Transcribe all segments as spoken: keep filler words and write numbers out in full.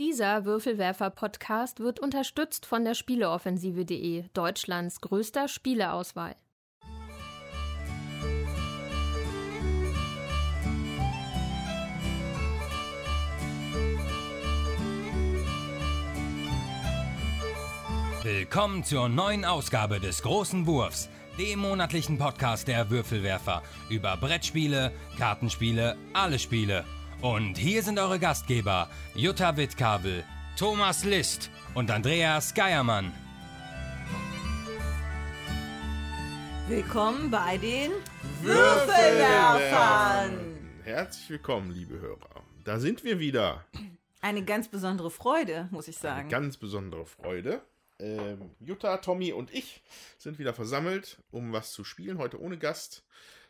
Dieser Würfelwerfer-Podcast wird unterstützt von der Spieleoffensive punkt de, Deutschlands größter Spieleauswahl. Willkommen zur neuen Ausgabe des Großen Wurfs, dem monatlichen Podcast der Würfelwerfer über Brettspiele, Kartenspiele, alle Spiele. Und hier sind eure Gastgeber Jutta Wittkabel, Thomas List und Andreas Geiermann. Willkommen bei den Würfelwerfern. Herzlich willkommen, liebe Hörer. Da sind wir wieder. Eine ganz besondere Freude, muss ich sagen. Eine ganz besondere Freude. Ähm, Jutta, Tommy und ich sind wieder versammelt, um was zu spielen, heute ohne Gast.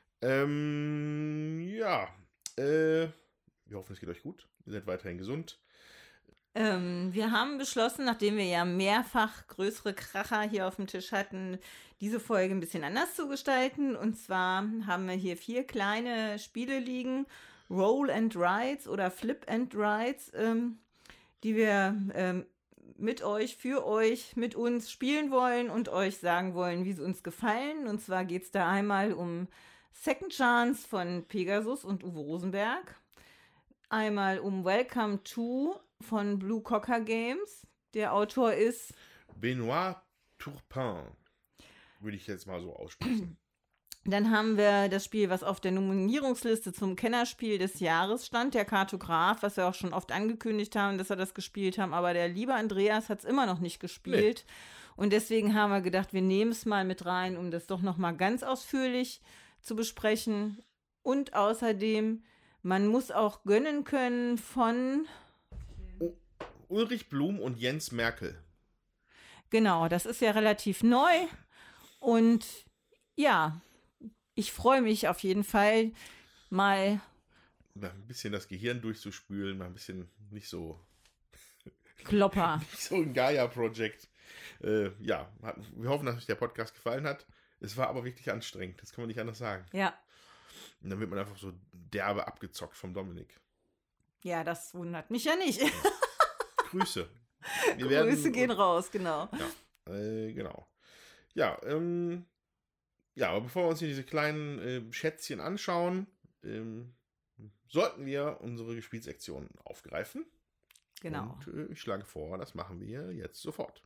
Ähm, ja, äh, wir hoffen, es geht euch gut. Ihr seid weiterhin gesund. Ähm, wir haben beschlossen, nachdem wir ja mehrfach größere Kracher hier auf dem Tisch hatten, diese Folge ein bisschen anders zu gestalten. Und zwar haben wir hier vier kleine Spiele liegen, Roll and Rides oder Flip and Rides, ähm, die wir ähm, mit euch, für euch, mit uns spielen wollen und euch sagen wollen, wie sie uns gefallen. Und zwar geht es da einmal um Second Chance von Pegasus und Uwe Rosenberg. Einmal um Welcome to von Blue Cocker Games. Der Autor ist Benoît Turpin, würde ich jetzt mal so aussprechen. Dann haben wir das Spiel, was auf der Nominierungsliste zum Kennerspiel des Jahres stand, der Kartograf, was wir auch schon oft angekündigt haben, dass wir das gespielt haben. Aber der liebe Andreas hat es immer noch nicht gespielt. Nee. Und deswegen haben wir gedacht, wir nehmen es mal mit rein, um das doch noch mal ganz ausführlich zu besprechen. Und außerdem, man muss auch gönnen können von Ulrich Blum und Jens Merkel. Genau, das ist ja relativ neu. Und ja, ich freue mich auf jeden Fall mal ein bisschen das Gehirn durchzuspülen, mal ein bisschen nicht so Klopper. Nicht so ein Gaia-Projekt. Äh, ja, wir hoffen, dass euch der Podcast gefallen hat. Es war aber wirklich anstrengend, das kann man nicht anders sagen. Ja. Und dann wird man einfach so derbe abgezockt vom Dominik. Ja, das wundert mich ja nicht. Grüße. Wir Grüße werden, gehen raus, genau. Ja, äh, genau. Ja, ähm, ja, aber bevor wir uns hier diese kleinen äh, Schätzchen anschauen, ähm, sollten wir unsere Gespielsektion aufgreifen. Genau. Und äh, ich schlage vor, das machen wir jetzt sofort.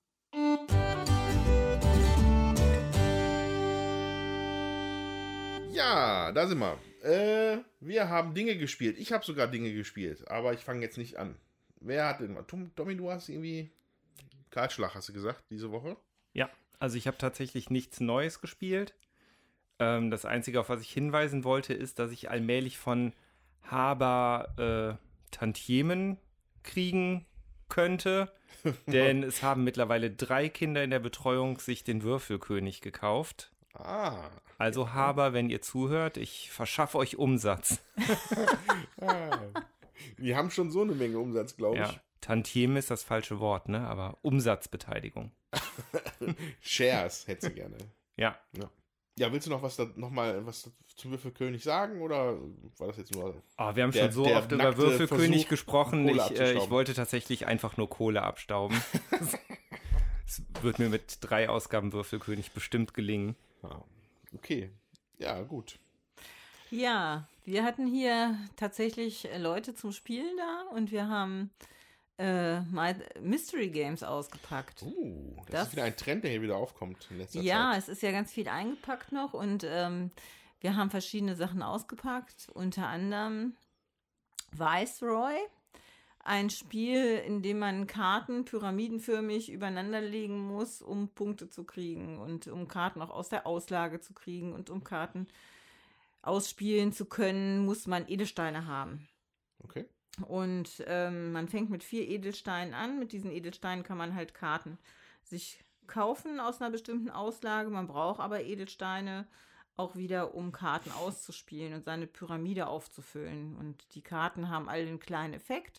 Ja, da sind wir. Äh, wir haben Dinge gespielt. Ich habe sogar Dinge gespielt, aber ich fange jetzt nicht an. Wer hat denn? Tommy, du hast irgendwie Kahlschlag, hast du gesagt, diese Woche? Ja, also ich habe tatsächlich nichts Neues gespielt. Ähm, das Einzige, auf was ich hinweisen wollte, ist, dass ich allmählich von Haber äh, Tantiemen kriegen könnte. Denn es haben mittlerweile drei Kinder in der Betreuung sich den Würfelkönig gekauft. Ah. Also Haber, wenn ihr zuhört, ich verschaffe euch Umsatz. ah. Wir haben schon so eine Menge Umsatz, glaube ich. Ja, Tantiemen ist das falsche Wort, ne? Aber Umsatzbeteiligung. Shares hätte sie gerne. Ja. ja. Ja, willst du noch was da, noch mal was zum Würfelkönig sagen oder war das jetzt nur? Oh, wir haben der, schon so oft über Würfelkönig Versuch, gesprochen. Ich, äh, ich wollte tatsächlich einfach nur Kohle abstauben. Es wird mir mit drei Ausgaben Würfelkönig bestimmt gelingen. Ah, okay, ja gut. Ja, wir hatten hier tatsächlich Leute zum Spielen da und wir haben äh, mal Mystery Games ausgepackt. Uh, das, das ist wieder ein Trend, der hier wieder aufkommt in letzter ja, Zeit. Es ist ja ganz viel eingepackt noch und ähm, wir haben verschiedene Sachen ausgepackt, unter anderem Viceroy, ein Spiel, in dem man Karten pyramidenförmig übereinander legen muss, um Punkte zu kriegen und um Karten auch aus der Auslage zu kriegen und um Karten ausspielen zu können, muss man Edelsteine haben. Okay. Und ähm, man fängt mit vier Edelsteinen an. Mit diesen Edelsteinen kann man halt Karten sich kaufen aus einer bestimmten Auslage. Man braucht aber Edelsteine auch wieder, um Karten auszuspielen und seine Pyramide aufzufüllen. Und die Karten haben alle einen kleinen Effekt.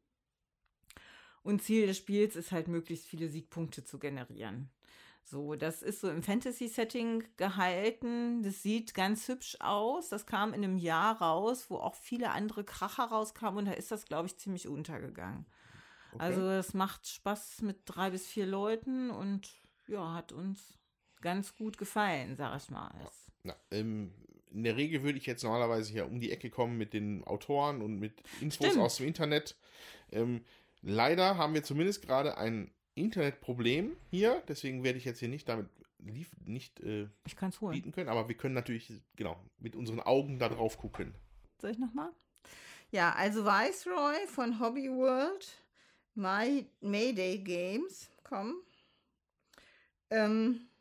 Und Ziel des Spiels ist halt, möglichst viele Siegpunkte zu generieren. So, das ist so im Fantasy-Setting gehalten. Das sieht ganz hübsch aus. Das kam in einem Jahr raus, wo auch viele andere Kracher rauskamen. Und da ist das, glaube ich, ziemlich untergegangen. Okay. Also es macht Spaß mit drei bis vier Leuten und ja, hat uns ganz gut gefallen, sag ich mal. Na, ähm, in der Regel würde ich jetzt normalerweise hier um die Ecke kommen mit den Autoren und mit Infos Stimmt. aus dem Internet. Ähm, leider haben wir zumindest gerade ein Internetproblem hier, deswegen werde ich jetzt hier nicht damit lief, nicht äh, Ich kann es holen. bieten können, aber wir können natürlich, genau, mit unseren Augen da drauf gucken. Soll ich nochmal? Ja, also Viceroy von Hobby World, My, Mayday Games, komm. Ähm,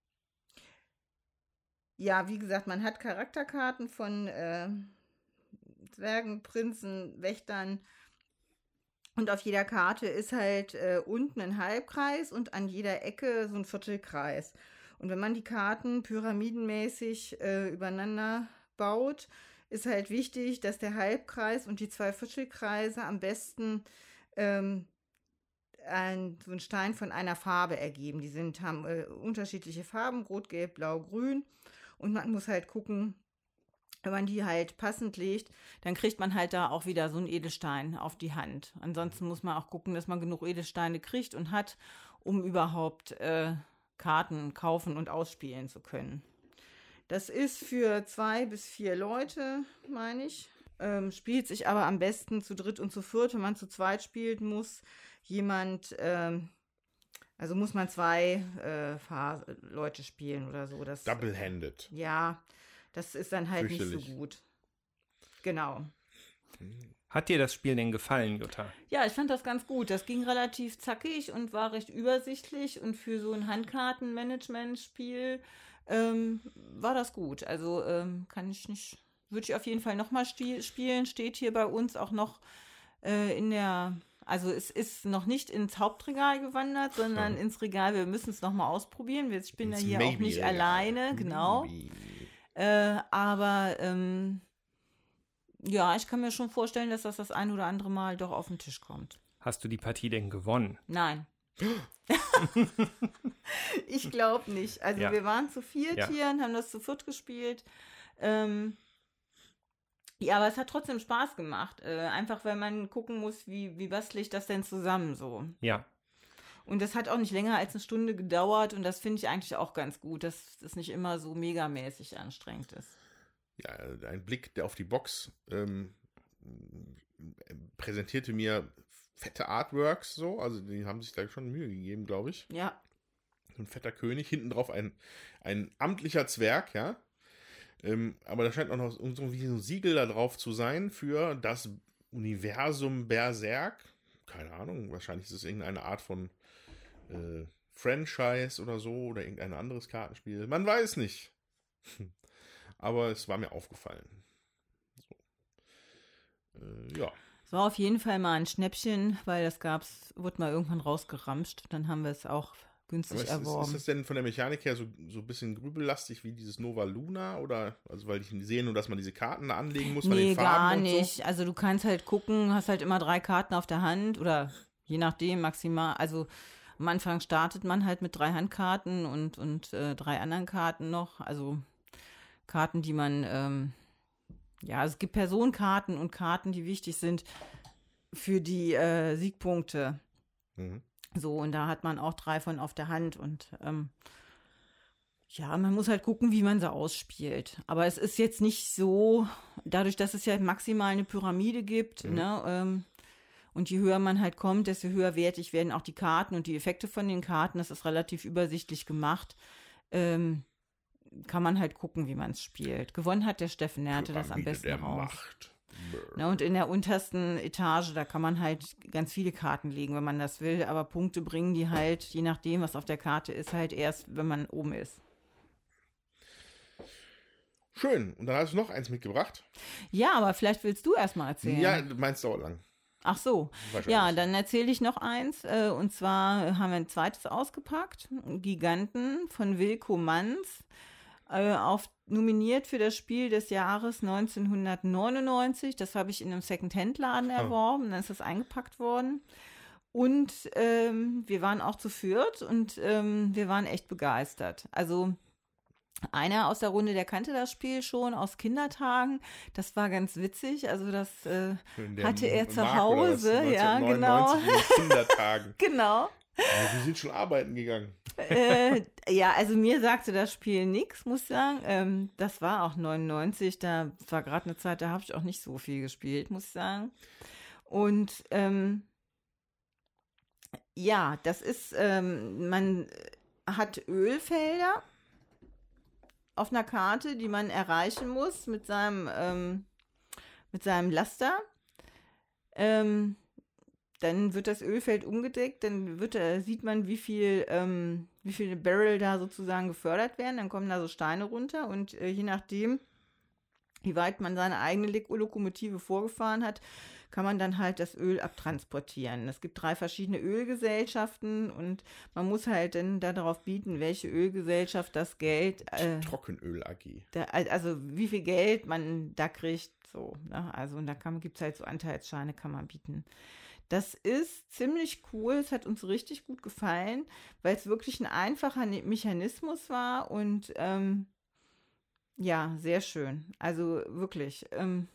ja, wie gesagt, man hat Charakterkarten von äh, Zwergen, Prinzen, Wächtern und auf jeder Karte ist halt äh, unten ein Halbkreis und an jeder Ecke so ein Viertelkreis. Und wenn man die Karten pyramidenmäßig äh, übereinander baut, ist halt wichtig, dass der Halbkreis und die zwei Viertelkreise am besten ähm, ein, so einen Stein von einer Farbe ergeben. Die sind, haben äh, unterschiedliche Farben, rot, gelb, blau, grün. Und man muss halt gucken, wenn man die halt passend legt, dann kriegt man halt da auch wieder so einen Edelstein auf die Hand. Ansonsten muss man auch gucken, dass man genug Edelsteine kriegt und hat, um überhaupt äh, Karten kaufen und ausspielen zu können. Das ist für zwei bis vier Leute, meine ich. Ähm, spielt sich aber am besten zu dritt und zu viert. Wenn man zu zweit spielt, muss jemand, ähm, also muss man zwei äh, Fahr- Leute spielen oder so. Das, Double-handed. ja, das ist dann halt nicht so Fürchterlich. gut. Genau. Hat dir das Spiel denn gefallen, Jutta? Ja, ich fand das ganz gut. Das ging relativ zackig und war recht übersichtlich. Und für so ein Handkartenmanagement-Spiel ähm, war das gut. Also ähm, kann ich nicht, würde ich auf jeden Fall nochmal spielen. Steht hier bei uns auch noch äh, in der, also es ist noch nicht ins Hauptregal gewandert, sondern Ja. ins Regal. Wir müssen es nochmal ausprobieren. Ich bin ja Ins hier auch nicht Maybe-Regal. alleine, genau. Maybe. Äh, aber ähm, ja, ich kann mir schon vorstellen, dass das das ein oder andere Mal doch auf den Tisch kommt. Hast du die Partie denn gewonnen? Nein. Ich glaube nicht. Also Ja. wir waren zu viert Ja. hier und haben das zu viert gespielt. Ähm, ja, aber es hat trotzdem Spaß gemacht. Äh, einfach, weil man gucken muss, wie, wie bastle ich das denn zusammen so. Ja. Und das hat auch nicht länger als eine Stunde gedauert und das finde ich eigentlich auch ganz gut, dass das nicht immer so megamäßig anstrengend ist. Ja, ein Blick der auf die Box ähm, präsentierte mir fette Artworks so, also die haben sich da schon Mühe gegeben, glaube ich. Ja, So ein fetter König, hinten drauf ein, ein amtlicher Zwerg, ja. Ähm, aber da scheint auch noch so wie so ein Siegel da drauf zu sein für das Universum Berserk. Keine Ahnung, wahrscheinlich ist es irgendeine Art von äh, Franchise oder so oder irgendein anderes Kartenspiel. Man weiß nicht. Aber es war mir aufgefallen. So. Äh, ja. es war auf jeden Fall mal ein Schnäppchen, weil das gab's, wurde mal irgendwann rausgeramscht. Dann haben wir es auch günstig Aber ist, ist, erworben. ist das denn von der Mechanik her so, so ein bisschen grübellastig wie dieses Nova Luna? Oder, also weil ich sehe nur, dass man diese Karten da anlegen muss von Nee, den Farben gar und nicht. Also du kannst halt gucken, hast halt immer drei Karten auf der Hand oder je nachdem maximal. Also am Anfang startet man halt mit drei Handkarten und, und äh, drei anderen Karten noch. Also Karten, die man, ähm, ja, es gibt Personenkarten und Karten, die wichtig sind für die äh, Siegpunkte. so. Mhm. So, und da hat man auch drei von auf der Hand und ähm, ja, man muss halt gucken, wie man sie ausspielt. Aber es ist jetzt nicht so, dadurch, dass es ja maximal eine Pyramide gibt, Mhm. ne, ähm, und je höher man halt kommt, desto höherwertig werden auch die Karten und die Effekte von den Karten. Das ist relativ übersichtlich gemacht. Ähm, kann man halt gucken, wie man es spielt. Gewonnen hat der Steffen, der hatte das am Pyramide besten der raus. Macht. Na, und in der untersten Etage, da kann man halt ganz viele Karten legen, wenn man das will. Aber Punkte bringen die halt, je nachdem, was auf der Karte ist, halt erst, wenn man oben ist. Schön. Und dann hast du noch eins mitgebracht. Ja, aber vielleicht willst du erst mal erzählen. Ja, meins dauert lang. Ach so. Wahrscheinlich. Ja, dann erzähle ich noch eins. Äh, und zwar haben wir ein zweites ausgepackt. Giganten von Wilko Manns. Äh, auf, nominiert für das Spiel des Jahres neunzehnhundertneunundneunzig. Das habe ich in einem Second-Hand-Laden erworben. Dann ist das eingepackt worden. Und ähm, wir waren auch zu viert und ähm, wir waren echt begeistert. Also Einer aus der Runde, der kannte das Spiel schon aus Kindertagen. Das war ganz witzig. Also das äh, hatte er zu Mark Hause. Ja, genau. In den Kindertagen. Genau. Ja, die sind schon arbeiten gegangen. äh, ja, also mir sagte das Spiel nichts, muss ich sagen. Ähm, das war auch neunundneunzig. Da war gerade eine Zeit, da habe ich auch nicht so viel gespielt, muss ich sagen. Und ähm, ja, das ist, ähm, man hat Ölfelder auf einer Karte, die man erreichen muss mit seinem, ähm, mit seinem Laster. Ähm, dann wird das Ölfeld umgedeckt, dann wird, äh, sieht man, wie viel, ähm, wie viele Barrel da sozusagen gefördert werden. Dann kommen da so Steine runter und äh, je nachdem, wie weit man seine eigene Lokomotive vorgefahren hat, kann man dann halt das Öl abtransportieren. Es gibt drei verschiedene Ölgesellschaften und man muss halt dann darauf bieten, welche Ölgesellschaft das Geld... Äh, Trockenöl A G. Da, also wie viel Geld man da kriegt, so. Ne? Also und da gibt es halt so Anteilsscheine, kann man bieten. Das ist ziemlich cool, es hat uns richtig gut gefallen, weil es wirklich ein einfacher Mechanismus war und ähm, ja, sehr schön. Also wirklich... Ähm,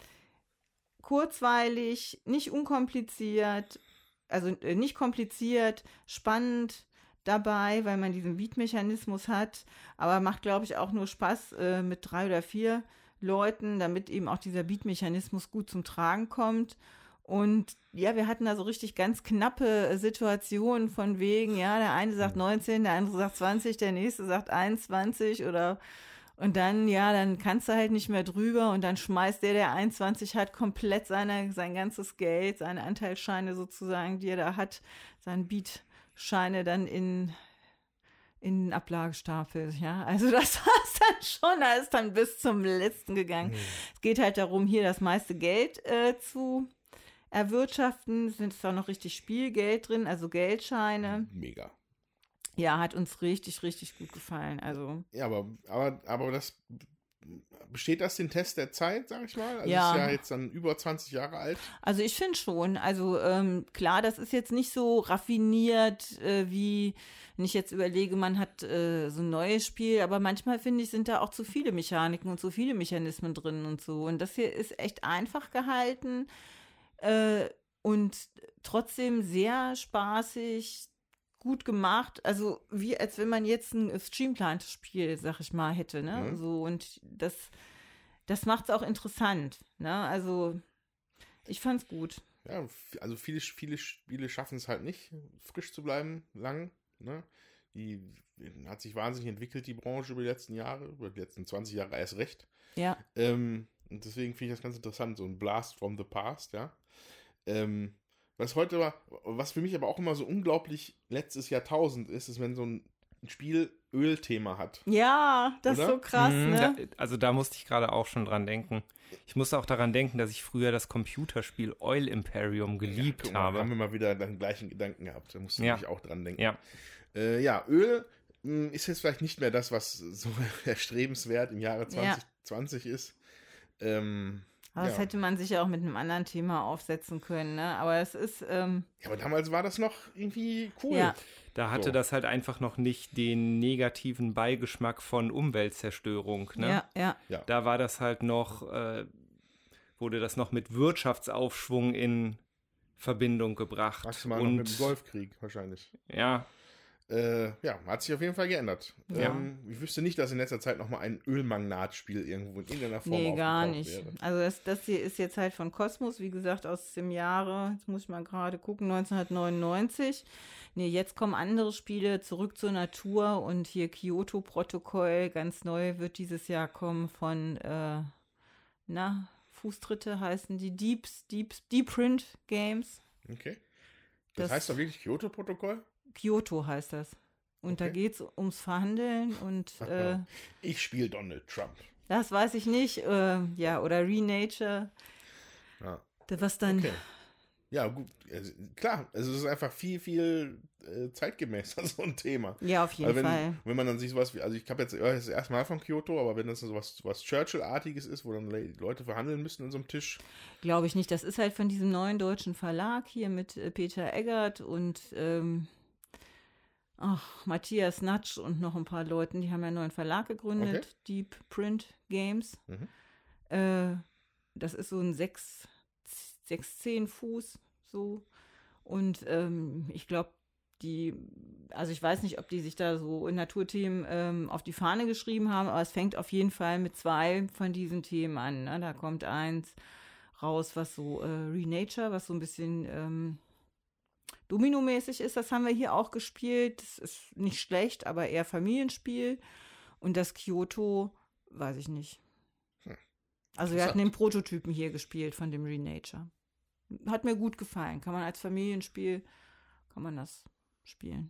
kurzweilig, nicht unkompliziert, also äh, nicht kompliziert, spannend dabei, weil man diesen Beat-Mechanismus hat, aber macht, glaube ich, auch nur Spaß äh, mit drei oder vier Leuten, damit eben auch dieser Beat-Mechanismus gut zum Tragen kommt. Und ja, wir hatten da so richtig ganz knappe Situationen von wegen, ja, der eine sagt neunzehn, der andere sagt zwanzig, der nächste sagt einundzwanzig oder und dann, ja, dann kannst du halt nicht mehr drüber und dann schmeißt der, der einundzwanzig hat, komplett seine, sein ganzes Geld, seine Anteilsscheine sozusagen, die er da hat, seine Beatscheine dann in, in den Ablagestapel, ja. Also das war es dann schon, da ist dann bis zum letzten gegangen. Mhm. Es geht halt darum, hier das meiste Geld äh, zu erwirtschaften. Es ist auch noch richtig Spielgeld drin, also Geldscheine. Mega. Ja, hat uns richtig, richtig gut gefallen. Also. Ja, aber, aber, aber das besteht das den Test der Zeit, sag ich mal? Also ja. ist ja jetzt dann über zwanzig Jahre alt. Also ich finde schon. Also ähm, klar, das ist jetzt nicht so raffiniert, äh, wie wenn ich jetzt überlege, man hat äh, so ein neues Spiel, aber manchmal finde ich, sind da auch zu viele Mechaniken und zu viele Mechanismen drin und so. Und das hier ist echt einfach gehalten äh, und trotzdem sehr spaßig, gut gemacht, also wie als wenn man jetzt ein Streamline-Spiel, sag ich mal, hätte, ne? Mhm. So, und das, das macht es auch interessant, ne? Also ich fand's gut. Ja, also viele, viele Spiele schaffen es halt nicht, frisch zu bleiben, lang, ne? Die hat sich wahnsinnig entwickelt, die Branche über die letzten Jahre, über die letzten zwanzig Jahre erst recht. Ja. Ähm, und deswegen finde ich das ganz interessant, so ein Blast from the Past, ja. Ähm, Was heute war, was für mich aber auch immer so unglaublich letztes Jahrtausend ist, ist, wenn so ein Spiel Ölthema hat. Ja, das Oder? Ist so krass, mhm, ne? Da, also da musste ich gerade auch schon dran denken. Ich musste auch daran denken, dass ich früher das Computerspiel Oil Imperium geliebt ja, mal, habe. Da haben wir mal wieder den gleichen Gedanken gehabt. Da musste ja. ich auch dran denken. Ja, äh, ja Öl mh, ist jetzt vielleicht nicht mehr das, was so erstrebenswert im Jahre zwanzig zwanzig ja. ist. Ähm, Aber ja. Das hätte man sich ja auch mit einem anderen Thema aufsetzen können, ne? Aber es ist... Ähm ja, aber damals war das noch irgendwie cool. Ja. Da hatte so. Das halt einfach noch nicht den negativen Beigeschmack von Umweltzerstörung, ne? Ja, ja. ja. Da war das halt noch, äh, wurde das noch mit Wirtschaftsaufschwung in Verbindung gebracht. Maximal noch mit dem Golfkrieg wahrscheinlich. Ja. Äh, ja, hat sich auf jeden Fall geändert. Ja. Ähm, ich wüsste nicht, dass in letzter Zeit nochmal ein Ölmagnatspiel irgendwo in irgendeiner Form nee, gar nicht. wäre. Also das, das hier ist jetzt halt von Kosmos, wie gesagt, aus dem Jahre, jetzt muss ich mal gerade gucken, neunzehnhundertneunundneunzig. Nee, jetzt kommen andere Spiele, Zurück zur Natur und hier Kyoto-Protokoll, ganz neu wird dieses Jahr kommen von, äh, na, Fußtritte heißen die, Deeps, Deeps, Deep Print Games. Okay. Das, das heißt doch wirklich Kyoto-Protokoll? Kyoto heißt das. Und okay. Da geht es ums Verhandeln und äh, ich spiele Donald Trump. Das weiß ich nicht. Äh, ja, oder Renature. Ja. Was dann... Okay. Ja, gut. Also, klar, also es ist einfach viel, viel äh, zeitgemäßer, so ein Thema. Ja, auf jeden also wenn, Fall. Wenn man dann sieht, sowas wie, also ich habe jetzt ja, das erste Mal von Kyoto, aber wenn das so was, was Churchill-artiges ist, wo dann Leute verhandeln müssen an so einem Tisch. Glaube ich nicht. Das ist halt von diesem neuen deutschen Verlag hier mit äh, Peter Eggert und ähm, ach, Matthias Natsch und noch ein paar Leuten, die haben ja einen neuen Verlag gegründet, Okay. Deep Print Games. Mhm. Äh, das ist so ein sechs, zehn Fuß so. Und ähm, ich glaube, die, also ich weiß nicht, ob die sich da so in Naturthemen ähm, auf die Fahne geschrieben haben, aber es fängt auf jeden Fall mit zwei von diesen Themen an. Ne? Da kommt eins raus, was so äh, Renature, was so ein bisschen ähm, Domino-mäßig ist. Das haben wir hier auch gespielt. Das ist nicht schlecht, aber eher Familienspiel. Und das Kyoto, weiß ich nicht. Hm. Also wir hatten Interessant. den Prototypen hier gespielt von dem Renature. Hat mir gut gefallen. Kann man als Familienspiel, kann man das spielen.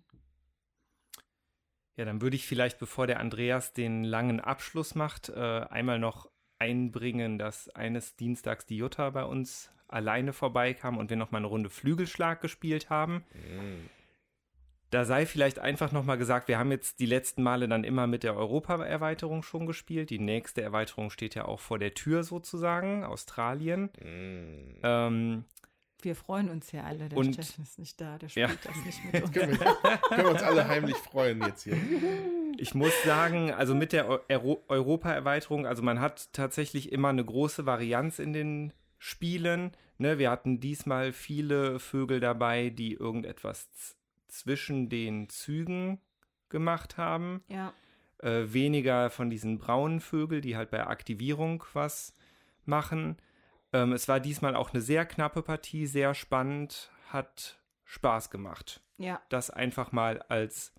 Ja, dann würde ich vielleicht, bevor der Andreas den langen Abschluss macht, äh, einmal noch einbringen, dass eines Dienstags die Jutta bei uns alleine vorbeikam und wir noch mal eine Runde Flügelschlag gespielt haben. Mhm. Da sei vielleicht einfach noch mal gesagt, wir haben jetzt die letzten Male dann immer mit der Europa-Erweiterung schon gespielt. Die nächste Erweiterung steht ja auch vor der Tür sozusagen, Australien. Mhm. Ähm, Wir freuen uns ja alle. Der Und- Steffen ist nicht da, der spielt Ja. das nicht mit uns. Können, wir, können wir uns alle heimlich freuen jetzt hier. Ich muss sagen, also mit der Eu- Euro- Europa-Erweiterung, also man hat tatsächlich immer eine große Varianz in den Spielen. Ne, wir hatten diesmal viele Vögel dabei, die irgendetwas z- zwischen den Zügen gemacht haben. Ja, Äh, weniger von diesen braunen Vögeln, die halt bei Aktivierung was machen. Ähm, es war diesmal auch eine sehr knappe Partie, sehr spannend, hat Spaß gemacht. ja, Das einfach mal als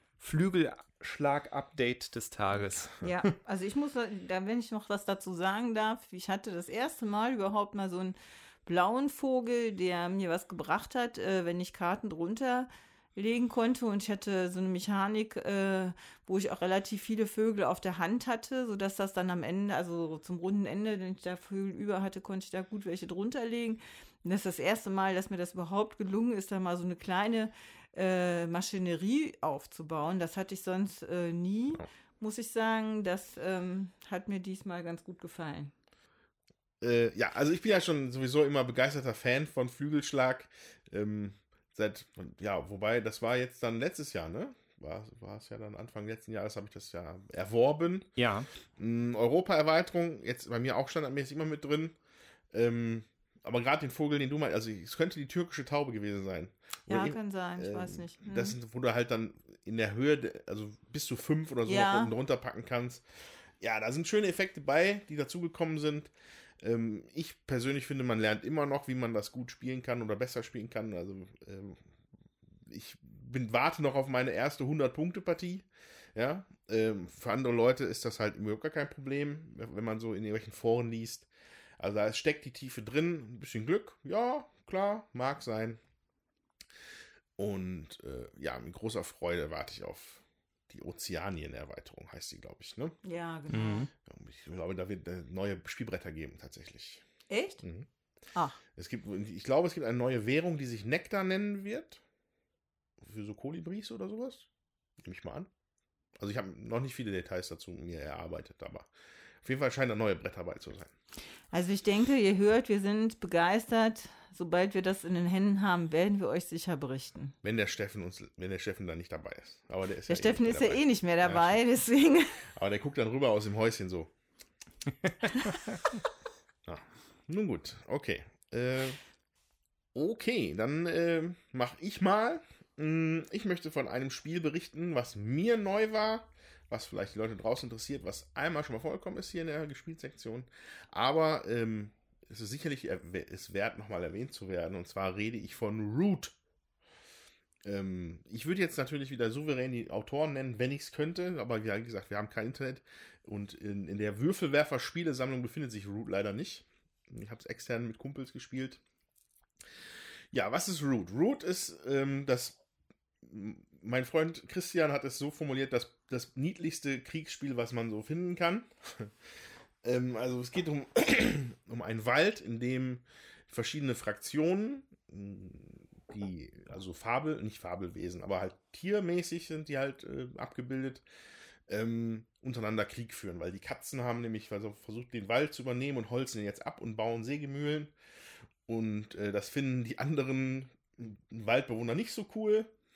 Flügelschlag-Update des Tages. ja. Also ich muss, da wenn ich noch was dazu sagen darf, ich hatte das erste Mal überhaupt mal so einen blauen Vogel, der mir was gebracht hat, äh, wenn ich Karten drunter legen konnte, und ich hatte so eine Mechanik, äh, wo ich auch relativ viele Vögel auf der Hand hatte, sodass das dann am Ende, also zum runden Ende, wenn ich da Vögel über hatte, konnte ich da gut welche drunter legen. Und das ist das erste Mal, dass mir das überhaupt gelungen ist, da mal so eine kleine äh, Maschinerie aufzubauen. Das hatte ich sonst äh, nie, Ja. muss ich sagen. Das ähm, hat mir diesmal ganz gut gefallen. Äh, ja, also ich bin ja schon sowieso immer begeisterter Fan von Flügelschlag. Ähm, seit, ja, wobei, das war jetzt dann letztes Jahr, ne? War, war es ja dann Anfang letzten Jahres, habe ich das ja erworben. Ja, Mm, Europa-Erweiterung, jetzt bei mir auch standardmäßig immer mit drin. Ähm, aber gerade den Vogel, den du meinst, also es könnte die türkische Taube gewesen sein. Ja, Oder in- kann sein, ich ähm, weiß nicht. Hm. Das sind, wo du halt dann in der Höhe, de- also bis zu fünf oder so Ja. noch oben drunter packen kannst. Ja, da sind schöne Effekte bei, die dazugekommen sind. Ähm, ich persönlich finde, man lernt immer noch, wie man das gut spielen kann oder besser spielen kann. Also ähm, ich bin, warte noch auf meine erste hundert-Punkte-Partie. Ja, ähm, für andere Leute ist das halt überhaupt gar kein Problem, wenn man so in irgendwelchen Foren liest. Also da steckt die Tiefe drin, ein bisschen Glück, ja, klar, mag sein. Und äh, ja, mit großer Freude warte ich auf die Ozeanien-Erweiterung, heißt die, glaube ich, ne? Ja, genau. Mhm. Ich glaube, da wird äh, neue Spielbretter geben, tatsächlich. Echt? Mhm. Ah, Es gibt, ich glaube, es gibt eine neue Währung, die sich Nektar nennen wird. Für so Kolibris oder sowas. Nehme ich mal an. Also ich habe noch nicht viele Details dazu mir erarbeitet, aber auf jeden Fall scheinen da neue Bretter bei zu sein. also ich denke, ihr hört, wir sind begeistert. Sobald wir das in den Händen haben, werden wir euch sicher berichten. Wenn der Steffen uns, wenn der Steffen da nicht dabei ist. Aber der ist Der ja Steffen eh ist nicht ja dabei. eh nicht mehr Ja, dabei, deswegen. Aber der guckt dann rüber aus dem Häuschen so. Ja, nun gut, okay. Äh, okay, dann äh, mache ich mal. Mm, Ich möchte von einem Spiel berichten, was mir neu war, was vielleicht die Leute draußen interessiert, was einmal schon mal vorgekommen ist hier in der Gespielsektion. Aber ähm, es ist sicherlich erw- es wert, nochmal erwähnt zu werden. Und zwar rede ich von Root. Ähm, ich würde jetzt natürlich wieder souverän die Autoren nennen, wenn ich es könnte. Aber wie gesagt, wir haben kein Internet. Und in, in der Würfelwerfer-Spielesammlung befindet sich Root leider nicht. Ich habe es extern mit Kumpels gespielt. Ja, was ist Root? Root ist ähm, das. Mein Freund Christian hat es so formuliert, dass das niedlichste Kriegsspiel, was man so finden kann. ähm, also es geht um, um einen Wald, in dem verschiedene Fraktionen, die, also Fabel, nicht Fabelwesen, aber halt tiermäßig sind die halt äh, abgebildet, ähm, untereinander Krieg führen, weil die Katzen haben nämlich also versucht, den Wald zu übernehmen und holzen ihn jetzt ab und bauen Sägemühlen. Und äh, das finden die anderen Waldbewohner nicht so cool.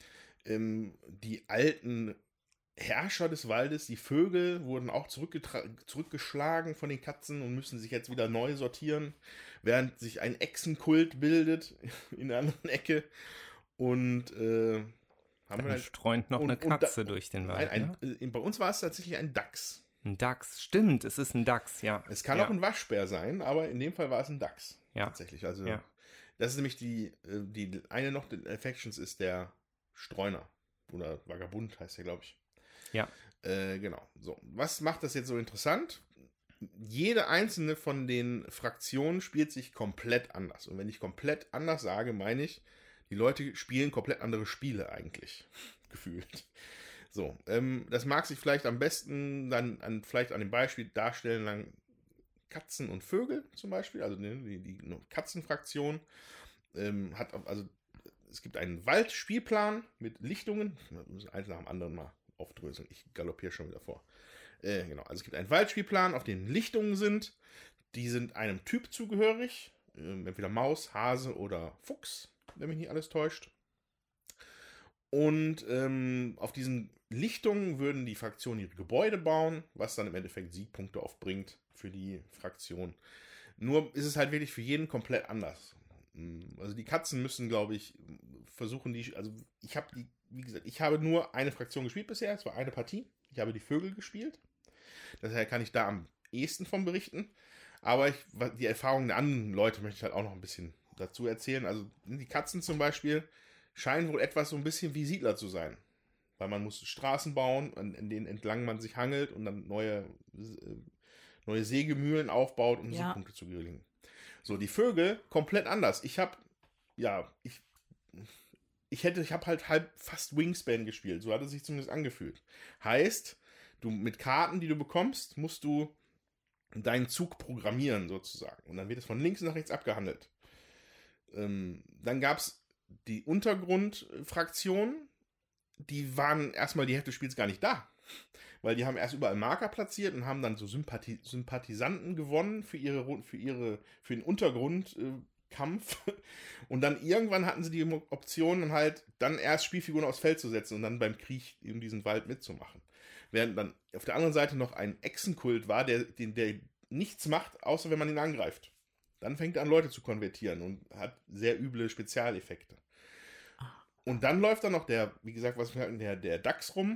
Ähm, die alten Herrscher des Waldes, die Vögel, wurden auch zurückgeschlagen von den Katzen und müssen sich jetzt wieder neu sortieren, während sich ein Echsenkult bildet in der anderen Ecke. Und äh, haben Dann wir halt, streunt noch und, eine Katze und da, durch den Wald. ein, ein, ne? äh, bei uns war es tatsächlich ein Dachs. Ein Dachs, stimmt, es ist ein Dachs, ja. Es kann ja. auch ein Waschbär sein, aber in dem Fall war es ein Dachs. Ja. Tatsächlich. Also, Ja. das ist nämlich die, die eine noch, der Affections ist der Streuner. Oder Vagabund heißt der, glaube ich. Ja. Äh, genau. So. Was macht das jetzt so interessant? Jede einzelne von den Fraktionen spielt sich komplett anders. Und wenn ich komplett anders sage, meine ich, die Leute spielen komplett andere Spiele eigentlich. Gefühlt. So, ähm, das mag sich vielleicht am besten dann an, vielleicht an dem Beispiel darstellen, dann Katzen und Vögel zum Beispiel, also die, die Katzenfraktion ähm, hat, also es gibt einen Waldspielplan mit Lichtungen, wir müssen eins nach dem anderen mal aufdröseln, ich galoppiere schon wieder vor. Äh, genau, also es gibt einen Waldspielplan, auf dem Lichtungen sind, die sind einem Typ zugehörig, äh, entweder Maus, Hase oder Fuchs, wenn mich nicht alles täuscht. Und ähm, auf diesen Lichtungen würden die Fraktionen ihre Gebäude bauen, was dann im Endeffekt Siegpunkte aufbringt für die Fraktion. Nur ist es halt wirklich für jeden komplett anders. Also die Katzen müssen, glaube ich, versuchen die, also ich habe die, wie gesagt, ich habe nur eine Fraktion gespielt bisher, es war eine Partie. Ich habe die Vögel gespielt. Daher kann ich da am ehesten von berichten. Aber ich, die Erfahrungen der anderen Leute möchte ich halt auch noch ein bisschen dazu erzählen. Also die Katzen zum Beispiel scheinen wohl etwas so ein bisschen wie Siedler zu sein. Weil man muss Straßen bauen, in denen entlang man sich hangelt und dann neue, äh, neue Sägemühlen aufbaut, um Ja. Siegpunkte zu gewinnen. So, die Vögel komplett anders. Ich habe, ja, ich, ich hätte, ich habe halt halb fast Wingspan gespielt. So hat es sich zumindest angefühlt. Heißt, du mit Karten, die du bekommst, musst du deinen Zug programmieren sozusagen. Und dann wird es von links nach rechts abgehandelt. Ähm, dann gab es die Untergrundfraktion, die waren erstmal die Hälfte des Spiels gar nicht da. Weil die haben erst überall Marker platziert und haben dann so Sympathi- Sympathisanten gewonnen für ihre für ihre für den Untergrundkampf. Und dann irgendwann hatten sie die Option, halt dann erst Spielfiguren aufs Feld zu setzen und dann beim Krieg in diesen Wald mitzumachen. Während dann auf der anderen Seite noch ein Echsenkult war, der, der, der nichts macht, außer wenn man ihn angreift. Dann fängt er an, Leute zu konvertieren und hat sehr üble Spezialeffekte. Und dann läuft da noch der, wie gesagt, was wir hatten, der, der Dachs rum.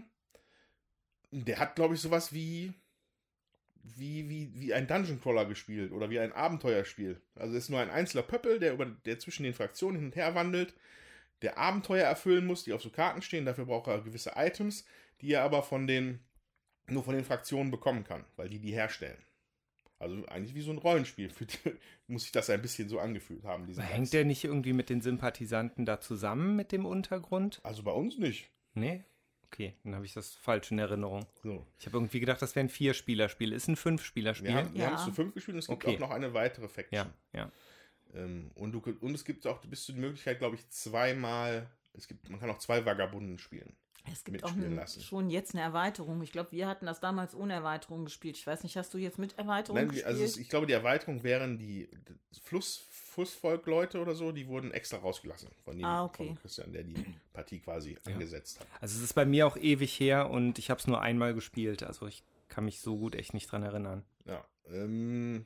Der hat, glaube ich, sowas wie, wie, wie, wie ein Dungeon Crawler gespielt oder wie ein Abenteuerspiel. Also es ist nur ein einzelner Pöppel, der, über, der zwischen den Fraktionen hin und her wandelt, der Abenteuer erfüllen muss, die auf so Karten stehen. Dafür braucht er gewisse Items, die er aber von den, nur von den Fraktionen bekommen kann, weil die die herstellen. Also eigentlich wie so ein Rollenspiel. Für die, muss sich das ein bisschen so angefühlt haben. Hängt der nicht irgendwie mit den Sympathisanten da zusammen mit dem Untergrund? Also bei uns nicht. Nee? Okay, dann habe ich das falsch in Erinnerung. So. Ich habe irgendwie gedacht, das wäre ein Vier-Spieler-Spiel. Ist ein Fünf-Spieler-Spiel? Wir haben, wir Ja. haben es zu fünf gespielt und es gibt Okay. auch noch eine weitere Faction. Ja, ja. Ähm, und, du, und es gibt auch bis zu die Möglichkeit, glaube ich, zweimal, es gibt, man kann auch zwei Vagabunden spielen. Es gibt auch mitspielen eine, lassen. schon jetzt eine Erweiterung. Ich glaube, wir hatten das damals ohne Erweiterung gespielt. Ich weiß nicht, hast du jetzt mit Erweiterung Nein, gespielt? also es, ich glaube, die Erweiterung wären die Fluss, Flussvolk-Leute oder so, die wurden extra rausgelassen von, dem, Ah, okay. von Christian, der die Partie quasi angesetzt hat. Also es ist bei mir auch ewig her und ich habe es nur einmal gespielt. Also ich kann mich so gut echt nicht dran erinnern. Ja, ähm,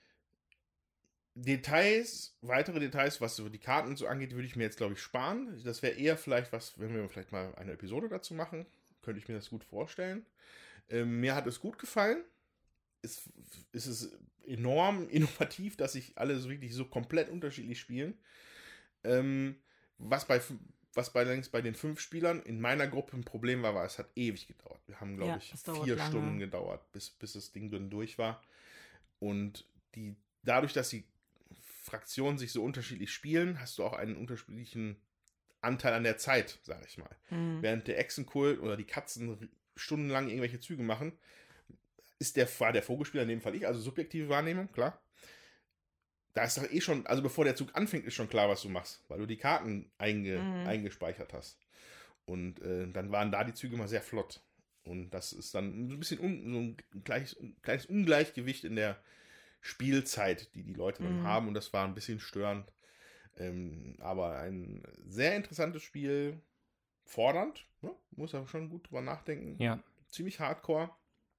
Details, weitere Details, was so die Karten so angeht, würde ich mir jetzt, glaube ich, sparen. Das wäre eher vielleicht was, wenn wir vielleicht mal eine Episode dazu machen, könnte ich mir das gut vorstellen. Ähm, mir hat es gut gefallen. Es, es ist enorm innovativ, dass sich alle so wirklich so komplett unterschiedlich spielen. Ähm, was bei was bei längst bei den fünf Spielern in meiner Gruppe ein Problem war, war, es hat ewig gedauert. Wir haben, glaube Ja, ich, es dauert vier lange. Stunden gedauert, bis, bis das Ding dann durch war. Und die, dadurch, dass die Fraktionen sich so unterschiedlich spielen, hast du auch einen unterschiedlichen Anteil an der Zeit, sage ich mal. Mhm. Während der Echsenkult oder die Katzen stundenlang irgendwelche Züge machen, ist der, war der Vogelspieler in dem Fall ich, also subjektive Wahrnehmung, klar. Da ist doch eh schon, also bevor der Zug anfängt, ist schon klar, was du machst, weil du die Karten einge, Mhm. eingespeichert hast. Und äh, dann waren da die Züge mal sehr flott. Und das ist dann ein bisschen un, so ein gleich, ein kleines Ungleichgewicht in der Spielzeit, die die Leute dann Mhm. haben. Und das war ein bisschen störend. Ähm, aber ein sehr interessantes Spiel. fordernd, ne? Muss er schon gut drüber nachdenken. Ja. Ziemlich hardcore.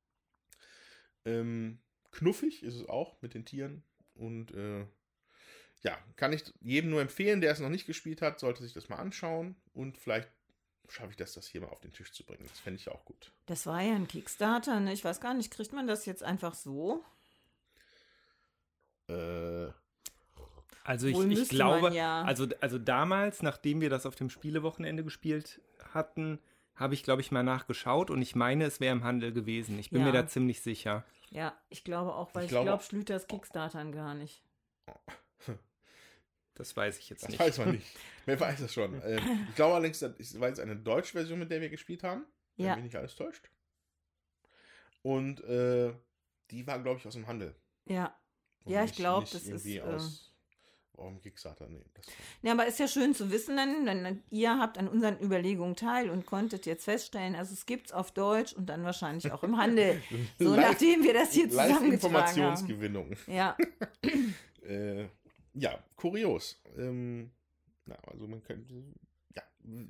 Ähm, knuffig ist es auch mit den Tieren. Und äh, ja, kann ich jedem nur empfehlen, der es noch nicht gespielt hat, sollte sich das mal anschauen. Und vielleicht schaffe ich das, das hier mal auf den Tisch zu bringen. Das fände ich auch gut. Das war ja ein Kickstarter, ne? Ich weiß gar nicht, kriegt man das jetzt einfach so? Äh, Also ich, Wohl ich müsste glaube, man ja. also, also damals, nachdem wir das auf dem Spielewochenende gespielt hatten, habe ich, glaube ich, mal nachgeschaut und ich meine, es wäre im Handel gewesen. Ich bin Ja. mir da ziemlich sicher. Ja, ich glaube auch, weil Ich ich glaube- glaube, Schlüters Kickstartern gar nicht. Das weiß ich jetzt das nicht. weiß man nicht. Wer weiß das schon. Ähm, ich glaube allerdings, das war jetzt eine deutsche Version, mit der wir gespielt haben. Wenn Ja. mich nicht alles täuscht. Und äh, die war, glaube ich, aus dem Handel. Ja. Und Ja, ich nicht- glaube, nicht das irgendwie ist, aus warum Kickstarter? Nee, das Ja, aber ist ja schön zu wissen, dann, dann ihr habt an unseren Überlegungen teil und konntet jetzt feststellen, also es gibt es auf Deutsch und dann wahrscheinlich auch im Handel. So, Live- nachdem wir das hier zusammengetragen haben. Live-Informationsgewinnung. Ja, Äh, ja, kurios. Ähm, na, also man könnte, ja.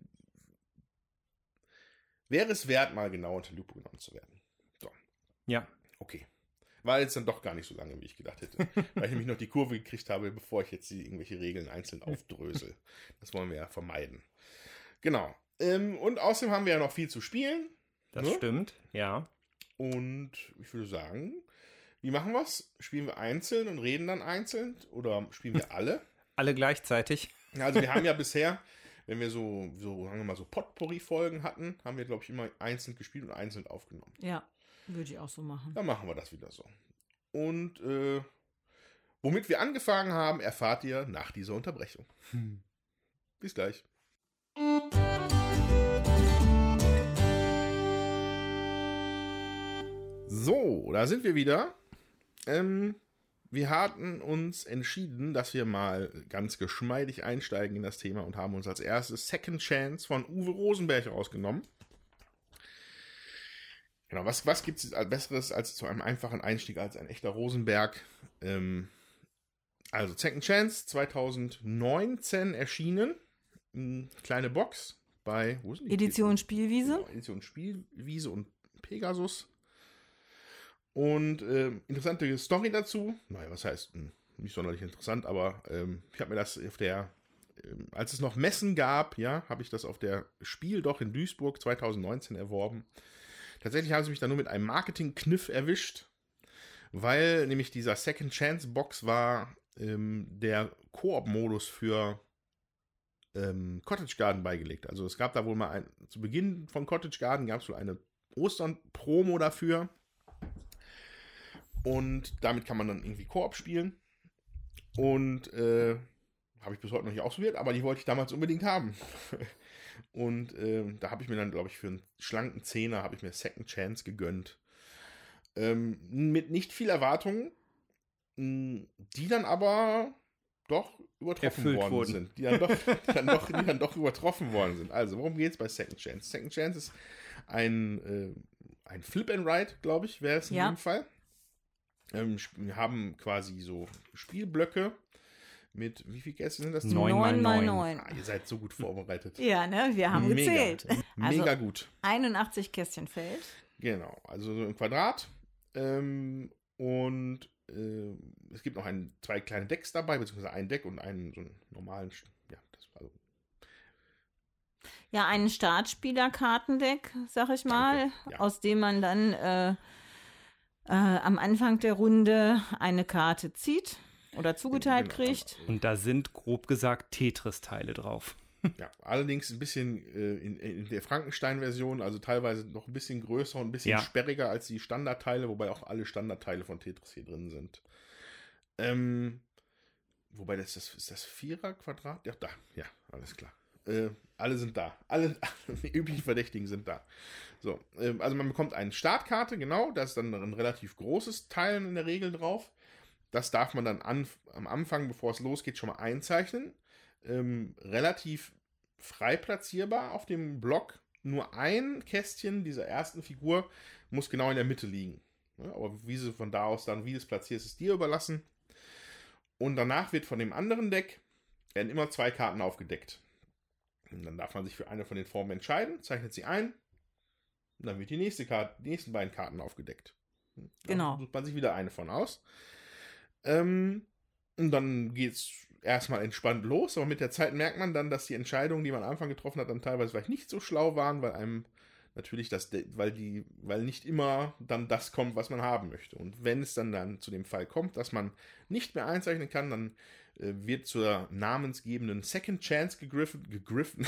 Wäre es wert, mal genau unter Lupe genommen zu werden. So, Ja. okay. War jetzt dann doch gar nicht so lange, wie ich gedacht hätte. Weil ich nämlich noch die Kurve gekriegt habe, bevor ich jetzt die, irgendwelche Regeln einzeln aufdrösel. Das wollen wir ja vermeiden. Genau. Ähm, und außerdem haben wir ja noch viel zu spielen. Das Ne? stimmt, ja. Und ich würde sagen, wie machen wir es? Spielen wir einzeln und reden dann einzeln? Oder spielen wir alle? Alle gleichzeitig. Ja, also wir haben ja bisher, wenn wir so, so sagen wir mal, so Potpourri-Folgen hatten, haben wir, glaube ich, immer einzeln gespielt und einzeln aufgenommen. ja, würde ich auch so machen. Dann machen wir das wieder so. Und äh, womit wir angefangen haben, erfahrt ihr nach dieser Unterbrechung. Hm. Bis gleich. So, da sind wir wieder. Ähm, wir hatten uns entschieden, dass wir mal ganz geschmeidig einsteigen in das Thema und haben uns als erstes Second Chance von Uwe Rosenberg rausgenommen. Genau, was, was gibt es Besseres als zu einem einfachen Einstieg als ein echter Rosenberg? Ähm, also Second Chance zwanzig neunzehn erschienen. Eine kleine Box bei, wo sind die? Edition Spielwiese. Genau, Edition Spielwiese und Pegasus. Und äh, interessante Story dazu. Naja, was heißt, mh, nicht sonderlich interessant, aber ähm, ich habe mir das auf der, ähm, als es noch Messen gab, ja, habe ich das auf der Spiel doch in Duisburg zwanzig neunzehn erworben. Tatsächlich haben sie mich da nur mit einem Marketing-Kniff erwischt, weil nämlich dieser Second Chance Box war ähm, der Koop-Modus für ähm, Cottage Garden beigelegt. Also es gab da wohl mal ein, zu Beginn von Cottage Garden gab es wohl eine Ostern-Promo dafür. Und damit kann man dann irgendwie Koop spielen. Und äh, habe ich bis heute noch nicht ausprobiert, aber die wollte ich damals unbedingt haben. Und äh, da habe ich mir dann, glaube ich, für einen schlanken Zehner habe ich mir Second Chance gegönnt. Ähm, mit nicht viel Erwartungen, mh, die dann aber doch übertroffen Erfüllt worden wurden. sind. Die dann, doch, die, dann doch, die dann doch übertroffen worden sind. Also, worum geht es bei Second Chance? Second Chance ist ein, äh, ein Flip and Ride, glaube ich, wäre es in Ja. dem Fall. Ähm, wir haben quasi so Spielblöcke mit, wie viele Gäste sind das? Neun mal Neun mal neun. neun. Ah, ihr seid so gut vorbereitet. Ja, ne, wir haben Mega. gezählt. Also Mega gut. einundachtzig Kästchen Feld. Genau, also so im Quadrat. Ähm, und äh, es gibt noch ein, zwei kleine Decks dabei, beziehungsweise ein Deck und einen so einen normalen. Ja, das war so. Ja, ein Startspieler-Kartendeck, sag ich mal, Danke, ja. aus dem man dann äh, äh, am Anfang der Runde eine Karte zieht oder zugeteilt Genau, kriegt. Und da sind, grob gesagt, Tetris-Teile drauf. Ja, allerdings ein bisschen äh, in, in der Frankenstein-Version, also teilweise noch ein bisschen größer und ein bisschen Ja. sperriger als die Standardteile, wobei auch alle Standardteile von Tetris hier drin sind. Ähm, wobei das ist, ist das Vierer-Quadrat? Ja, da, ja, alles klar. Äh, alle sind da. Alle, die üblichen Verdächtigen sind da. So, ähm, also man bekommt eine Startkarte, genau, da ist dann ein relativ großes Teil in der Regel drauf. Das darf man dann an, am Anfang, bevor es losgeht, schon mal einzeichnen. Ähm, relativ frei platzierbar auf dem Block. Nur ein Kästchen dieser ersten Figur muss genau in der Mitte liegen. Ja, aber wie sie von da aus dann, wie es platziert ist, ist dir überlassen. Und danach wird von dem anderen Deck werden immer zwei Karten aufgedeckt. Und dann darf man sich für eine von den Formen entscheiden, zeichnet sie ein und dann wird die nächste Karte, die nächsten beiden Karten aufgedeckt. Dann Genau. sucht man sich wieder eine von aus. Ähm, und dann geht es erstmal entspannt los, aber mit der Zeit merkt man dann, dass die Entscheidungen, die man am Anfang getroffen hat, dann teilweise vielleicht nicht so schlau waren, weil einem natürlich das, weil die, weil nicht immer dann das kommt, was man haben möchte. Und wenn es dann, dann zu dem Fall kommt, dass man nicht mehr einzeichnen kann, dann äh, wird zur namensgebenden Second Chance gegriffen, gegriffen.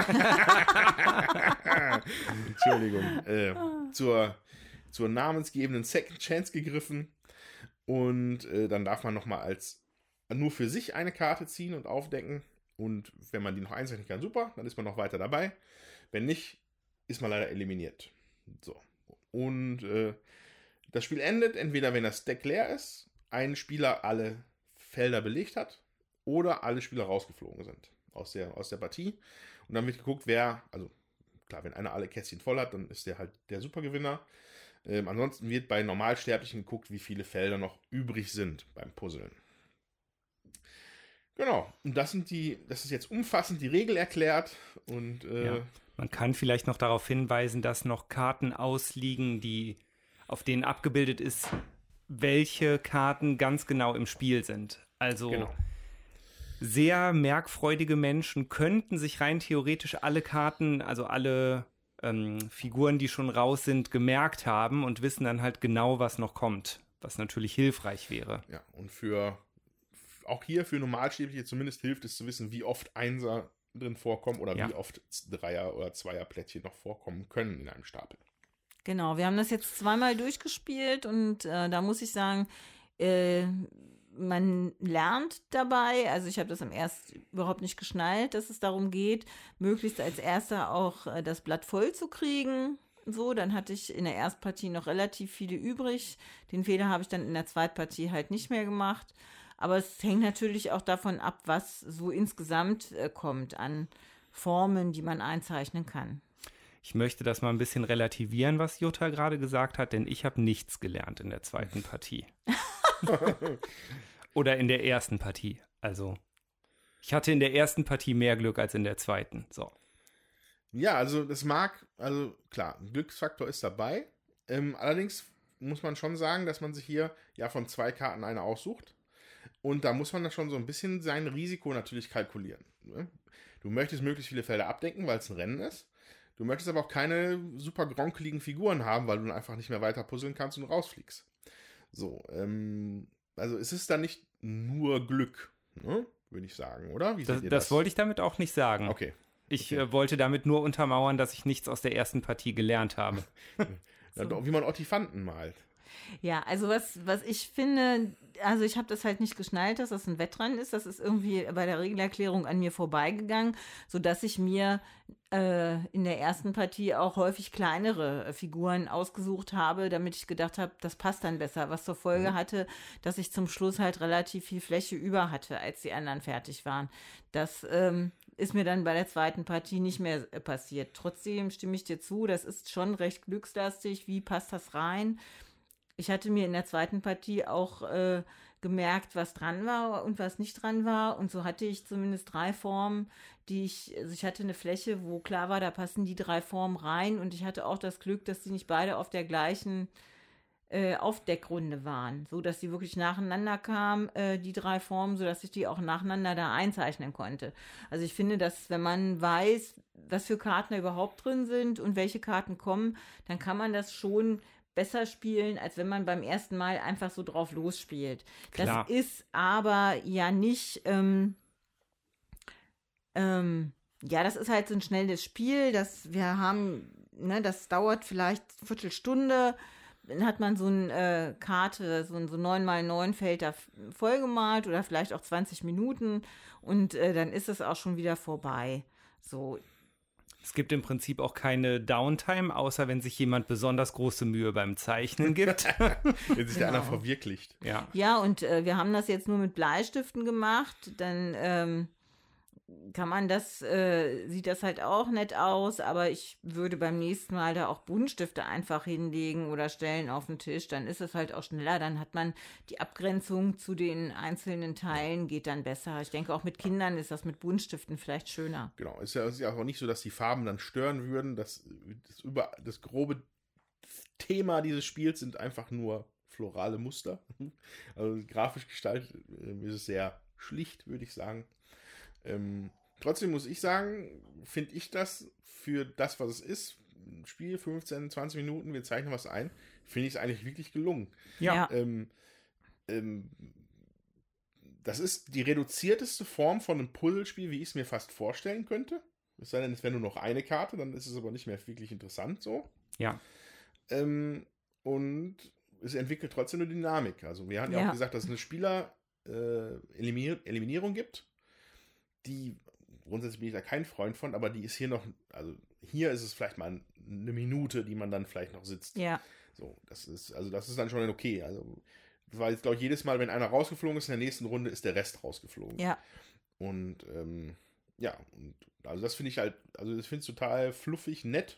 Entschuldigung, äh, zur, zur namensgebenden Second Chance gegriffen und äh, dann darf man nochmal als nur für sich eine Karte ziehen und aufdecken und wenn man die noch einzeichnen kann, super, dann ist man noch weiter dabei. Wenn nicht, ist man leider eliminiert. So. Und äh, das Spiel endet entweder, wenn das Deck leer ist, ein Spieler alle Felder belegt hat oder alle Spieler rausgeflogen sind aus der, aus der Partie. Und dann wird geguckt, wer, also klar, wenn einer alle Kästchen voll hat, dann ist der halt der Supergewinner. Ähm, ansonsten wird bei Normalsterblichen geguckt, wie viele Felder noch übrig sind beim Puzzeln. Genau, und das sind die, das ist jetzt umfassend die Regel erklärt und äh, ja. Man kann vielleicht noch darauf hinweisen, dass noch Karten ausliegen, die, auf denen abgebildet ist, welche Karten ganz genau im Spiel sind. Also genau. Sehr merkfreudige Menschen könnten sich rein theoretisch alle Karten, also alle ähm, Figuren, die schon raus sind, gemerkt haben und wissen dann halt genau, was noch kommt, was natürlich hilfreich wäre. Ja, und für auch hier für Normalsterbliche zumindest hilft es zu wissen, wie oft Einser drin vorkommen oder ja. wie oft Dreier- oder Zweierplättchen noch vorkommen können in einem Stapel. Genau, wir haben das jetzt zweimal durchgespielt und äh, da muss ich sagen, äh, man lernt dabei, also ich habe das am ersten überhaupt nicht geschnallt, dass es darum geht, möglichst als Erster auch äh, das Blatt voll zu kriegen. So, dann hatte ich in der Erstpartie noch relativ viele übrig. Den Fehler habe ich dann in der Zweitpartie halt nicht mehr gemacht. Aber es hängt natürlich auch davon ab, was so insgesamt äh, kommt an Formen, die man einzeichnen kann. Ich möchte das mal ein bisschen relativieren, was Jutta gerade gesagt hat, denn ich habe nichts gelernt in der zweiten Partie. Oder in der ersten Partie. Also, ich hatte in der ersten Partie mehr Glück als in der zweiten. So. Ja, also das mag, also klar, ein Glücksfaktor ist dabei. Ähm, allerdings muss man schon sagen, dass man sich hier ja von zwei Karten eine aussucht. Und da muss man dann schon so ein bisschen sein Risiko natürlich kalkulieren. Du möchtest möglichst viele Felder abdecken, weil es ein Rennen ist. Du möchtest aber auch keine super gronkeligen Figuren haben, weil du dann einfach nicht mehr weiter puzzeln kannst und rausfliegst. So, ähm, also es ist dann nicht nur Glück, ne? Würde ich sagen, oder? Wie das, seht ihr das das? wollte ich damit auch nicht sagen. Okay. Ich okay. äh, wollte damit nur untermauern, dass ich nichts aus der ersten Partie gelernt habe. Ja, so. Wie man Ottifanten malt. Ja, also was, was ich finde, also ich habe das halt nicht geschnallt, dass das ein Wettrennen ist. Das ist irgendwie bei der Regelerklärung an mir vorbeigegangen, sodass ich mir äh, in der ersten Partie auch häufig kleinere Figuren ausgesucht habe, damit ich gedacht habe, das passt dann besser. Was zur Folge mhm. hatte, dass ich zum Schluss halt relativ viel Fläche über hatte, als die anderen fertig waren. Das ähm, ist mir dann bei der zweiten Partie nicht mehr äh, passiert. Trotzdem stimme ich dir zu, das ist schon recht glückslastig. Wie passt das rein? Ich hatte mir in der zweiten Partie auch äh, gemerkt, was dran war und was nicht dran war. Und so hatte ich zumindest drei Formen, die ich, also ich hatte eine Fläche, wo klar war, da passen die drei Formen rein. Und ich hatte auch das Glück, dass die nicht beide auf der gleichen äh, Aufdeckrunde waren. So, dass die wirklich nacheinander kamen, äh, die drei Formen, sodass ich die auch nacheinander da einzeichnen konnte. Also ich finde, dass wenn man weiß, was für Karten da überhaupt drin sind und welche Karten kommen, dann kann man das schon besser spielen, als wenn man beim ersten Mal einfach so drauf losspielt. Klar. Das ist aber ja nicht, ähm, ähm, ja, das ist halt so ein schnelles Spiel, das wir haben, ne, das dauert vielleicht eine Viertelstunde, dann hat man so eine äh, Karte, so ein so neun mal neun Feld da vollgemalt oder vielleicht auch zwanzig Minuten und äh, dann ist es auch schon wieder vorbei. So. Es gibt im Prinzip auch keine Downtime, außer wenn sich jemand besonders große Mühe beim Zeichnen gibt. Wenn sich Genau. der einer verwirklicht. Ja, Ja, und äh, wir haben das jetzt nur mit Bleistiften gemacht. Dann ähm, kann man das, äh, sieht das halt auch nett aus, aber ich würde beim nächsten Mal da auch Buntstifte einfach hinlegen oder stellen auf den Tisch, dann ist es halt auch schneller, dann hat man die Abgrenzung zu den einzelnen Teilen, geht dann besser. Ich denke, auch mit Kindern ist das mit Buntstiften vielleicht schöner. Genau, es ist ja, es ist ja auch nicht so, dass die Farben dann stören würden, das, das, über, das grobe Thema dieses Spiels sind einfach nur florale Muster, also grafisch gestaltet äh, ist es sehr schlicht, würde ich sagen. Ähm, trotzdem muss ich sagen, finde ich das für das, was es ist, ein Spiel, fünfzehn, zwanzig Minuten, wir zeichnen was ein, finde ich es eigentlich wirklich gelungen. Ja. Ja. Ähm, ähm, das ist die reduzierteste Form von einem Puzzlespiel, wie ich es mir fast vorstellen könnte. Es sei denn, es wäre nur noch eine Karte, dann ist es aber nicht mehr wirklich interessant so. Ja. Ähm, und es entwickelt trotzdem eine Dynamik. Also wir hatten ja, Ja. auch gesagt, dass es eine Spieler äh, Eliminier- Eliminierung gibt. Die, grundsätzlich bin ich da kein Freund von, aber die ist hier noch, also hier ist es vielleicht mal eine Minute, die man dann vielleicht noch sitzt. Ja. So, das ist, also das ist dann schon okay. Also, das war jetzt, glaube ich, jedes Mal, wenn einer rausgeflogen ist, in der nächsten Runde ist der Rest rausgeflogen. Ja. Und, ähm, ja, und, also das finde ich halt, also das finde ich total fluffig, nett.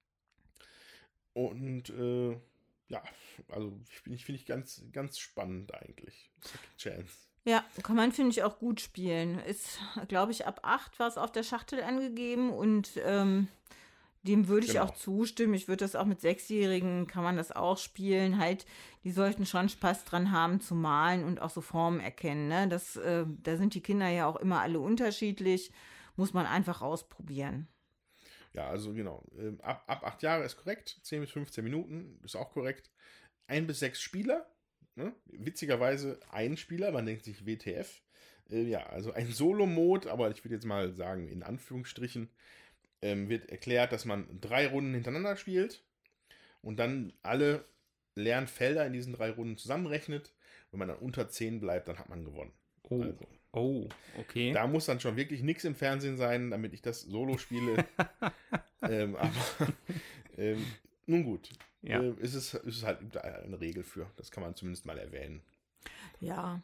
Und, äh, ja, also ich finde ich, find ich ganz, ganz spannend eigentlich. Second Chance. Ja, kann man, finde ich, auch gut spielen. Ist, glaube ich, ab acht war es auf der Schachtel angegeben und ähm, dem würde ich Genau. auch zustimmen. Ich würde das auch mit Sechsjährigen, kann man das auch spielen. Halt, die sollten schon Spaß dran haben zu malen und auch so Formen erkennen. Ne? Das, äh, da sind die Kinder ja auch immer alle unterschiedlich. Muss man einfach ausprobieren. Ja, also genau. Ähm, ab, ab acht Jahre ist korrekt. zehn bis fünfzehn Minuten ist auch korrekt. Ein bis sechs Spieler. Ne? Witzigerweise ein Spieler, man denkt sich W T F. Äh, ja, also ein Solo-Mode, aber ich würde jetzt mal sagen, in Anführungsstrichen, ähm, wird erklärt, dass man drei Runden hintereinander spielt und dann alle leeren Felder in diesen drei Runden zusammenrechnet. Wenn man dann unter zehn bleibt, dann hat man gewonnen. Oh, Also, oh okay. da muss dann schon wirklich nichts im Fernsehen sein, damit ich das Solo spiele. ähm, aber ähm, nun gut. Ja. Äh, ist, es, ist es halt eine Regel für. Das kann man zumindest mal erwähnen. Ja.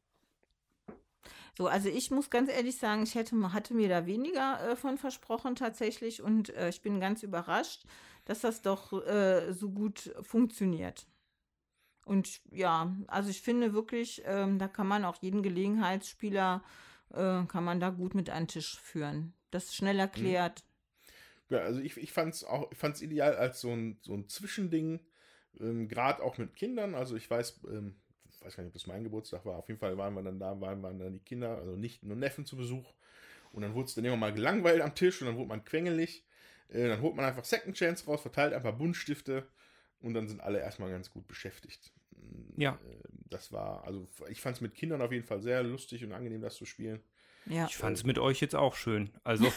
So, also ich muss ganz ehrlich sagen, ich hätte, hatte mir da weniger äh, von versprochen tatsächlich und äh, ich bin ganz überrascht, dass das doch äh, so gut funktioniert. Und ja, also ich finde wirklich, ähm, da kann man auch jeden Gelegenheitsspieler, äh, kann man da gut mit an den Tisch führen. Das ist schnell erklärt. Ja, also ich, ich fand es auch, ich fand's ideal als so ein, so ein Zwischending, ähm, gerade auch mit Kindern. Also ich weiß, ähm, weiß gar nicht, ob das mein Geburtstag war. Auf jeden Fall waren wir dann da, waren, waren dann die Kinder, also nicht nur Neffen zu Besuch. Und dann wurde es dann immer mal gelangweilt am Tisch und dann wurde man quengelig. Äh, dann holt man einfach Second Chance raus, verteilt ein paar Buntstifte und dann sind alle erstmal ganz gut beschäftigt. Ja. Äh, das war, also ich fand es mit Kindern auf jeden Fall sehr lustig und angenehm, das zu spielen. Ja. Ich fand es mit euch jetzt auch schön. Also,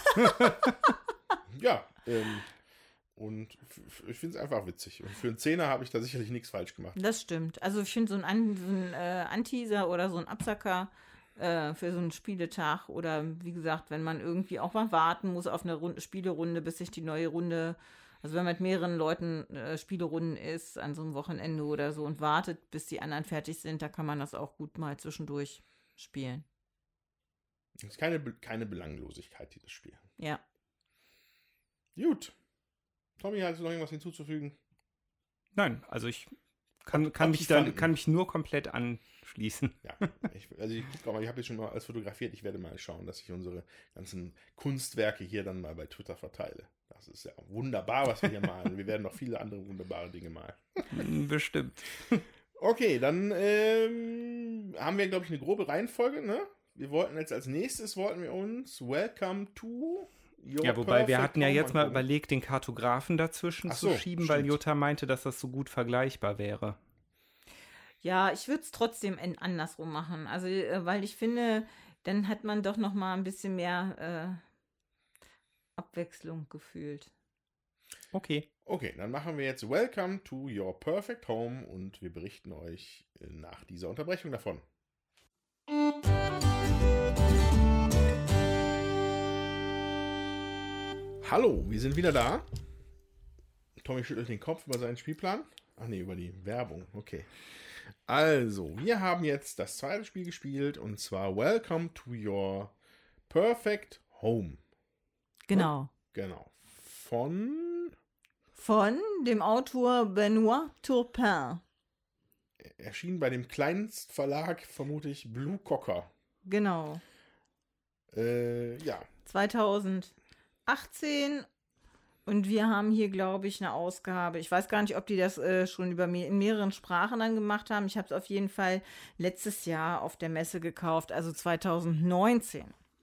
Ja, ähm, und f- f- ich finde es einfach witzig. Und für einen Zehner habe ich da sicherlich nichts falsch gemacht. Das stimmt. Also ich finde so ein, An so ein äh, Anteaser oder so ein Absacker äh, für so einen Spieletag oder wie gesagt, wenn man irgendwie auch mal warten muss auf eine Runde, Spielerunde, bis sich die neue Runde, also wenn man mit mehreren Leuten äh, Spielerunden ist an so einem Wochenende oder so und wartet, bis die anderen fertig sind, da kann man das auch gut mal zwischendurch spielen. Es ist keine, Be- keine Belanglosigkeit, dieses Spiel. Ja. Gut. Tommy, hast du noch irgendwas hinzuzufügen? nein, also ich kann, kann, mich, dann, kann mich nur komplett anschließen. Ja, ich, also ich guck mal, ich habe jetzt schon mal alles fotografiert. Ich werde mal schauen, dass ich unsere ganzen Kunstwerke hier dann mal bei Twitter verteile. Das ist ja wunderbar, was wir hier malen. Wir werden noch viele andere wunderbare Dinge malen. Bestimmt. Okay, dann ähm, haben wir, glaube ich, eine grobe Reihenfolge, ne? Wir wollten jetzt als nächstes, wollten wir uns Welcome to Your Ja, wobei wir Perfect hatten ja Home jetzt mal angucken. überlegt, den Kartografen dazwischen Ach so, zu schieben, weil stimmt. Jutta meinte, dass das so gut vergleichbar wäre. Ja, ich würde es trotzdem en- andersrum machen. Also, äh, weil ich finde, dann hat man doch noch mal ein bisschen mehr äh, Abwechslung gefühlt. Okay. Okay, dann machen wir jetzt Welcome to Your Perfect Home und wir berichten euch äh, nach dieser Unterbrechung davon. Hallo, wir sind wieder da. Tommy schüttelt den Kopf über seinen Spielplan. Ach nee, über die Werbung. Okay. Also, wir haben jetzt das zweite Spiel gespielt und zwar Welcome to Your Perfect Home. Genau. Genau. Von Von dem Autor Benoit Turpin. erschien bei dem Kleinstverlag, vermute ich, Blue Cocker. Genau. Äh, ja. zweitausendachtzehn. Und wir haben hier, glaube ich, eine Ausgabe. Ich weiß gar nicht, ob die das äh, schon über me- in mehreren Sprachen dann gemacht haben. Ich habe es auf jeden Fall letztes Jahr auf der Messe gekauft, also zweitausendneunzehn.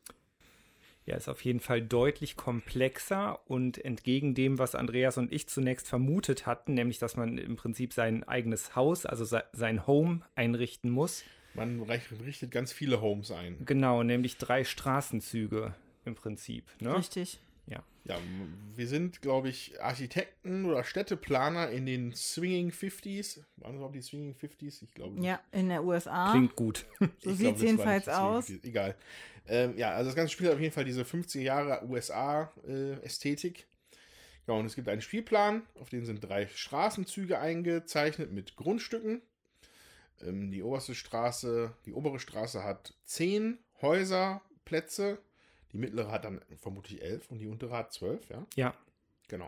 Ja, ist auf jeden Fall deutlich komplexer und entgegen dem, was Andreas und ich zunächst vermutet hatten, nämlich, dass man im Prinzip sein eigenes Haus, also se- sein Home einrichten muss. Man richtet ganz viele Homes ein. Genau, nämlich drei Straßenzüge im Prinzip. Ne? Richtig. Ja. Ja, m- wir sind, glaube ich, Architekten oder Städteplaner in den Swinging fünfziger. Waren das überhaupt die Swinging fünfziger? Ich glaube nicht. Ja, in der U S A. Klingt gut. So Ich glaube, sieht es das war jedenfalls nicht die aus. Swinging fünfziger. Egal. Ähm, ja, also das ganze Spiel hat auf jeden Fall diese fünfziger Jahre U S A-Ästhetik. Genau, und es gibt einen Spielplan, auf dem sind drei Straßenzüge eingezeichnet mit Grundstücken. Ähm, die oberste Straße, die obere Straße hat zehn Häuserplätze. Die mittlere hat dann vermutlich elf und die untere hat zwölf, ja? Ja. Genau.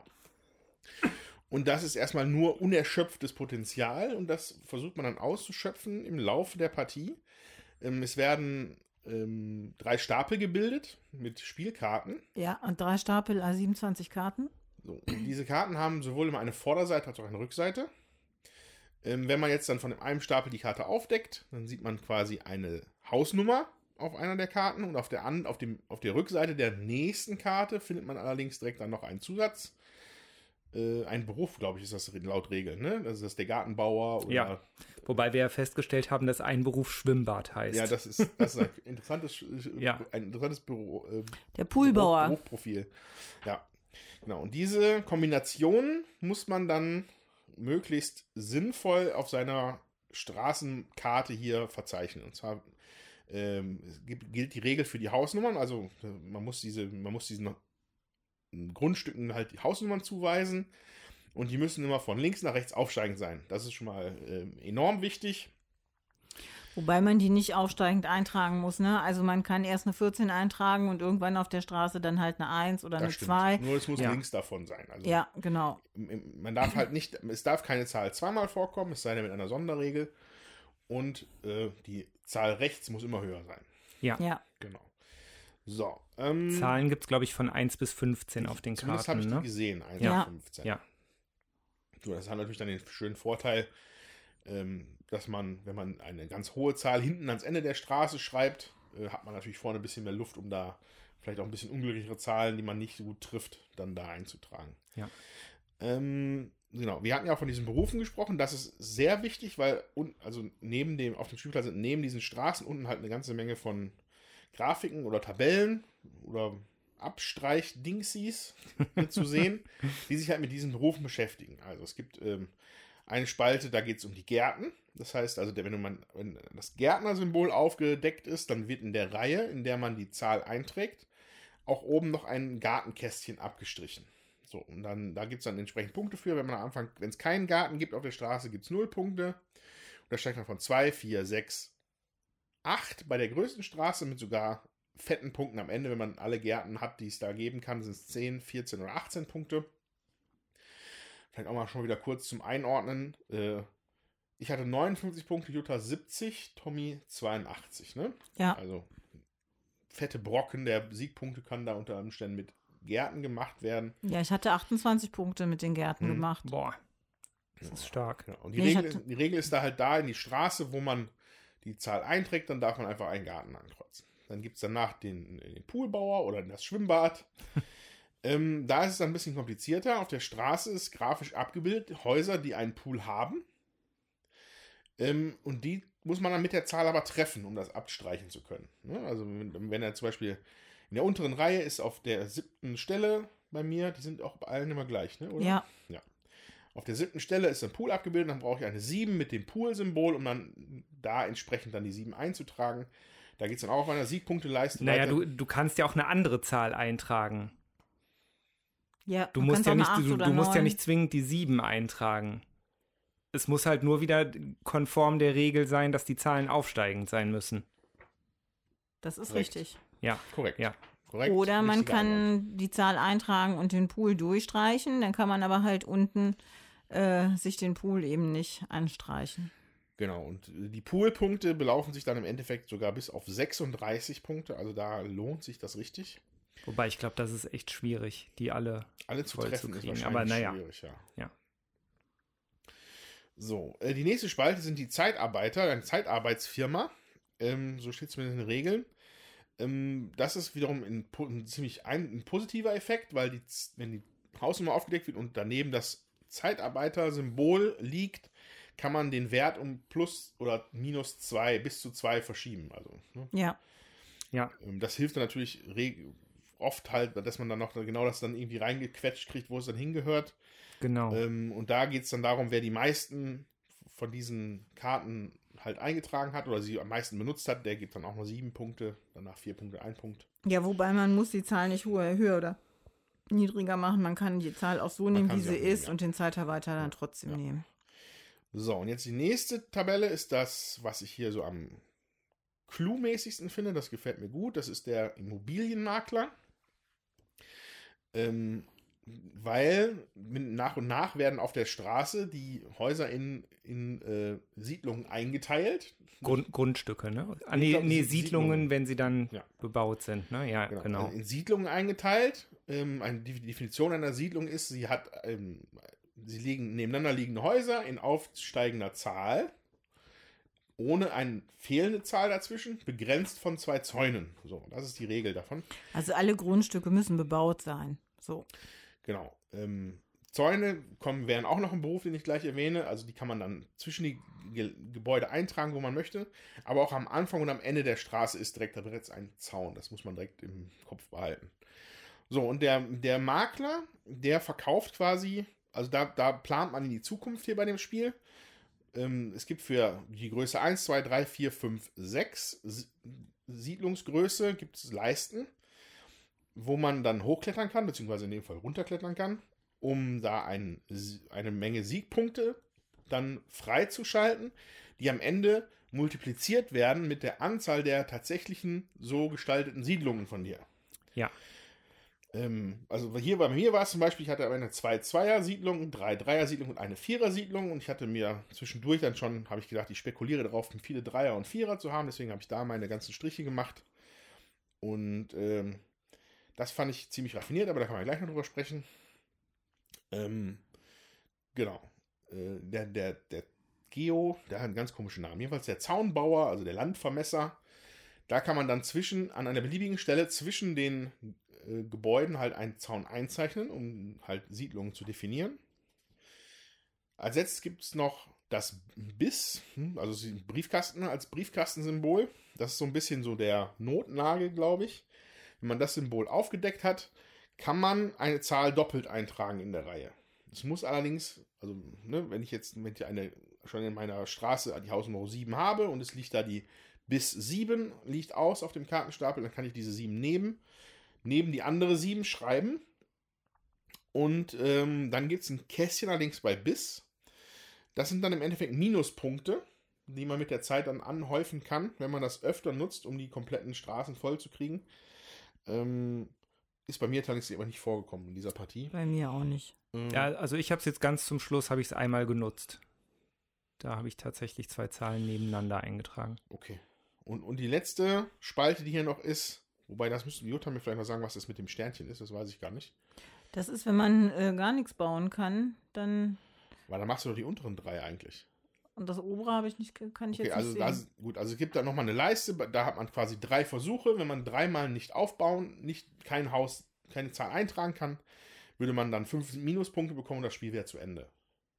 Und das ist erstmal nur unerschöpftes Potenzial und das versucht man dann auszuschöpfen im Laufe der Partie. Ähm, es werden ähm, drei Stapel gebildet mit Spielkarten. Ja, und drei Stapel, also siebenundzwanzig Karten. So, und diese Karten haben sowohl immer eine Vorderseite als auch eine Rückseite. Ähm, wenn man jetzt dann von einem Stapel die Karte aufdeckt, dann sieht man quasi eine Hausnummer auf einer der Karten und auf der, an, auf dem, auf der Rückseite der nächsten Karte findet man allerdings direkt dann noch einen Zusatz. Äh, ein Beruf, glaube ich, ist das laut Regeln, ne? Das ist das der Gartenbauer oder. Ja. Wobei wir ja festgestellt haben, dass ein Beruf Schwimmbad heißt. Ja, das ist, das ist ein interessantes, Ja. ein interessantes Büro, äh, Der Poolbauer. Beruf, Berufsprofil. Ja, genau. Und diese Kombination muss man dann möglichst sinnvoll auf seiner Straßenkarte hier verzeichnen. Und zwar ähm, es gibt, gilt die Regel für die Hausnummern. Also man muss diese, man muss diesen Grundstücken halt die Hausnummern zuweisen. Und die müssen immer von links nach rechts aufsteigend sein. Das ist schon mal äh, enorm wichtig. Wobei man die nicht aufsteigend eintragen muss, ne? Also man kann erst eine vierzehn eintragen und irgendwann auf der Straße dann halt eine eins oder eine Das stimmt. zwei. Nur es muss Ja. links davon sein. Also Ja, genau. man darf halt nicht, es darf keine Zahl zweimal vorkommen, es sei denn mit einer Sonderregel. Und äh, die Zahl rechts muss immer höher sein. Ja. Ja. Genau. So. Ähm, Zahlen gibt es, glaube ich, von eins bis fünfzehn auf den Zumindest habe Karten. ich die Ne? gesehen, eins Ja. bis fünfzehn. Ja. So, das hat natürlich dann den schönen Vorteil, ähm, dass man, wenn man eine ganz hohe Zahl hinten ans Ende der Straße schreibt, äh, hat man natürlich vorne ein bisschen mehr Luft, um da vielleicht auch ein bisschen unglücklichere Zahlen, die man nicht so gut trifft, dann da einzutragen. Ja. Ähm, genau, wir hatten ja auch von diesen Berufen gesprochen. Das ist sehr wichtig, weil un, also neben dem, auf dem Spielplatz sind neben diesen Straßen unten halt eine ganze Menge von Grafiken oder Tabellen oder Abstreich-Dingsies zu sehen, die sich halt mit diesen Berufen beschäftigen. Also es gibt ähm, eine Spalte, da geht es um die Gärten. Das heißt also, wenn, man, wenn das Gärtner-Symbol aufgedeckt ist, dann wird in der Reihe, in der man die Zahl einträgt, auch oben noch ein Gartenkästchen abgestrichen. So, und dann, da gibt es dann entsprechend Punkte für. Wenn man am Anfang, wenn es keinen Garten gibt auf der Straße, gibt es null Punkte. Und da steigt man von zwei, vier, sechs, acht bei der größten Straße mit sogar fetten Punkten am Ende. Wenn man alle Gärten hat, die es da geben kann, sind es zehn, vierzehn oder achtzehn Punkte. Vielleicht auch mal schon wieder kurz zum Einordnen. Äh, ich hatte neunundfünfzig Punkte, Jutta siebzig, Tommy zweiundachtzig. Ne? Ja. Also fette Brocken der Siegpunkte kann da unter Umständen mit Gärten gemacht werden. Ja, ich hatte achtundzwanzig Punkte mit den Gärten Hm. gemacht. Boah, das ist stark. Ja, und die, Nee, ich Regel, hatte- die Regel ist da halt da in die Straße, wo man die Zahl einträgt, dann darf man einfach einen Garten ankreuzen. Dann gibt es danach den, den Poolbauer oder das Schwimmbad. ähm, da ist es dann ein bisschen komplizierter. Auf der Straße ist grafisch abgebildet Häuser, die einen Pool haben. Ähm, und die muss man dann mit der Zahl aber treffen, um das abstreichen zu können. Ne? Also wenn, wenn er zum Beispiel in der unteren Reihe ist auf der siebten Stelle bei mir, die sind auch bei allen immer gleich, ne? Oder? Ja. Ja. Auf der siebten Stelle ist ein Pool abgebildet, dann brauche ich eine sieben mit dem Pool-Symbol, um dann da entsprechend dann die sieben einzutragen. Da geht es dann auch auf meiner Siegpunkteleiste Naja, weiter. du, du kannst ja auch eine andere Zahl eintragen. Ja, Du man musst, kann ja auch nicht, eine acht du, oder du musst ja neun. nicht zwingend die sieben eintragen. Es muss halt nur wieder konform der Regel sein, dass die Zahlen aufsteigend sein müssen. Das ist Korrekt. richtig. Ja, Korrekt. Ja. Korrekt. Oder man Richtiger kann Antwort. die Zahl eintragen und den Pool durchstreichen. Dann kann man aber halt unten äh, sich den Pool eben nicht anstreichen. Genau, und die Poolpunkte belaufen sich dann im Endeffekt sogar bis auf sechsunddreißig Punkte. Also da lohnt sich das richtig. Wobei ich glaube, das ist echt schwierig, die alle Alle zu voll treffen zu ist kriegen. wahrscheinlich Aber naja. schwierig, ja. Ja. So, äh, die nächste Spalte sind die Zeitarbeiter, eine Zeitarbeitsfirma. Ähm, so steht es mit den Regeln. Ähm, das ist wiederum ein, ein ziemlich ein, ein positiver Effekt, weil die, wenn die Hausnummer aufgedeckt wird und daneben das Zeitarbeiter-Symbol liegt, kann man den Wert um plus oder minus zwei bis zu zwei verschieben. Also, ne? Ja. Ja. Ähm, das hilft dann natürlich oft halt, dass man dann noch genau das dann irgendwie reingequetscht kriegt, wo es dann hingehört. Genau. Ähm, und da geht es dann darum, wer die meisten von diesen Karten halt eingetragen hat oder sie am meisten benutzt hat, der gibt dann auch nur sieben Punkte, danach vier Punkte, ein Punkt. Ja, wobei man muss die Zahl nicht höher, höher oder niedriger machen. Man kann die Zahl auch so nehmen, kann wie sie sie auch nehmen, ist ja. und den Zeitarbeiter dann trotzdem Ja. nehmen. So, und jetzt die nächste Tabelle ist das, was ich hier so am Clou-mäßigsten finde. Das gefällt mir gut. Das ist der Immobilienmakler. Ähm, weil nach und nach werden auf der Straße die Häuser in, in äh, Siedlungen eingeteilt. Grund, Grundstücke, ne? Ah, Ich nee, glaub, nee Siedlungen. Siedlungen, wenn sie dann Ja. bebaut sind, ne? Ja, Genau. genau. Also in Siedlungen eingeteilt. Ähm, eine, die Definition einer Siedlung ist, sie hat, ähm, sie liegen nebeneinander liegende Häuser in aufsteigender Zahl, ohne eine fehlende Zahl dazwischen, begrenzt von zwei Zäunen. So, das ist die Regel davon. Also alle Grundstücke müssen bebaut sein. So. Genau. Ähm, Zäune kommen, wären auch noch ein Beruf, den ich gleich erwähne. Also die kann man dann zwischen die Ge Gebäude eintragen, wo man möchte. Aber auch am Anfang und am Ende der Straße ist direkt da bereits ein Zaun. Das muss man direkt im Kopf behalten. So, und der, der Makler, der verkauft quasi, also da, da plant man in die Zukunft hier bei dem Spiel. Ähm, es gibt für die Größe eins, zwei, drei, vier, fünf, sechs Siedlungsgröße gibt es Leisten, wo man dann hochklettern kann, beziehungsweise in dem Fall runterklettern kann, um da ein, eine Menge Siegpunkte dann freizuschalten, die am Ende multipliziert werden mit der Anzahl der tatsächlichen so gestalteten Siedlungen von dir. Ja. Ähm, also hier bei mir war es zum Beispiel, ich hatte eine zwei Zweier-Siedlung, drei Dreier-Siedlung und eine Vierer-Siedlung und ich hatte mir zwischendurch dann schon, habe ich gedacht, ich spekuliere darauf, viele Dreier und Vierer zu haben, deswegen habe ich da meine ganzen Striche gemacht und ähm, das fand ich ziemlich raffiniert, aber da kann man gleich noch drüber sprechen. Ähm, genau. Äh, der, der, der Geo, der hat einen ganz komischen Namen. Jedenfalls der Zaunbauer, also der Landvermesser. Da kann man dann zwischen, an einer beliebigen Stelle zwischen den äh, Gebäuden halt einen Zaun einzeichnen, um halt Siedlungen zu definieren. Als letztes gibt es noch das Biss, also Briefkasten als Briefkastensymbol. Das ist so ein bisschen so der Notnagel, glaube ich. Wenn man das Symbol aufgedeckt hat, kann man eine Zahl doppelt eintragen in der Reihe. Es muss allerdings, also ne, wenn ich jetzt wenn ich eine, schon in meiner Straße die Hausnummer sieben habe und es liegt da die bis sieben liegt aus auf dem Kartenstapel, dann kann ich diese sieben nehmen, neben die andere sieben schreiben und ähm, dann gibt es ein Kästchen allerdings bei bis. Das sind dann im Endeffekt Minuspunkte, die man mit der Zeit dann anhäufen kann, wenn man das öfter nutzt, um die kompletten Straßen voll zu kriegen. Ähm, ist bei mir tatsächlich aber nicht vorgekommen in dieser Partie. Bei mir auch nicht. Ähm, Ja, also ich habe es jetzt ganz zum Schluss, habe ich es einmal genutzt. Da habe ich tatsächlich zwei Zahlen nebeneinander eingetragen. Okay. Und, und die letzte Spalte, die hier noch ist, wobei das müsste Jutta mir vielleicht noch sagen, was das mit dem Sternchen ist, das weiß ich gar nicht. Das ist, wenn man äh, gar nichts bauen kann, dann. Weil dann machst du doch die unteren drei eigentlich. Und das obere habe ich nicht, kann ich Okay, jetzt also nicht das, sehen. gut, also es gibt da nochmal eine Leiste, da hat man quasi drei Versuche. Wenn man dreimal nicht aufbauen, nicht kein Haus, keine Zahl eintragen kann, würde man dann fünf Minuspunkte bekommen und das Spiel wäre zu Ende.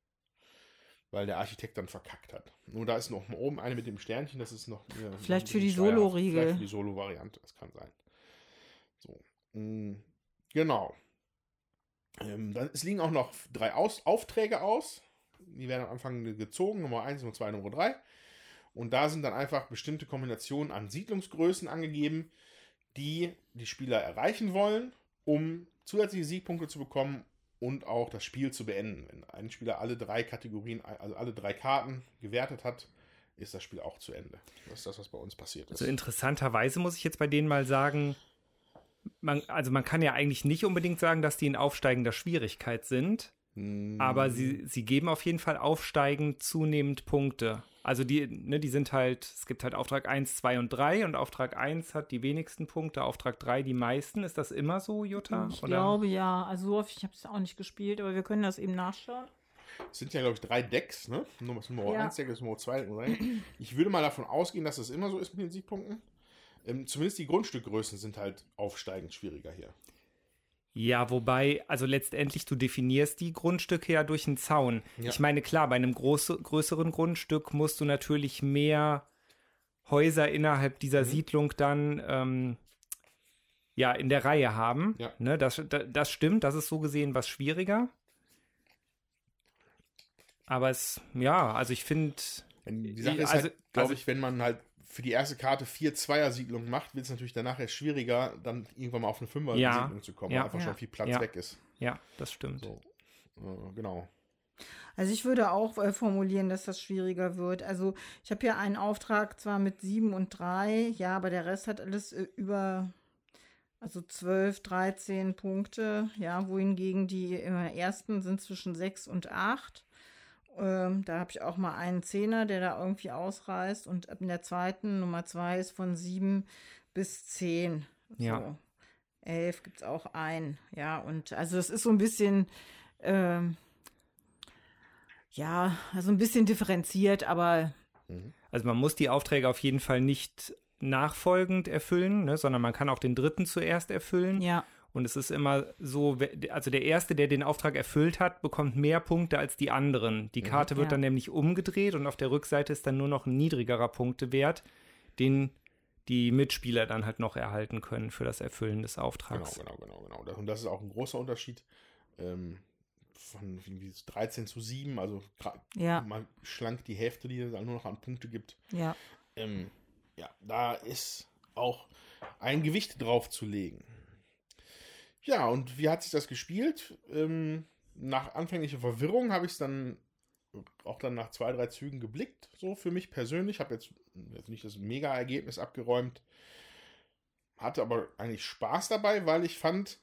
Weil der Architekt dann verkackt hat. Nur da ist noch mal oben eine mit dem Sternchen, das ist noch. Ja, Vielleicht noch für die schwerer. Solo-Riegel. Vielleicht für die Solo-Variante, das kann sein. So. mh, Genau. Ähm, dann, es liegen auch noch drei aus Aufträge aus. Die werden am Anfang gezogen, Nummer eins, Nummer zwei, Nummer drei. Und da sind dann einfach bestimmte Kombinationen an Siedlungsgrößen angegeben, die die Spieler erreichen wollen, um zusätzliche Siegpunkte zu bekommen und auch das Spiel zu beenden. Wenn ein Spieler alle drei Kategorien, also alle drei Karten gewertet hat, ist das Spiel auch zu Ende. Das ist das, was bei uns passiert ist. Also interessanterweise muss ich jetzt bei denen mal sagen, man, also man kann ja eigentlich nicht unbedingt sagen, dass die in aufsteigender Schwierigkeit sind, hm. aber sie, sie geben auf jeden Fall aufsteigend zunehmend Punkte. Also die, ne, die sind halt, es gibt halt Auftrag eins, zwei und drei und Auftrag eins hat die wenigsten Punkte, Auftrag drei die meisten. Ist das immer so, Jutta? Ich oder? glaube ja. Also so oft, ich habe es auch nicht gespielt, aber wir können das eben nachschauen. Es sind ja, glaube ich, drei Decks, ne? Das Nummer Ja. eins Deck, das Nummer zwei Deck. Ich würde mal davon ausgehen, dass das immer so ist mit den Siegpunkten. Ähm, zumindest die Grundstückgrößen sind halt aufsteigend schwieriger hier. Ja, wobei, also letztendlich, du definierst die Grundstücke ja durch einen Zaun. Ja. Ich meine, klar, bei einem groß, größeren Grundstück musst du natürlich mehr Häuser innerhalb dieser Mhm. Siedlung dann ähm, ja, in der Reihe haben. Ja. Ne, das, das, das stimmt, das ist so gesehen was schwieriger. Aber es, ja, also ich finde... Die Sache ist also, halt, glaube also, ich, wenn man halt für die erste Karte vier Zweier-Siedlungen macht, wird es natürlich danach erst schwieriger, dann irgendwann mal auf eine Fünfer-Siedlung Ja. zu kommen, Ja. weil einfach Ja. schon viel Platz Ja. weg ist. Ja, das stimmt. So. Äh, genau. Also ich würde auch äh, formulieren, dass das schwieriger wird. Also ich habe hier einen Auftrag zwar mit sieben und drei, ja, aber der Rest hat alles äh, über, also zwölf, dreizehn Punkte, ja, wohingegen die äh, ersten sind zwischen sechs und acht. Ähm, da habe ich auch mal einen Zehner, der da irgendwie ausreißt, und in der zweiten, Nummer zwei, ist von sieben bis zehn. Ja. So. elf gibt es auch einen, ja, und also es ist so ein bisschen, ähm, ja, also ein bisschen differenziert, aber Also man muss die Aufträge auf jeden Fall nicht nachfolgend erfüllen, ne, sondern man kann auch den dritten zuerst erfüllen. ja, Und es ist immer so, also der Erste, der den Auftrag erfüllt hat, bekommt mehr Punkte als die anderen. Die Karte wird Ja. dann nämlich umgedreht und auf der Rückseite ist dann nur noch ein niedrigerer Punktewert, den die Mitspieler dann halt noch erhalten können für das Erfüllen des Genau, Auftrags. genau, genau, genau. Und das ist auch ein großer Unterschied. Ähm, von irgendwie dreizehn zu sieben, also gra- Ja. mal schlank die Hälfte, die es dann nur noch an Punkte gibt. ja. Ähm, ja, da ist auch ein Gewicht drauf zu legen. Ja, und wie hat sich das gespielt? Ähm, nach anfänglicher Verwirrung habe ich es dann auch dann nach zwei, drei Zügen geblickt, so für mich persönlich. Habe jetzt, jetzt nicht das Mega-Ergebnis abgeräumt, hatte aber eigentlich Spaß dabei, weil ich fand,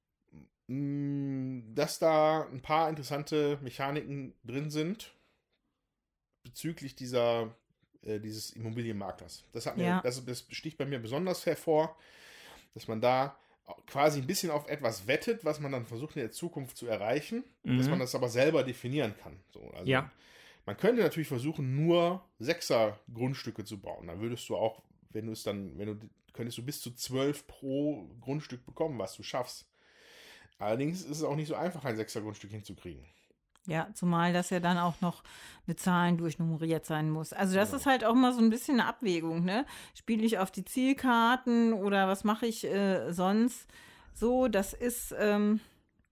mh, dass da ein paar interessante Mechaniken drin sind bezüglich dieser äh, dieses Immobilienmaklers. Das hat mir, Ja. das, das sticht bei mir besonders hervor, dass man da quasi ein bisschen auf etwas wettet, was man dann versucht in der Zukunft zu erreichen, Mhm. dass man das aber selber definieren kann. So, also Ja. man könnte natürlich versuchen, nur Sechser-Grundstücke zu bauen. Dann würdest du auch, wenn du es dann, wenn du, könntest du bis zu zwölf pro Grundstück bekommen, was du schaffst. Allerdings ist es auch nicht so einfach, ein Sechser-Grundstück hinzukriegen. Ja, zumal das ja dann auch noch mit Zahlen durchnummeriert sein muss. Also das Genau. ist halt auch mal so ein bisschen eine Abwägung, ne? Spiele ich auf die Zielkarten oder was mache ich äh, sonst? So, das ist, ähm,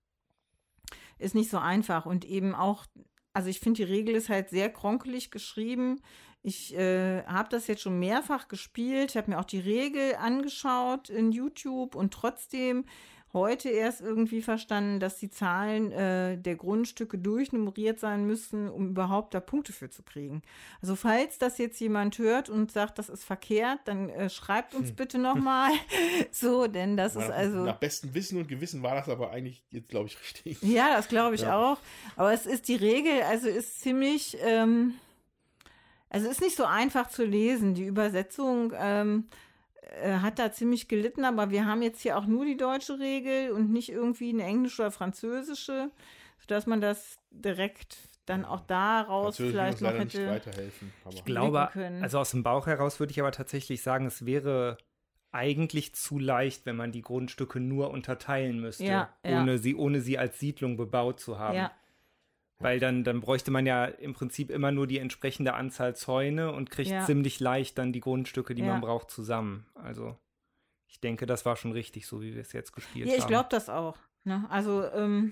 ist nicht so einfach. Und eben auch, also ich finde, die Regel ist halt sehr kronkelig geschrieben. Ich äh, habe das jetzt schon mehrfach gespielt. Ich habe mir auch die Regel angeschaut in YouTube und trotzdem heute erst irgendwie verstanden, dass die Zahlen äh, der Grundstücke durchnummeriert sein müssen, um überhaupt da Punkte für zu kriegen. Also falls das jetzt jemand hört und sagt, das ist verkehrt, dann äh, schreibt uns Hm. bitte nochmal. So, denn das ist nach, also... nach bestem Wissen und Gewissen war das aber eigentlich jetzt, glaube ich, richtig. Ja, das glaube ich Ja. auch. Aber es ist die Regel, also ist ziemlich, ähm, also ist nicht so einfach zu lesen. Die Übersetzung ähm, äh, hat da ziemlich gelitten, aber wir haben jetzt hier auch nur die deutsche Regel und nicht irgendwie eine englische oder französische, sodass man das direkt dann auch daraus Französisch vielleicht wird noch uns leider hätte. nicht weiterhelfen. Aber Ich glaube, können. also aus dem Bauch heraus würde ich aber tatsächlich sagen, es wäre eigentlich zu leicht, wenn man die Grundstücke nur unterteilen müsste, Ja, ja. ohne sie, ohne sie als Siedlung bebaut zu haben. Ja, Weil dann, dann bräuchte man ja im Prinzip immer nur die entsprechende Anzahl Zäune und kriegt Ja. ziemlich leicht dann die Grundstücke, die Ja. man braucht, zusammen. Also ich denke, das war schon richtig, so wie wir es jetzt gespielt ja, ich haben. glaube das auch. Ne? Also, ähm,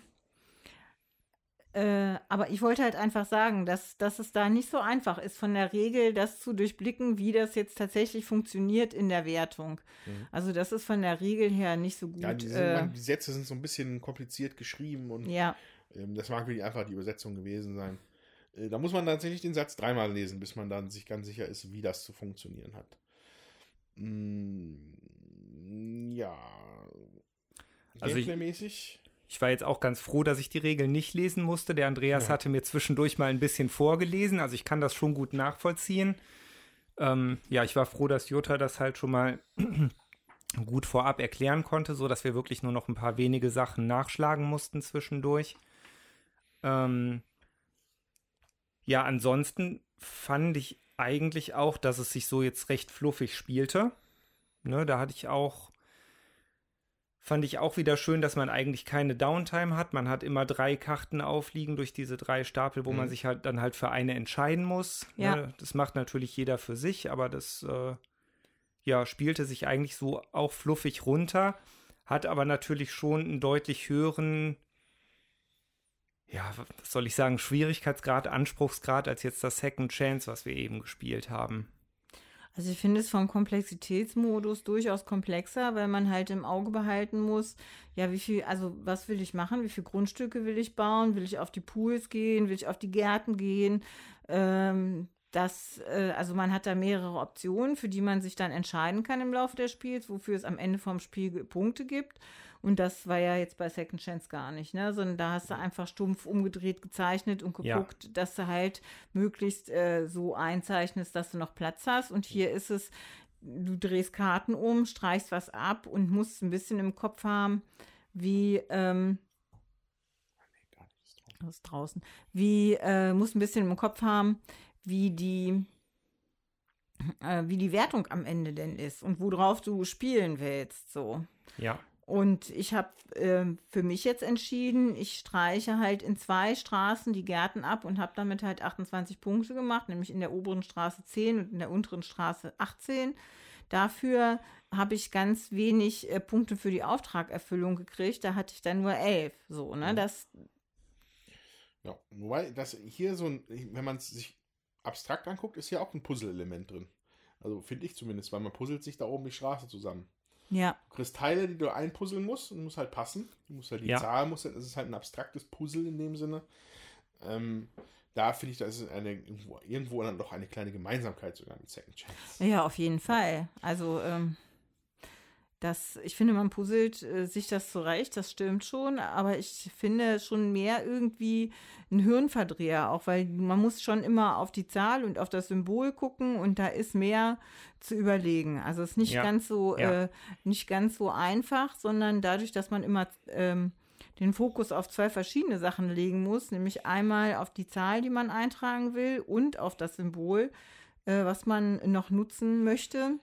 äh, aber ich wollte halt einfach sagen, dass, dass es da nicht so einfach ist, von der Regel das zu durchblicken, wie das jetzt tatsächlich funktioniert in der Wertung. Mhm. Also das ist von der Regel her nicht so gut. ja, die, sind, äh, man, die Sätze sind so ein bisschen kompliziert geschrieben und ja, ähm, das mag wirklich einfach die Übersetzung gewesen sein. Äh, da muss man tatsächlich den Satz dreimal lesen, bis man dann sich ganz sicher ist, wie das zu funktionieren hat. Mm, ja. Also ich, Gameplay-mäßig. Ich war jetzt auch ganz froh, dass ich die Regeln nicht lesen musste. Der Andreas ja. hatte mir zwischendurch mal ein bisschen vorgelesen. Also ich kann das schon gut nachvollziehen. Ähm, ja, ich war froh, dass Jutta das halt schon mal gut vorab erklären konnte, so dass wir wirklich nur noch ein paar wenige Sachen nachschlagen mussten zwischendurch. Ähm, ja, ansonsten fand ich eigentlich auch, dass es sich so jetzt recht fluffig spielte. Ne, da hatte ich auch Fand ich auch wieder schön, dass man eigentlich keine Downtime hat. Man hat immer drei Karten aufliegen durch diese drei Stapel, wo mhm. man sich halt dann halt für eine entscheiden muss. Ja. Ne? Das macht natürlich jeder für sich, aber das äh, ja, spielte sich eigentlich so auch fluffig runter, hat aber natürlich schon einen deutlich höheren, ja, was soll ich sagen, Schwierigkeitsgrad, Anspruchsgrad als jetzt das Second Chance, was wir eben gespielt haben. Also ich finde es vom Komplexitätsmodus durchaus komplexer, weil man halt im Auge behalten muss, ja, wie viel, also was will ich machen, wie viele Grundstücke will ich bauen, will ich auf die Pools gehen, will ich auf die Gärten gehen, ähm, das, äh, also man hat da mehrere Optionen, für die man sich dann entscheiden kann im Laufe des Spiels, wofür es am Ende vom Spiel Punkte gibt. Und das war ja jetzt bei Second Chance gar nicht, ne? Sondern da hast du einfach stumpf umgedreht gezeichnet und geguckt, ja. dass du halt möglichst äh, so einzeichnest, dass du noch Platz hast. Und hier ist es, du drehst Karten um, streichst was ab und musst ein bisschen im Kopf haben, wie, ähm, das ist draußen, wie, äh, musst ein bisschen im Kopf haben, wie die, äh, wie die Wertung am Ende denn ist und worauf du spielen willst, so. Ja. Und ich habe äh, für mich jetzt entschieden, ich streiche halt in zwei Straßen die Gärten ab und habe damit halt achtundzwanzig Punkte gemacht, nämlich in der oberen Straße zehn und in der unteren Straße achtzehn. Dafür habe ich ganz wenig äh, Punkte für die Auftragerfüllung gekriegt, da hatte ich dann nur elf. So, ne, das. Ja, wobei das hier so ein, wenn man es sich abstrakt anguckt, ist hier auch ein Puzzle-Element drin. Also finde ich zumindest, weil man puzzelt sich da oben die Straße zusammen. Ja. Du kriegst Teile, die du einpuzzeln musst und muss halt passen. Du musst halt die ja. Zahl, muss halt, das ist halt ein abstraktes Puzzle in dem Sinne. Ähm, da finde ich, das ist eine, irgendwo, irgendwo dann doch eine kleine Gemeinsamkeit sogar mit Second Chance. Ja, auf jeden Fall. Also, ähm, das, ich finde, man puzzelt äh, sich das zurecht, das stimmt schon, aber ich finde schon mehr irgendwie ein Hirnverdreher, auch weil man muss schon immer auf die Zahl und auf das Symbol gucken und da ist mehr zu überlegen. Also es ist nicht ja. ganz so ja. äh, nicht ganz so einfach, sondern dadurch, dass man immer ähm, den Fokus auf zwei verschiedene Sachen legen muss, nämlich einmal auf die Zahl, die man eintragen will und auf das Symbol, äh, was man noch nutzen möchte.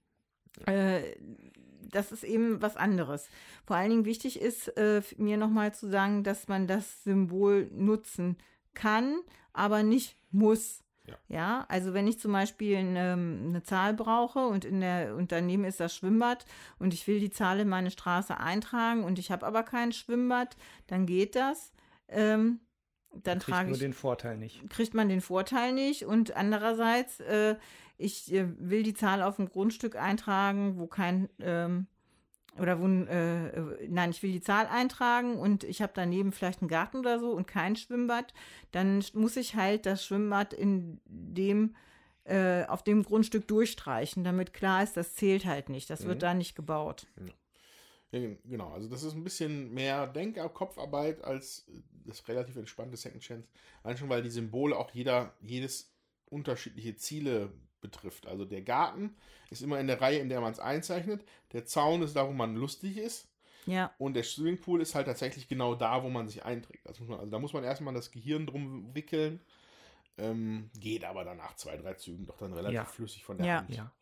Äh, das ist eben was anderes. Vor allen Dingen wichtig ist äh, mir nochmal zu sagen, dass man das Symbol nutzen kann, aber nicht muss. Ja. Ja, also wenn ich zum Beispiel eine, eine Zahl brauche und in der und daneben ist das Schwimmbad und ich will die Zahl in meine Straße eintragen und ich habe aber kein Schwimmbad, dann geht das. Ähm, dann kriegt trage nur ich, den Vorteil nicht. Kriegt man den Vorteil nicht und andererseits äh, ich äh, will die Zahl auf dem Grundstück eintragen, wo kein, ähm, oder wo, äh, nein, ich will die Zahl eintragen und ich habe daneben vielleicht einen Garten oder so und kein Schwimmbad, dann muss ich halt das Schwimmbad in dem, äh, auf dem Grundstück durchstreichen, damit klar ist, das zählt halt nicht, das mhm. wird da nicht gebaut. Ja. Ja, genau, also das ist ein bisschen mehr Denk-Kopfarbeit als das relativ entspannte Second Chance, allein schon, weil die Symbole auch jeder, jedes unterschiedliche Ziele betrifft. Also der Garten ist immer in der Reihe, in der man es einzeichnet. Der Zaun ist da, wo man lustig ist. Ja. Und der Swimmingpool ist halt tatsächlich genau da, wo man sich einträgt. Das muss man, also da muss man erstmal das Gehirn drum wickeln. Ähm, geht aber dann nach zwei, drei Zügen doch dann relativ ja. flüssig von der ja. Hand. Ja.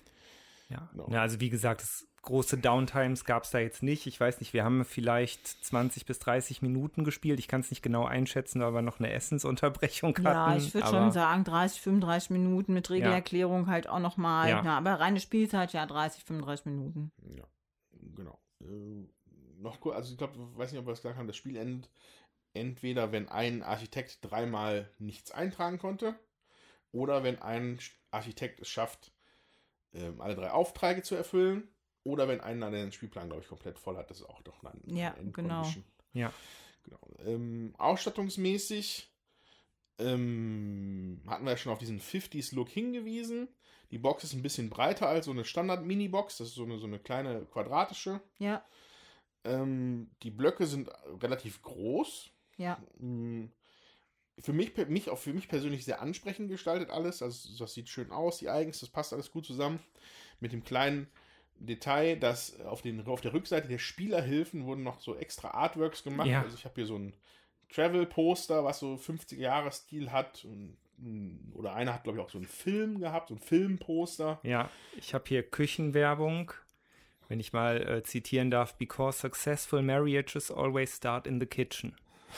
Ja. Genau. ja, also wie gesagt, das große Downtimes gab es da jetzt nicht. Ich weiß nicht, wir haben vielleicht zwanzig bis dreißig Minuten gespielt. Ich kann es nicht genau einschätzen, weil wir noch eine Essensunterbrechung hatten. Ja, ich würde schon sagen dreißig, fünfunddreißig Minuten mit Regelerklärung ja. halt auch nochmal. Ja. Ja, aber reine Spielzeit, ja, dreißig, fünfunddreißig Minuten. Ja, genau. Äh, noch kurz, also ich glaube, ich weiß nicht, ob wir es gesagt haben, das Spiel endet entweder, wenn ein Architekt dreimal nichts eintragen konnte oder wenn ein Architekt es schafft, äh, alle drei Aufträge zu erfüllen. Oder wenn einer den Spielplan, glaube ich, komplett voll hat, das ist auch doch eine Ja, genau. Ja. genau. Ähm, ausstattungsmäßig ähm, hatten wir ja schon auf diesen fünfziger-Look hingewiesen. Die Box ist ein bisschen breiter als so eine Standard-Mini-Box. Das ist so eine, so eine kleine quadratische. Ja. Ähm, die Blöcke sind relativ groß. Ja. Für mich, mich, auch für mich persönlich sehr ansprechend gestaltet alles. Also das sieht schön aus, die Eigens, das passt alles gut zusammen. Mit dem kleinen Detail, dass auf, den, auf der Rückseite der Spielerhilfen wurden noch so extra Artworks gemacht. Ja. Also ich habe hier so ein Travel-Poster, was so fünfziger-Jahres-Stil hat. Und, oder einer hat, glaube ich, auch so einen Film gehabt, so ein Filmposter. Ja, ich habe hier Küchenwerbung, wenn ich mal äh, zitieren darf. Because successful marriages always start in the kitchen.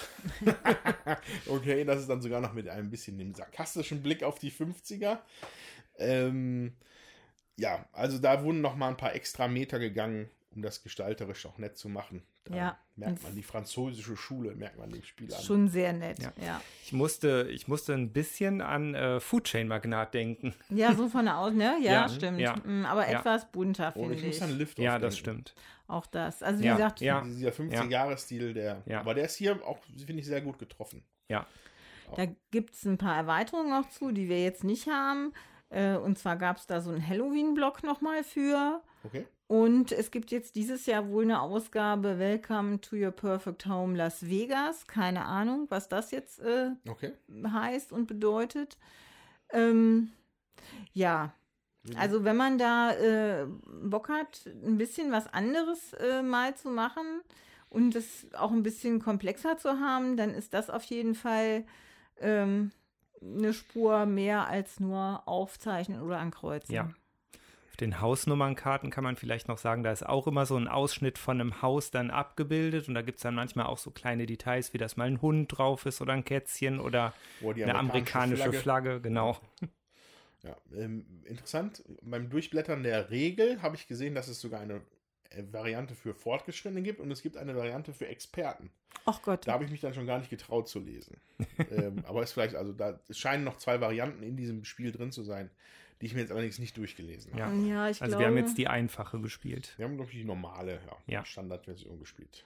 Okay, das ist dann sogar noch mit einem bisschen dem sarkastischen Blick auf die fünfziger. Ähm, ja, also da wurden noch mal ein paar extra Meter gegangen, um das gestalterisch auch nett zu machen. Da Ja. merkt man die französische Schule, merkt man dem Spiel an. Schon sehr nett, Ja. ja. Ich musste, ich musste ein bisschen an äh, Food Chain Magnat denken. Ja, so von der Aus, ne? Ja, Ja, stimmt. ja. Mm, Aber Ja. etwas bunter, Oh, finde ich ich. muss an Lift Ja, aufdenken. das stimmt. Auch das. Also wie Ja, gesagt, ja. Dieser fünfziger-Jahres-Stil, der, Ja. aber der ist hier auch, finde ich, sehr gut getroffen. Ja. da gibt es ein paar Erweiterungen noch zu, die wir jetzt nicht haben. Äh, Und zwar gab es da so einen Halloween-Block nochmal für. Okay. Und es gibt jetzt dieses Jahr wohl eine Ausgabe Welcome to Your Perfect Home Las Vegas. Keine Ahnung, was das jetzt äh, Okay. heißt und bedeutet. Ähm, ja, also wenn man da äh, Bock hat, ein bisschen was anderes äh, mal zu machen und es auch ein bisschen komplexer zu haben, dann ist das auf jeden Fall ähm, eine Spur mehr als nur aufzeichnen oder ankreuzen. Ja. Auf den Hausnummernkarten kann man vielleicht noch sagen, da ist auch immer so ein Ausschnitt von einem Haus dann abgebildet und da gibt es dann manchmal auch so kleine Details, wie dass mal ein Hund drauf ist oder ein Kätzchen oder Oh, die eine amerikanische Flagge, genau. Ja, ähm, interessant. Beim Durchblättern der Regel habe ich gesehen, dass es sogar eine äh, Variante für Fortgeschrittene gibt und es gibt eine Variante für Experten. Ach Gott. Da habe ich mich dann schon gar nicht getraut zu lesen. ähm, aber es vielleicht, also da es scheinen noch zwei Varianten in diesem Spiel drin zu sein, die ich mir jetzt allerdings nicht durchgelesen habe. Ja. Ja, ich Also glaube, wir haben jetzt die einfache gespielt. Wir haben, glaube ich, die normale ja, Ja. Standardversion gespielt.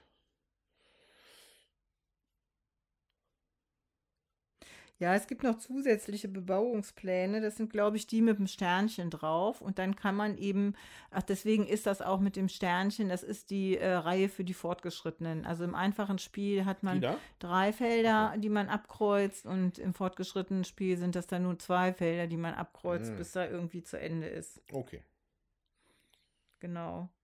Ja, es gibt noch zusätzliche Bebauungspläne. Das sind, glaube ich, die mit dem Sternchen drauf. Und dann kann man eben, ach, deswegen ist das auch mit dem Sternchen, das ist die äh, Reihe für die Fortgeschrittenen. Also im einfachen Spiel hat Die man da? drei Felder, die man abkreuzt. Und im fortgeschrittenen Spiel sind das dann nur zwei Felder, die man abkreuzt, Mhm. bis da irgendwie zu Ende ist. Okay. Genau.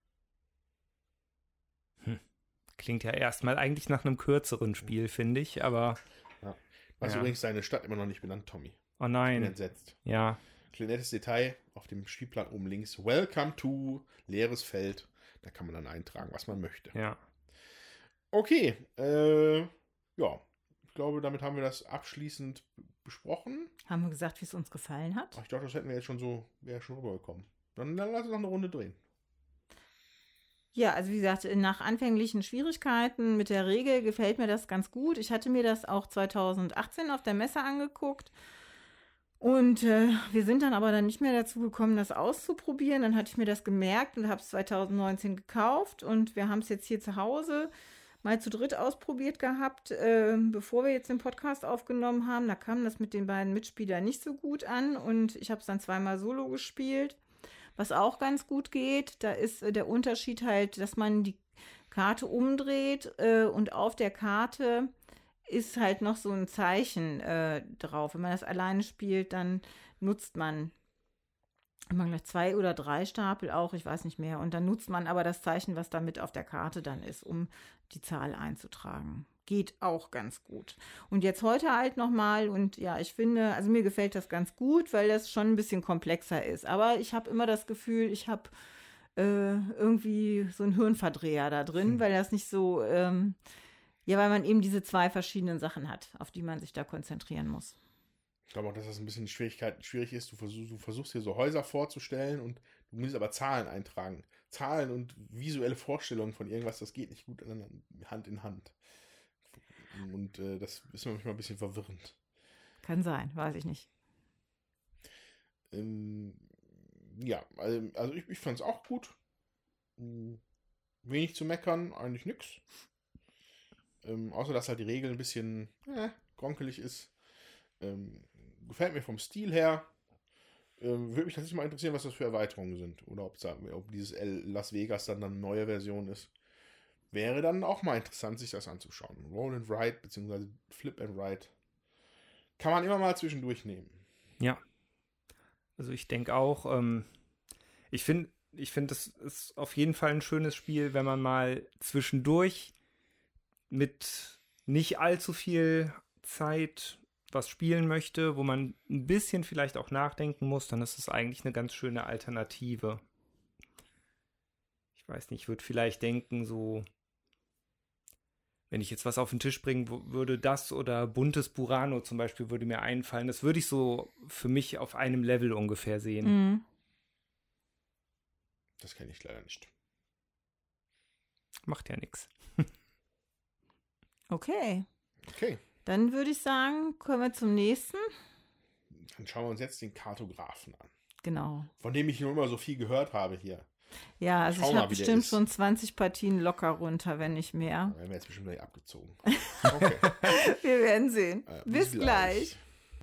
Klingt ja erstmal eigentlich nach einem kürzeren Spiel, finde ich, aber Was Ja. übrigens seine Stadt immer noch nicht benannt, Tommy. oh Ich bin nein. entsetzt. Ja, Kleines Detail auf dem Spielplan oben links. Welcome to leeres Feld. Da kann man dann eintragen, was man möchte. ja. Okay. Äh, ja. Ich glaube, damit haben wir das abschließend b- besprochen. Haben wir gesagt, wie es uns gefallen hat? Ach, ich dachte, das hätten wir jetzt schon so, wäre schon rübergekommen. Dann, dann lass uns noch eine Runde drehen. Ja, also wie gesagt, nach anfänglichen Schwierigkeiten mit der Regel gefällt mir das ganz gut. Ich hatte mir das auch zweitausendachtzehn auf der Messe angeguckt und äh, wir sind dann aber dann nicht mehr dazu gekommen, das auszuprobieren. Dann hatte ich mir das gemerkt und habe es zweitausendneunzehn gekauft und wir haben es jetzt hier zu Hause mal zu dritt ausprobiert gehabt, äh, bevor wir jetzt den Podcast aufgenommen haben. Da kam das mit den beiden Mitspielern nicht so gut an und ich habe es dann zweimal solo gespielt. Was auch ganz gut geht, da ist äh, der Unterschied halt, dass man die Karte umdreht äh, und auf der Karte ist halt noch so ein Zeichen äh, drauf. Wenn man das alleine spielt, dann nutzt man immer gleich zwei oder drei Stapel auch, ich weiß nicht mehr. Und dann nutzt man aber das Zeichen, was da mit auf der Karte dann ist, um die Zahl einzutragen. Geht auch ganz gut. Und jetzt heute halt nochmal und ja, ich finde, also mir gefällt das ganz gut, weil das schon ein bisschen komplexer ist. Aber ich habe immer das Gefühl, ich habe äh, irgendwie so einen Hirnverdreher da drin, Hm. weil das nicht so, ähm, ja, weil man eben diese zwei verschiedenen Sachen hat, auf die man sich da konzentrieren muss. Ich glaube auch, dass das ein bisschen Schwierigkeit, schwierig ist. Du, versuch, du versuchst hier so Häuser vorzustellen und du musst aber Zahlen eintragen. Zahlen und visuelle Vorstellungen von irgendwas, das geht nicht gut Hand in Hand. Und äh, das ist manchmal ein bisschen verwirrend. Kann sein, weiß ich nicht. Ähm, ja, also, also ich, ich fand es auch gut. Hm, wenig zu meckern, eigentlich nix. Ähm, außer, dass halt die Regel ein bisschen äh, gronkelig ist. Ähm, gefällt mir vom Stil her. Ähm, würde mich tatsächlich mal interessieren, was das für Erweiterungen sind. Oder ob, ob dieses L Las Vegas dann eine neue Version ist. Wäre dann auch mal interessant, sich das anzuschauen. Roll and Ride, beziehungsweise Flip and Ride. Kann man immer mal zwischendurch nehmen. Ja. Also ich denke auch, ähm, ich finde, ich finde, das ist auf jeden Fall ein schönes Spiel, wenn man mal zwischendurch mit nicht allzu viel Zeit was spielen möchte, wo man ein bisschen vielleicht auch nachdenken muss, dann ist es eigentlich eine ganz schöne Alternative. Ich weiß nicht, ich würde vielleicht denken, so, wenn ich jetzt was auf den Tisch bringen w- würde, das oder Buntes Burano zum Beispiel würde mir einfallen. Das würde ich so für mich auf einem Level ungefähr sehen. Mhm. Das kenne ich leider nicht. Macht ja nichts. Okay. Okay, Dann würde ich sagen, kommen wir zum nächsten. dann schauen wir uns jetzt den Kartografen an. Genau. Von dem ich nur immer so viel gehört habe hier. Ja, also Schau ich mal, habe wie der bestimmt ist. schon zwanzig Partien locker runter, wenn nicht mehr. Da werden wir jetzt bestimmt gleich abgezogen. Okay. Wir werden sehen. Äh, Bis gleich.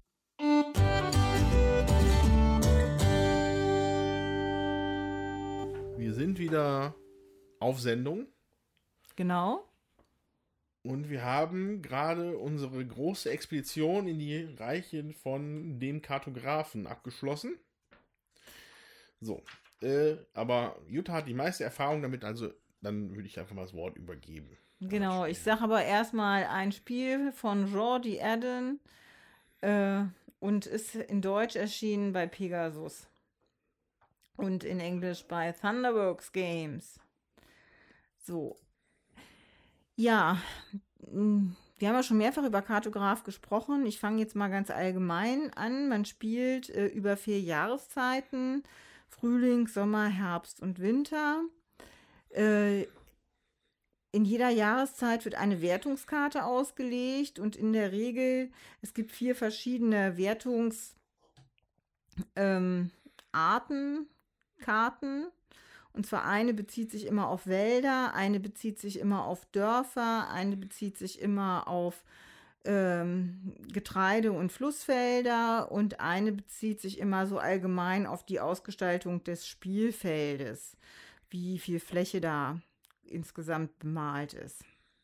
Wir sind wieder auf Sendung Genau. und wir haben gerade unsere große Expedition in die Reiche von den Kartografen abgeschlossen. So, äh, aber Jutta hat die meiste Erfahrung damit, also dann würde ich einfach mal das Wort übergeben. Genau, ich sage aber erstmal ein Spiel von Jordi Eden äh, und ist in Deutsch erschienen bei Pegasus und in Englisch bei Thunderworks Games. So. Ja, mh, wir haben ja schon mehrfach über Kartograf gesprochen. Ich fange jetzt mal ganz allgemein an. Man spielt äh, über vier Jahreszeiten: Frühling, Sommer, Herbst und Winter. Äh, In jeder Jahreszeit wird eine Wertungskarte ausgelegt und in der Regel, es gibt vier verschiedene Wertungsarten, ähm, Karten. Und zwar eine bezieht sich immer auf Wälder, eine bezieht sich immer auf Dörfer, eine bezieht sich immer auf ähm, Getreide- und Flussfelder und eine bezieht sich immer so allgemein auf die Ausgestaltung des Spielfeldes, wie viel Fläche da insgesamt bemalt ist.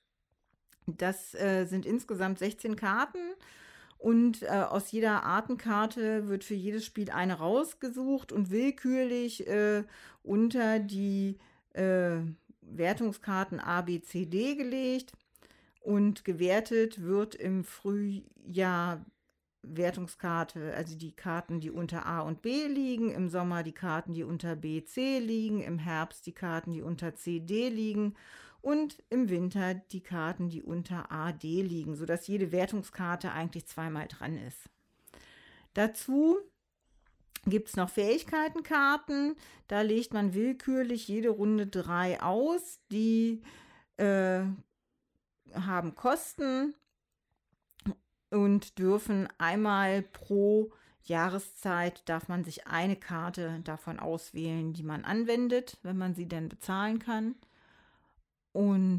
Das äh, sind insgesamt sechzehn Karten und äh, aus jeder Artenkarte wird für jedes Spiel eine rausgesucht und willkürlich äh, unter die äh, Wertungskarten A, B, C, D gelegt und gewertet wird im Frühjahr Wertungskarte, also die Karten, die unter A und B liegen, im Sommer die Karten, die unter B, C liegen, im Herbst die Karten, die unter C, D liegen und im Winter die Karten, die unter A, D liegen, sodass jede Wertungskarte eigentlich zweimal dran ist. Dazu gibt es noch Fähigkeitenkarten, da legt man willkürlich jede Runde drei aus, die äh, haben Kosten und dürfen einmal pro Jahreszeit, darf man sich eine Karte davon auswählen, die man anwendet, wenn man sie denn bezahlen kann. Und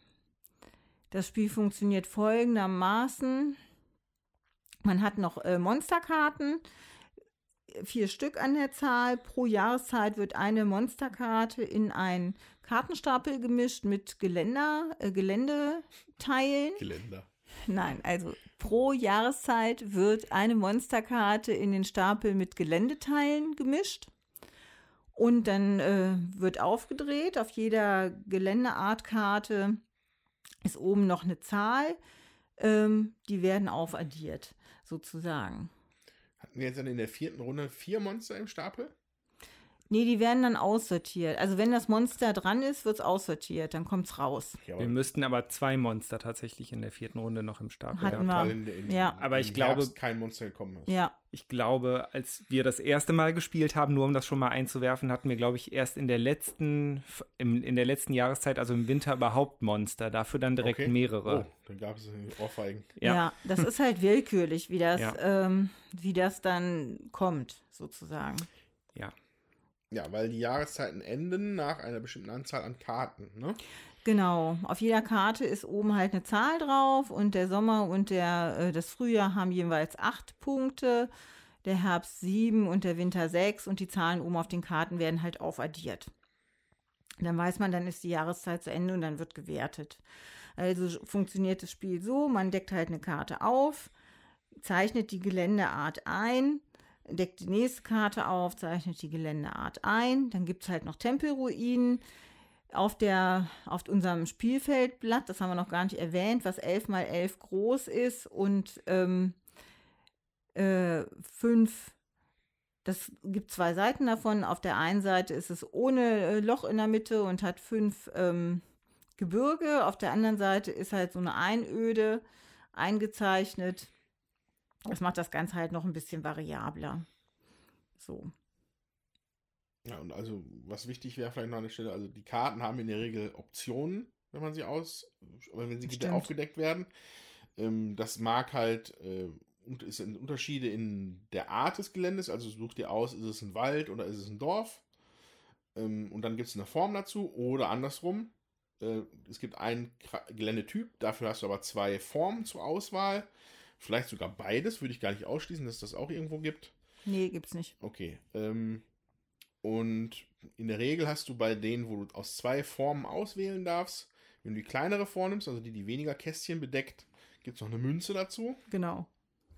das Spiel funktioniert folgendermaßen. Man hat noch äh, Monsterkarten, vier Stück an der Zahl. Pro Jahreszeit wird eine Monsterkarte in einen Kartenstapel gemischt mit Geländer, äh, Geländeteilen. Geländer. Nein, also pro Jahreszeit wird eine Monsterkarte in den Stapel mit Geländeteilen gemischt und dann äh, wird aufgedreht. Auf jeder Geländeartkarte ist oben noch eine Zahl. Ähm, die werden aufaddiert, sozusagen. Hatten wir jetzt dann in der vierten Runde vier Monster im Stapel? Nee, die werden dann aussortiert. Also wenn das Monster dran ist, wird es aussortiert, dann kommt es raus. Okay, aber Wir müssten aber zwei Monster tatsächlich in der vierten Runde noch im Stapel Hatten haben. wir. weil in, in, Ja. Aber ich im glaube- Herbst kein Monster gekommen ist. Ja, Ich glaube, als wir das erste Mal gespielt haben, nur um das schon mal einzuwerfen, hatten wir, glaube ich, erst in der letzten, im, in der letzten Jahreszeit, also im Winter, überhaupt Monster. Dafür dann direkt Okay. mehrere. Oh, dann gab es Ohrfeigen. ja. Ja. das ist halt willkürlich, wie das, Ja. ähm, wie das dann kommt, sozusagen. Ja. Ja, weil die Jahreszeiten enden nach einer bestimmten Anzahl an Karten, ne? Genau, auf jeder Karte ist oben halt eine Zahl drauf und der Sommer und der, äh, das Frühjahr haben jeweils acht Punkte, der Herbst sieben und der Winter sechs und die Zahlen oben auf den Karten werden halt aufaddiert. Dann weiß man, dann ist die Jahreszeit zu Ende und dann wird gewertet. Also funktioniert das Spiel so, man deckt halt eine Karte auf, zeichnet die Geländeart ein, deckt die nächste Karte auf, zeichnet die Geländeart ein, dann gibt es halt noch Tempelruinen. Auf, der, auf unserem Spielfeldblatt, das haben wir noch gar nicht erwähnt, was elf mal elf groß ist und ähm, äh, fünf, das gibt zwei Seiten davon. Auf der einen Seite ist es ohne äh, Loch in der Mitte und hat fünf ähm, Gebirge. Auf der anderen Seite ist halt so eine Einöde eingezeichnet. Das macht das Ganze halt noch ein bisschen variabler. So. Ja, und also, was wichtig wäre vielleicht noch an der Stelle, also die Karten haben in der Regel Optionen, wenn man sie aus, wenn sie Stimmt. aufgedeckt werden. Ähm, das mag halt, äh, und es sind Unterschiede in der Art des Geländes, also such dir aus, ist es ein Wald oder ist es ein Dorf? Ähm, und dann gibt es eine Form dazu, oder andersrum, äh, es gibt einen Kra- Geländetyp, dafür hast du aber zwei Formen zur Auswahl, vielleicht sogar beides, würde ich gar nicht ausschließen, dass es das auch irgendwo gibt. Nee, gibt's nicht. Okay, ähm, und in der Regel hast du bei denen, wo du aus zwei Formen auswählen darfst, wenn du die kleinere vornimmst, also die, die weniger Kästchen bedeckt, gibt es noch eine Münze dazu. Genau.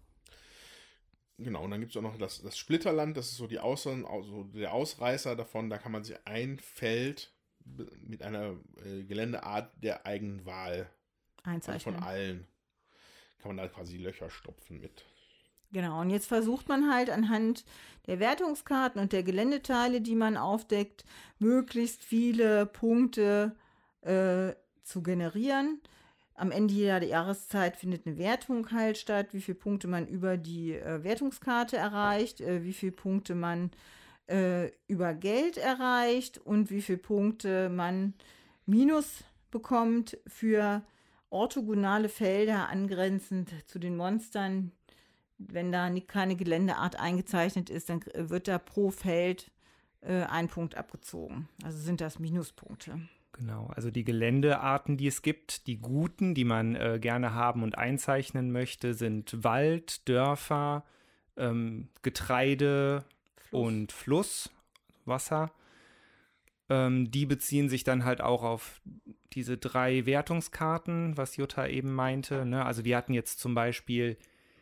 Genau, und dann gibt es auch noch das, das Splitterland, das ist so die Aus, also der Ausreißer davon, da kann man sich ein Feld mit einer äh, Geländeart der eigenen Wahl, also Einzeichnen. von allen, kann man da quasi Löcher stopfen mit. Genau, und jetzt versucht man halt anhand der Wertungskarten und der Geländeteile, die man aufdeckt, möglichst viele Punkte äh, zu generieren. Am Ende jeder Jahreszeit findet eine Wertung halt statt, wie viele Punkte man über die äh, Wertungskarte erreicht, äh, wie viele Punkte man äh, über Geld erreicht und wie viele Punkte man minus bekommt für orthogonale Felder angrenzend zu den Monstern. Wenn da keine Geländeart eingezeichnet ist, dann wird da pro Feld äh, ein Punkt abgezogen. Also sind das Minuspunkte. Genau, also die Geländearten, die es gibt, die guten, die man äh, gerne haben und einzeichnen möchte, sind Wald, Dörfer, ähm, Getreide Fluss. und Fluss, Wasser. Ähm, die beziehen sich dann halt auch auf diese drei Wertungskarten, was Jutta eben meinte. Ne? Also die hatten jetzt zum Beispiel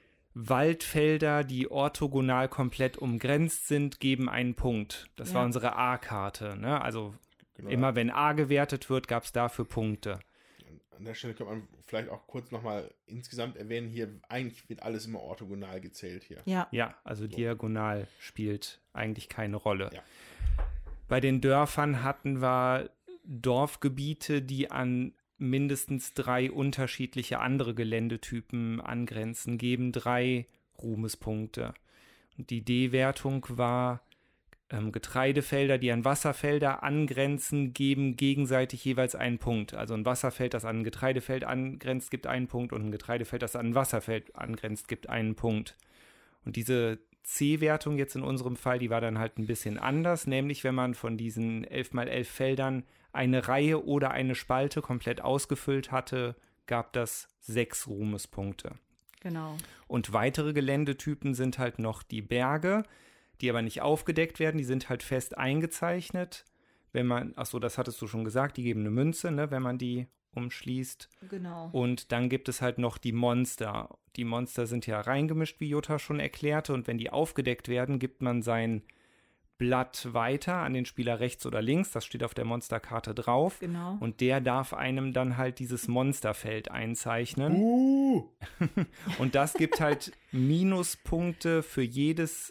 Waldfelder, die orthogonal komplett umgrenzt sind, geben einen Punkt. Das Ja. war unsere A-Karte. Ne? Also Genau. immer wenn A gewertet wird, gab es dafür Punkte. An der Stelle könnte man vielleicht auch kurz nochmal insgesamt erwähnen, hier eigentlich wird alles immer orthogonal gezählt hier. Ja, Ja, also diagonal spielt eigentlich keine Rolle. Ja. Bei den Dörfern hatten wir Dorfgebiete, die an mindestens drei unterschiedliche andere Geländetypen angrenzen, geben drei Ruhmespunkte. Und die D-Wertung war ähm, Getreidefelder, die an Wasserfelder angrenzen, geben gegenseitig jeweils einen Punkt. Also ein Wasserfeld, das an ein Getreidefeld angrenzt, gibt einen Punkt und ein Getreidefeld, das an ein Wasserfeld angrenzt, gibt einen Punkt. Und diese C-Wertung jetzt in unserem Fall, die war dann halt ein bisschen anders, nämlich wenn man von diesen elf mal elf Feldern eine Reihe oder eine Spalte komplett ausgefüllt hatte, gab das sechs Ruhmespunkte. genau. Und weitere Geländetypen sind halt noch die Berge, die aber nicht aufgedeckt werden, die sind halt fest eingezeichnet. Wenn man, ach so, das hattest du schon gesagt, die geben eine Münze, ne, wenn man die umschließt. Genau. Und dann gibt es halt noch die Monster. Die Monster sind ja reingemischt, wie Jutta schon erklärte. Und wenn die aufgedeckt werden, gibt man sein Blatt weiter an den Spieler rechts oder links. Das steht auf der Monsterkarte drauf. Genau. Und der darf einem dann halt dieses Monsterfeld einzeichnen. Uh! Und das gibt halt Minuspunkte für jedes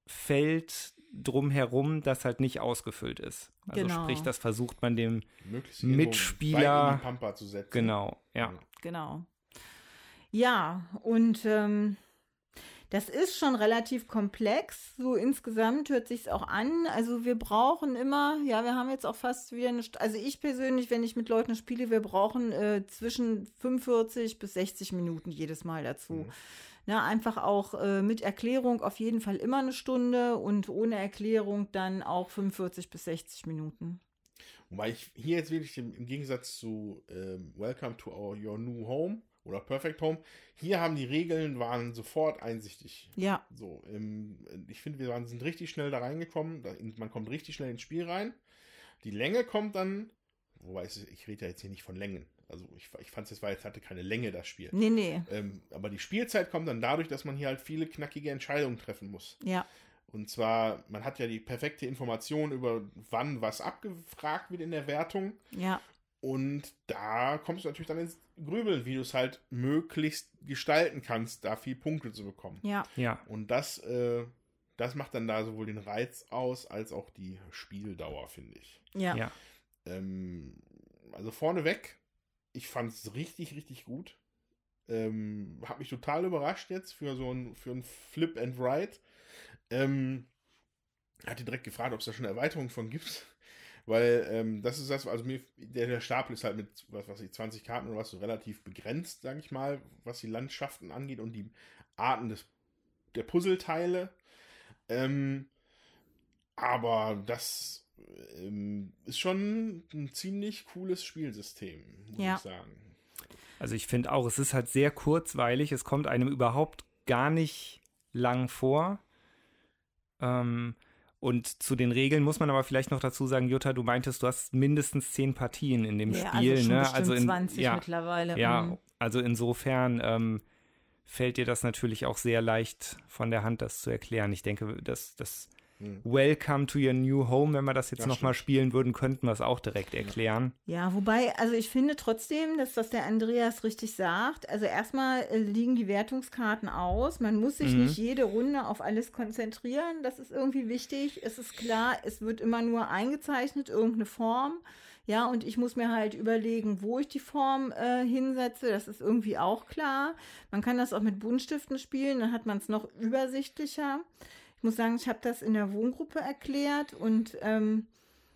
Feld drumherum, das halt nicht ausgefüllt ist. Also Genau. sprich, das versucht man dem Möglichst irgendwo Mitspieler- weit in die Pampa zu setzen. Genau, ja. Genau. Ja, und ähm, Das ist schon relativ komplex. So insgesamt hört sich's auch an. Also wir brauchen immer, ja, wir haben jetzt auch fast wieder eine, St- also ich persönlich, wenn ich mit Leuten spiele, wir brauchen äh, zwischen fünfundvierzig bis sechzig Minuten jedes Mal dazu. Mhm. Na, einfach auch äh, mit Erklärung auf jeden Fall immer eine Stunde und ohne Erklärung dann auch fünfundvierzig bis sechzig Minuten. Wobei ich hier jetzt wirklich im, im Gegensatz zu ähm, Welcome to our, Your New Home oder Perfect Home, hier haben die Regeln, waren sofort einsichtig. Ja. So, ähm, ich finde, wir waren, sind richtig schnell da reingekommen. Da, man kommt richtig schnell ins Spiel rein. Die Länge kommt dann, wobei es, ich rede ja jetzt hier nicht von Längen. Also ich, ich fand es, jetzt hatte keine Länge, das Spiel. Nee, nee. Ähm, aber die Spielzeit kommt dann dadurch, dass man hier halt viele knackige Entscheidungen treffen muss. Ja. Und zwar, man hat ja die perfekte Information über wann was abgefragt wird in der Wertung. Ja. Und da kommst du natürlich dann ins Grübeln, wie du es halt möglichst gestalten kannst, da viel Punkte zu bekommen. Ja. Ja. Und das, äh, das macht dann da sowohl den Reiz aus, als auch die Spieldauer, finde ich. Ja. Ja. Ähm, also vorneweg, ich fand es richtig, richtig gut. Ähm, hab mich total überrascht jetzt für so ein, für ein Flip and Ride. Ähm, hatte direkt gefragt, ob es da schon eine Erweiterung von gibt. Weil ähm, das ist das, also mir, der, der Stapel ist halt mit, was weiß ich, zwanzig Karten oder was, so relativ begrenzt, sage ich mal, was die Landschaften angeht und die Arten des, der Puzzleteile. Ähm, aber das ähm, ist schon ein ziemlich cooles Spielsystem, muss Ja. ich sagen. Also ich finde auch, es ist halt sehr kurzweilig. Es kommt einem überhaupt gar nicht lang vor. Ähm, und zu den Regeln muss man aber vielleicht noch dazu sagen, Jutta, du meintest, du hast mindestens zehn Partien in dem Ja, Spiel. also schon ne? bestimmt Also in, zwanzig ja, mittlerweile. ja, Mhm. also insofern ähm, fällt dir das natürlich auch sehr leicht von der Hand, das zu erklären. Ich denke, dass das Hm. Welcome to your new home, wenn wir das jetzt Ja, nochmal stimmt. spielen würden, könnten wir es auch direkt erklären. Ja, wobei, also ich finde trotzdem, dass das der Andreas richtig sagt. Also erstmal äh, liegen die Wertungskarten aus. Man muss sich Mhm. nicht jede Runde auf alles konzentrieren. Das ist irgendwie wichtig. Es ist klar, es wird immer nur eingezeichnet, irgendeine Form. Ja, und ich muss mir halt überlegen, wo ich die Form äh, hinsetze. Das ist irgendwie auch klar. Man kann das auch mit Buntstiften spielen, dann hat man es noch übersichtlicher. Ich muss sagen, ich habe das in der Wohngruppe erklärt und ähm,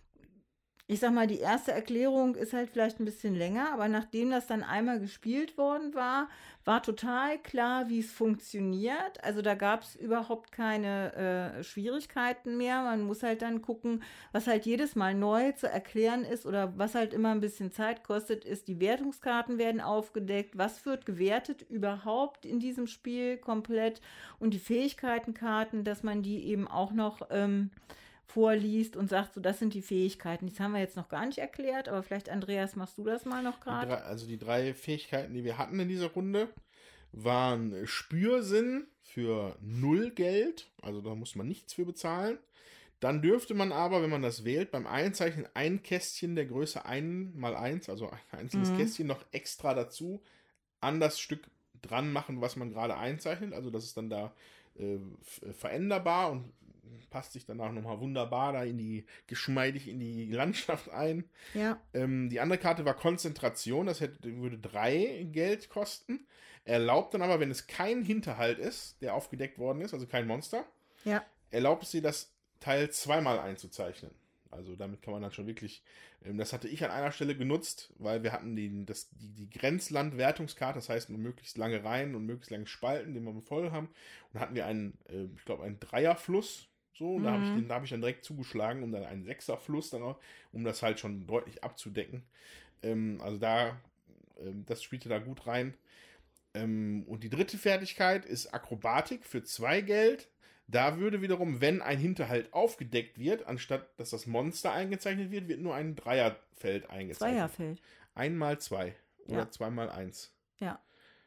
ich sag mal, die erste Erklärung ist halt vielleicht ein bisschen länger, aber nachdem das dann einmal gespielt worden war, war total klar, wie es funktioniert. Also da gab es überhaupt keine äh, Schwierigkeiten mehr. Man muss halt dann gucken, was halt jedes Mal neu zu erklären ist oder was halt immer ein bisschen Zeit kostet, ist, die Wertungskarten werden aufgedeckt, was wird gewertet überhaupt in diesem Spiel komplett und die Fähigkeitenkarten, dass man die eben auch noch ähm, vorliest und sagt, so, das sind die Fähigkeiten. Das haben wir jetzt noch gar nicht erklärt, aber vielleicht, Andreas, machst du das mal noch Die gerade? drei, also die drei Fähigkeiten, die wir hatten in dieser Runde, waren Spürsinn für null Geld, also da muss man nichts für bezahlen. Dann dürfte man aber, wenn man das wählt, beim Einzeichnen ein Kästchen der Größe eins mal eins, also ein einzelnes Mhm. Kästchen noch extra dazu an das Stück dran machen, was man gerade einzeichnet. Also das ist dann da äh, f- veränderbar und passt sich danach nochmal wunderbar da in die, geschmeidig in die Landschaft ein. Ja. Ähm, die andere Karte war Konzentration, das hätte, würde drei Geld kosten. Erlaubt dann aber, wenn es kein Hinterhalt ist, der aufgedeckt worden ist, also kein Monster, Ja. erlaubt es dir, das Teil zweimal einzuzeichnen. Also damit kann man dann schon wirklich, ähm, das hatte ich an einer Stelle genutzt, weil wir hatten die, das, die, die Grenzland-Wertungskarte, das heißt nur möglichst lange Reihen und möglichst lange Spalten, die wir voll haben. Und da hatten wir einen, äh, ich glaube, einen Dreierfluss. So, und da habe ich, Mhm. den- da hab ich dann direkt zugeschlagen, um dann einen Sechserfluss dann auch, um das halt schon deutlich abzudecken. Ähm, also da, ähm, das spielte da gut rein. Ähm, und die dritte Fertigkeit ist Akrobatik für zwei Geld. Da würde wiederum, wenn ein Hinterhalt aufgedeckt wird, anstatt dass das Monster eingezeichnet wird, wird nur ein Dreierfeld eingezeichnet. Zweierfeld. Einmal zwei oder Ja. zweimal eins. Ja.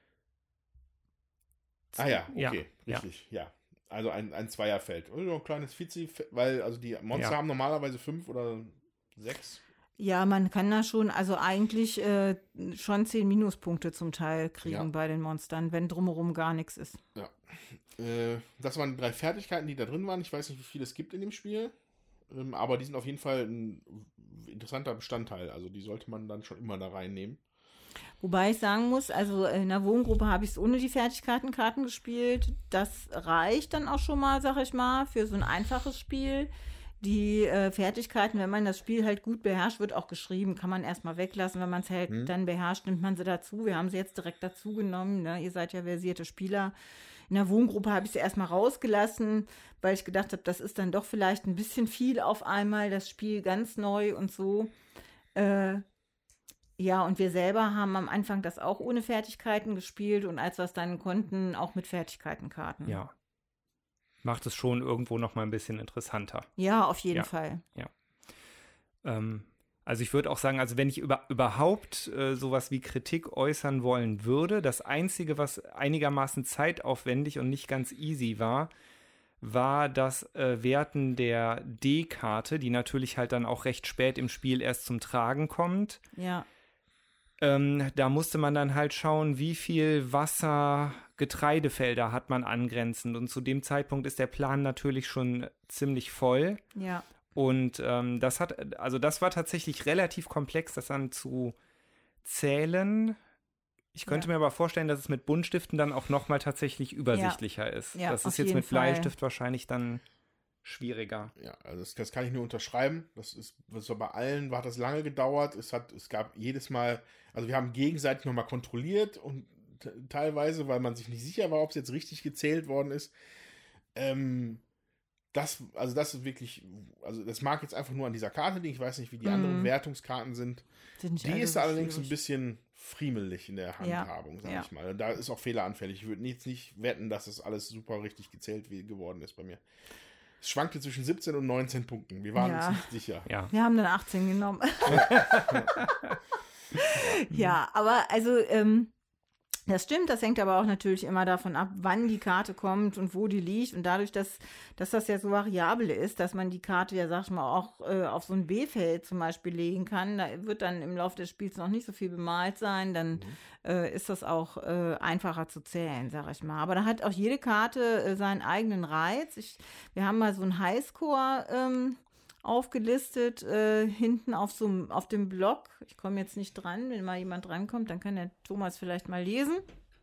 Ah ja, Ja, okay, ja. richtig, ja. Also ein, ein Zweierfeld. Oder ein kleines Fizzi, weil also die Monster Ja. haben normalerweise fünf oder sechs. Ja, man kann da schon, also eigentlich äh, schon zehn Minuspunkte zum Teil kriegen Ja. bei den Monstern, wenn drumherum gar nichts ist. Äh, das waren die drei Fertigkeiten, die da drin waren. Ich weiß nicht, wie viel es gibt in dem Spiel. Ähm, aber die sind auf jeden Fall ein interessanter Bestandteil. Also die sollte man dann schon immer da reinnehmen. Wobei ich sagen muss, also in der Wohngruppe habe ich es ohne die Fertigkeitenkarten gespielt. Das reicht dann auch schon mal, sag ich mal, für so ein einfaches Spiel. Die äh, Fertigkeiten, wenn man das Spiel halt gut beherrscht, wird auch geschrieben, kann man erstmal weglassen. Wenn man es halt hm. dann beherrscht, nimmt man sie dazu. Wir haben sie jetzt direkt dazu genommen. Ne? Ihr seid ja versierte Spieler. In der Wohngruppe habe ich sie erstmal rausgelassen, weil ich gedacht habe, das ist dann doch vielleicht ein bisschen viel auf einmal, das Spiel ganz neu und so. Äh, ja, und wir selber haben am Anfang das auch ohne Fertigkeiten gespielt und als wir es dann konnten, auch mit Fertigkeitenkarten. Ja. Macht es schon irgendwo noch mal ein bisschen interessanter. Ja, auf jeden ja. Fall. Ja. Ähm, also ich würde auch sagen, also wenn ich über, überhaupt äh, sowas wie Kritik äußern wollen würde, das Einzige, was einigermaßen zeitaufwendig und nicht ganz easy war, war das äh, Werten der D-Karte, die natürlich halt dann auch recht spät im Spiel erst zum Tragen kommt. Ja. Ähm, da musste man dann halt schauen, wie viel Wasser, Getreidefelder hat man angrenzend. Und zu dem Zeitpunkt ist der Plan natürlich schon ziemlich voll. Ja. Und ähm, das hat, also das war tatsächlich relativ komplex, das dann zu zählen. Ich könnte ja. mir aber vorstellen, dass es mit Buntstiften dann auch nochmal tatsächlich übersichtlicher ja. ist. Ja, das ist jetzt mit Bleistift Fall. wahrscheinlich dann schwieriger. Ja, also das, das kann ich nur unterschreiben. Das ist, das war bei allen, hat das lange gedauert. Es hat, es gab jedes Mal, also wir haben gegenseitig nochmal kontrolliert und t- teilweise, weil man sich nicht sicher war, ob es jetzt richtig gezählt worden ist. Ähm, das, also das ist wirklich, also das mag jetzt einfach nur an dieser Karte liegen. Ich weiß nicht, wie die mhm. anderen Wertungskarten sind. sind die ist allerdings schwierig. Ein bisschen friemelig in der Handhabung, ja. sag ja. ich mal. Da ist auch fehleranfällig. Ich würde jetzt nicht wetten, dass das alles super richtig gezählt geworden ist bei mir. Es schwankte zwischen siebzehn und neunzehn Punkten. Wir waren ja. uns nicht sicher. Ja. Wir haben dann achtzehn genommen. Ja, ja aber also ähm, das stimmt, das hängt aber auch natürlich immer davon ab, wann die Karte kommt und wo die liegt. Und dadurch, dass, dass das ja so variabel ist, dass man die Karte ja, sag ich mal, auch äh, auf so ein B-Feld zum Beispiel legen kann, da wird dann im Laufe des Spiels noch nicht so viel bemalt sein, dann mhm. äh, ist das auch äh, einfacher zu zählen, sag ich mal. Aber da hat auch jede Karte äh, seinen eigenen Reiz. Ich, wir haben mal so einen Highscore ähm, aufgelistet, äh, hinten auf so auf dem Blog. Ich komme jetzt nicht dran. Wenn mal jemand drankommt, dann kann der Thomas vielleicht mal lesen.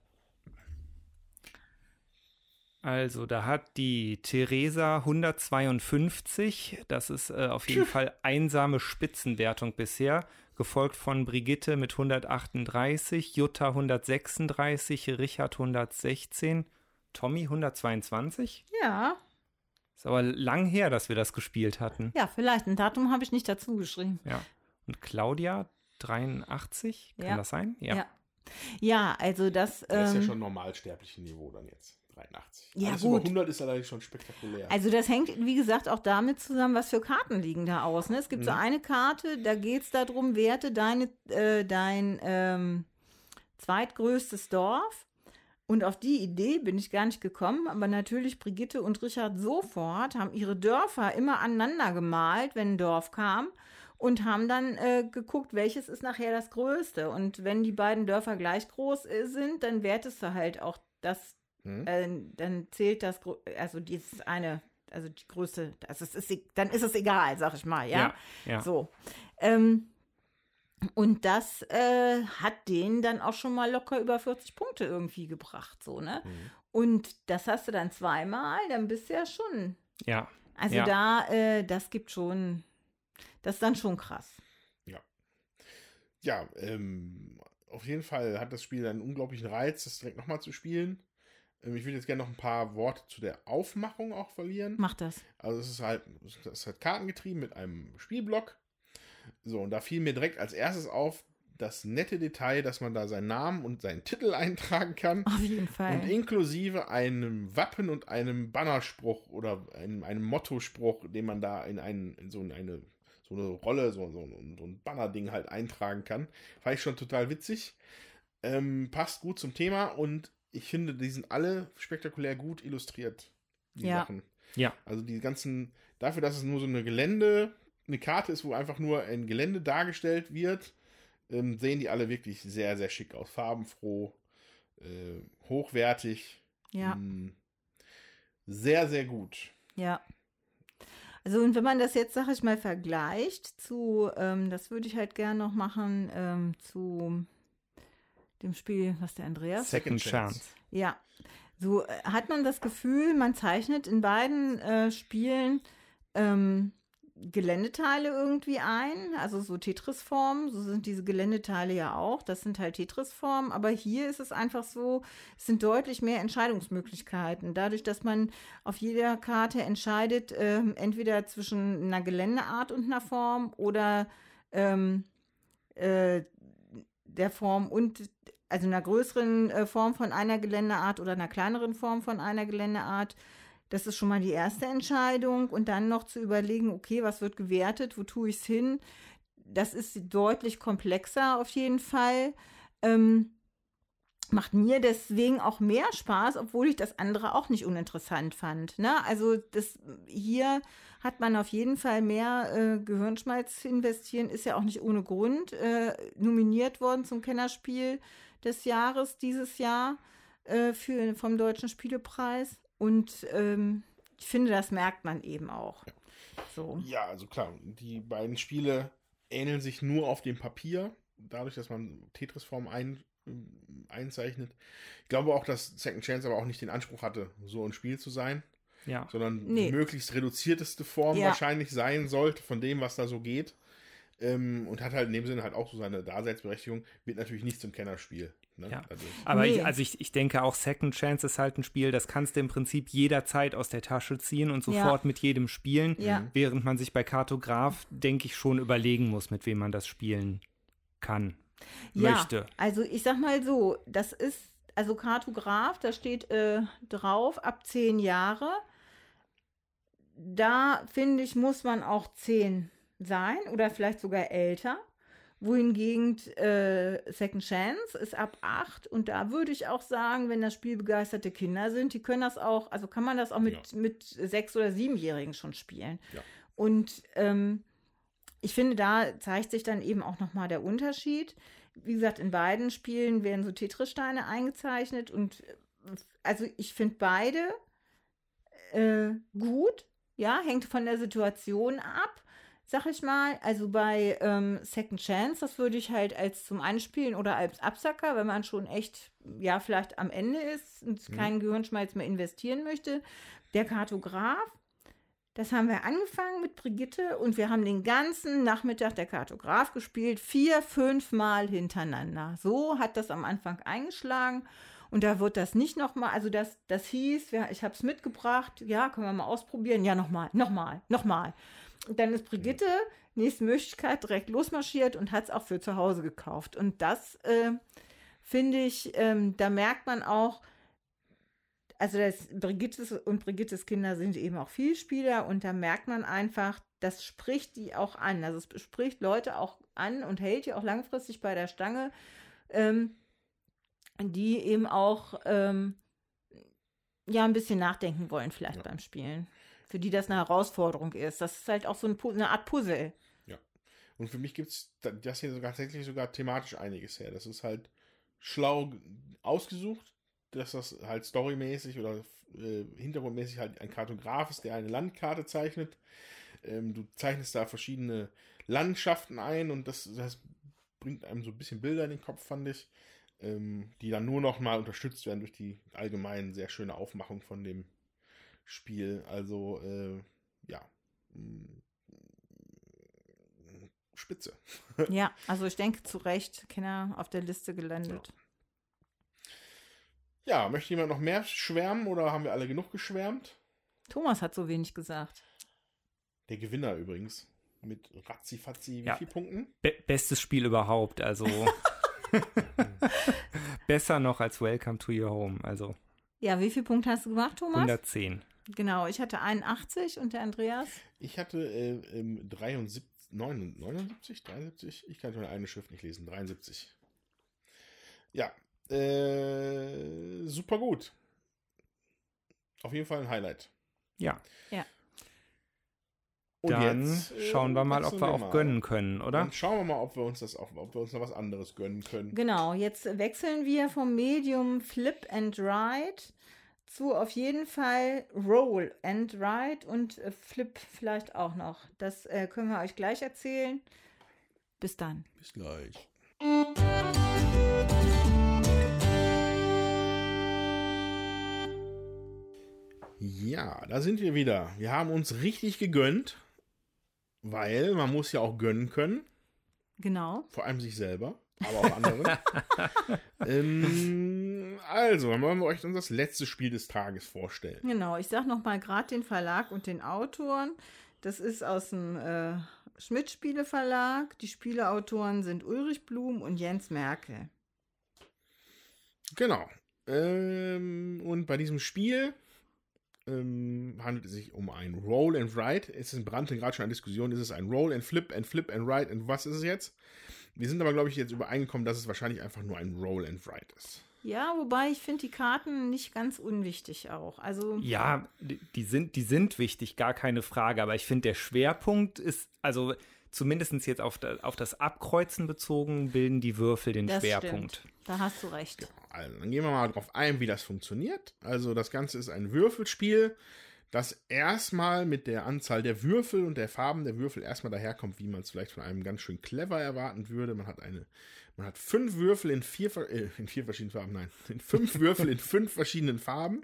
Also, da hat die Theresa hundertzweiundfünfzig. Das ist äh, auf jeden Fall einsame Spitzenwertung bisher. Gefolgt von Brigitte mit hundertachtunddreißig, Jutta hundertsechsunddreißig, Richard hundertsechzehn, Tommy hundertzweiundzwanzig. Ja. Ist aber lang her, dass wir das gespielt hatten. Ja, vielleicht. Ein Datum habe ich nicht dazu geschrieben. Ja. Und Claudia, dreiundachtzig, kann ja. das sein? Ja. Ja, ja also das... Das ist ähm, ja schon normalsterbliche Niveau dann jetzt. dreiundachtzig. Ja, Alles gut. über hundert ist allerdings schon spektakulär. Also das hängt, wie gesagt, auch damit zusammen, was für Karten liegen da aus. Ne? Es gibt mhm. so eine Karte, da geht es darum, werte deine, äh, dein ähm, zweitgrößtes Dorf. Und auf die Idee bin ich gar nicht gekommen, aber natürlich Brigitte und Richard sofort haben ihre Dörfer immer aneinander gemalt, wenn ein Dorf kam und haben dann äh, geguckt, welches ist nachher das Größte. Und wenn die beiden Dörfer gleich groß äh, sind, dann wertest du halt auch das, hm. äh, dann zählt das, also dieses eine, also die Größe, also es ist, dann ist es egal, sag ich mal, ja. Ja, ja. So. Ähm, Und das äh, hat denen dann auch schon mal locker über vierzig Punkte irgendwie gebracht, so, ne? Mhm. Und das hast du dann zweimal, dann bist du ja schon. Ja. Also ja. da, äh, das gibt schon, das ist dann schon krass. Ja. Ja, ähm, auf jeden Fall hat das Spiel einen unglaublichen Reiz, das direkt nochmal zu spielen. Ähm, ich würde jetzt gerne noch ein paar Worte zu der Aufmachung auch verlieren. Mach das. Also es ist halt, es ist halt kartengetrieben mit einem Spielblock. So, und da fiel mir direkt als erstes auf das nette Detail, dass man da seinen Namen und seinen Titel eintragen kann. Auf jeden Fall. Und inklusive einem Wappen und einem Bannerspruch oder einem, einem Mottospruch, den man da in, einen, in so eine, so eine Rolle, so, so, so ein Bannerding halt eintragen kann. Fand ich schon total witzig. Ähm, passt gut zum Thema und ich finde, die sind alle spektakulär gut illustriert, die ja. Sachen. Ja. Also die ganzen, dafür, dass es nur so eine Gelände, eine Karte ist, wo einfach nur ein Gelände dargestellt wird, ähm, sehen die alle wirklich sehr, sehr schick aus. Farbenfroh, äh, hochwertig. Ja. Mh, sehr, sehr gut. Ja. Also und wenn man das jetzt, sag ich mal, vergleicht zu, ähm, das würde ich halt gerne noch machen, ähm, zu dem Spiel, was der Andreas? Second Chance. Ja, so äh, hat man das Gefühl, man zeichnet in beiden äh, Spielen ähm, Geländeteile irgendwie ein, also so Tetris-Formen, so sind diese Geländeteile ja auch, das sind halt Tetris-Formen, aber hier ist es einfach so, es sind deutlich mehr Entscheidungsmöglichkeiten, dadurch, dass man auf jeder Karte entscheidet, ähm, entweder zwischen einer Geländeart und einer Form oder ähm, äh, der Form und, also einer größeren äh, Form von einer Geländeart oder einer kleineren Form von einer Geländeart. Das ist schon mal die erste Entscheidung. Und dann noch zu überlegen, okay, was wird gewertet, wo tue ich es hin? Das ist deutlich komplexer auf jeden Fall. Ähm, macht mir deswegen auch mehr Spaß, obwohl ich das andere auch nicht uninteressant fand. Ne? Also das, hier hat man auf jeden Fall mehr äh, Gehirnschmalz investieren, ist ja auch nicht ohne Grund äh, nominiert worden zum Kennerspiel des Jahres dieses Jahr äh, für, vom Deutschen Spielepreis. Und ähm, ich finde, das merkt man eben auch. So. Ja, also klar, die beiden Spiele ähneln sich nur auf dem Papier, dadurch, dass man Tetris-Form ein, einzeichnet. Ich glaube auch, dass Second Chance aber auch nicht den Anspruch hatte, so ein Spiel zu sein, Ja. sondern Nee. die möglichst reduzierteste Form Ja. wahrscheinlich sein sollte von dem, was da so geht. Ähm, und hat halt in dem Sinne halt auch so seine Daseinsberechtigung, wird natürlich nicht zum Kennerspiel. Ne? Ja. Also, Aber Nee. ich, also ich, ich denke auch, Second Chance ist halt ein Spiel, das kannst du im Prinzip jederzeit aus der Tasche ziehen und sofort mit jedem spielen, Ja. während man sich bei Kartograf, denke ich, schon überlegen muss, mit wem man das spielen kann, Ja, möchte. also ich sag mal so, das ist, also Kartograf, da steht äh, drauf, ab zehn Jahre. Da, finde ich, muss man auch zehn sein oder vielleicht sogar älter. Wohingegen äh, Second Chance ist ab acht und da würde ich auch sagen, wenn das spielbegeisterte Kinder sind, die können das auch, also kann man das auch mit, Ja. mit sechs- oder siebenjährigen schon spielen. Ja. Und ähm, ich finde, da zeigt sich dann eben auch nochmal der Unterschied. Wie gesagt, in beiden Spielen werden so Tetris-Steine eingezeichnet und äh, also ich finde beide äh, gut, ja, hängt von der Situation ab, sag ich mal. Also bei ähm, Second Chance, das würde ich halt als zum Einspielen oder als Absacker, wenn man schon echt, ja, vielleicht am Ende ist und Mhm. keinen Gehirnschmalz mehr investieren möchte. Der Kartograf, das haben wir angefangen mit Brigitte und wir haben den ganzen Nachmittag der Kartograf gespielt, vier, fünf Mal hintereinander. So hat das am Anfang eingeschlagen und da wird das nicht nochmal, also das, das hieß, ja, ich habe es mitgebracht, ja, können wir mal ausprobieren, ja, nochmal, nochmal, nochmal. Und dann ist Brigitte, nächste Möglichkeit, direkt losmarschiert und hat es auch für zu Hause gekauft. Und das äh, finde ich, ähm, da merkt man auch, also das Brigittes und Brigittes Kinder sind eben auch Vielspieler und da merkt man einfach, das spricht die auch an. Also es spricht Leute auch an und hält die auch langfristig bei der Stange, ähm, die eben auch ähm, ja ein bisschen nachdenken wollen vielleicht Ja. beim Spielen. Für die das eine Herausforderung ist. Das ist halt auch so ein, Pu- eine Art Puzzle. und für mich gibt es das hier sogar tatsächlich sogar thematisch einiges her. Das ist halt schlau ausgesucht, dass das halt storymäßig oder äh, hintergrundmäßig halt ein Kartograf ist, der eine Landkarte zeichnet. Ähm, du zeichnest da verschiedene Landschaften ein und das, das bringt einem so ein bisschen Bilder in den Kopf, fand ich, ähm, die dann nur noch mal unterstützt werden durch die allgemein sehr schöne Aufmachung von dem Spiel. Also, äh, ja, mh, spitze. Ja, also ich denke zu Recht, Kinder auf der Liste gelandet. Ja, möchte jemand noch mehr schwärmen oder haben wir alle genug geschwärmt? Thomas hat so wenig gesagt. Der Gewinner übrigens mit Ratzifatzi, wie Ja. viele Punkten? Be bestes Spiel überhaupt, also besser noch als Welcome to Your Home, also Ja, wie viele Punkte hast du gemacht, Thomas? hundertzehn. Genau, ich hatte einundachtzig und der Andreas? Ich hatte äh, im dreiundsiebzig, neunundsiebzig, dreiundsiebzig, ich kann schon eine Schrift nicht lesen, dreiundsiebzig. Ja, äh, super gut. Auf jeden Fall ein Highlight. Ja, Und dann jetzt, äh, schauen wir mal, ob wechseln wir auch gönnen können, oder? Dann schauen wir mal, ob wir uns das auch, ob wir uns noch was anderes gönnen können. Genau, jetzt wechseln wir vom Medium Flip and Ride zu auf jeden Fall Roll and Ride und äh, Flip vielleicht auch noch. Das äh, können wir euch gleich erzählen. Bis dann. Bis gleich. Ja, da sind wir wieder. Wir haben uns richtig gegönnt, weil man muss ja auch gönnen können. Genau. Vor allem sich selber, aber auch andere. ähm, also, dann wollen wir euch das letzte Spiel des Tages vorstellen. Genau, ich sag noch mal gerade den Verlag und den Autoren. Das ist aus dem äh, Schmidt-Spiele Verlag. Die Spieleautoren sind Ulrich Blum und Jens Merkel. Genau. Ähm, und bei diesem Spiel ähm, handelt es sich um ein Roll and Write. Es brannte gerade schon eine Diskussion, ist es ein Roll and Flip and Flip and Write und was ist es jetzt? Wir sind aber, glaube ich, jetzt übereingekommen, dass es wahrscheinlich einfach nur ein Roll and Write ist. Ja, wobei ich finde die Karten nicht ganz unwichtig auch. Also Ja, die die sind, die sind wichtig, gar keine Frage. Aber ich finde, der Schwerpunkt ist, also zumindest jetzt auf, da, auf das Abkreuzen bezogen, bilden die Würfel den das Schwerpunkt. stimmt. Da hast du recht. Also, dann gehen wir mal drauf ein, wie das funktioniert. Also das Ganze ist ein Würfelspiel, das erstmal mit der Anzahl der Würfel und der Farben der Würfel erstmal daherkommt, wie man es vielleicht von einem ganz schön clever erwarten würde. Man hat eine, man hat fünf Würfel in vier, äh, in vier verschiedenen Farben, nein, in fünf Würfel in fünf verschiedenen Farben.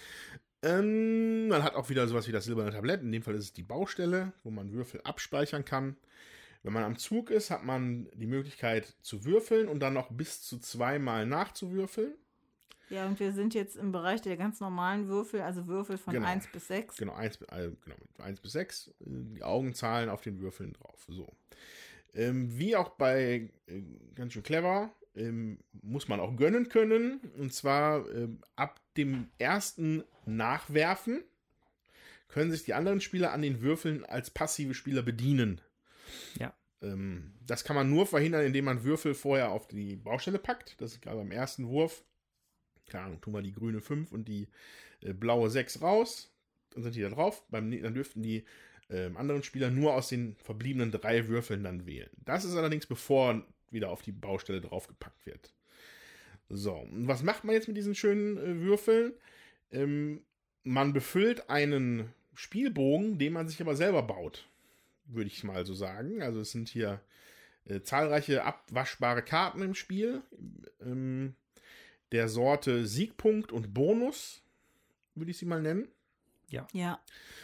Ähm, man hat auch wieder sowas wie das silberne Tablett. In dem Fall ist es die Baustelle, wo man Würfel abspeichern kann. Wenn man am Zug ist, hat man die Möglichkeit zu würfeln und dann noch bis zu zweimal nachzuwürfeln. Ja, und wir sind jetzt im Bereich der ganz normalen Würfel, also Würfel von Genau. eins bis sechs. Genau, eins, äh, genau, eins bis sechs, äh, die Augenzahlen auf den Würfeln drauf. So. Ähm, wie auch bei äh, ganz schön clever, ähm, muss man auch gönnen können. Und zwar ähm, ab dem ersten Nachwerfen können sich die anderen Spieler an den Würfeln als passive Spieler bedienen. Ja. Ähm, das kann man nur verhindern, indem man Würfel vorher auf die Baustelle packt. Das ist gerade beim ersten Wurf. Keine Ahnung, tun wir die grüne fünf und die äh, blaue sechs raus. Dann sind die da drauf. Beim, dann dürften die äh, anderen Spieler nur aus den verbliebenen drei Würfeln dann wählen. Das ist allerdings bevor wieder auf die Baustelle draufgepackt wird. So, und was macht man jetzt mit diesen schönen äh, Würfeln? Ähm, man befüllt einen Spielbogen, den man sich aber selber baut, würde ich mal so sagen. Also es sind hier äh, zahlreiche abwaschbare Karten im Spiel. Ähm, der Sorte Siegpunkt und Bonus, würde ich sie mal nennen. Ja.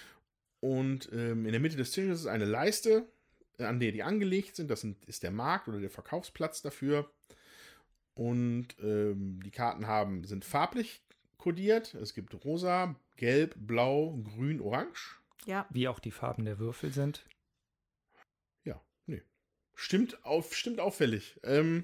Und ähm, in der Mitte des Tisches ist eine Leiste, an der die angelegt sind. Das sind, ist der Markt oder der Verkaufsplatz dafür. Und ähm, die Karten haben, sind farblich kodiert. Es gibt rosa, gelb, blau, grün, orange. Ja. Wie auch die Farben der Würfel sind. Ja, nee. Stimmt, auf, stimmt auffällig. Ähm,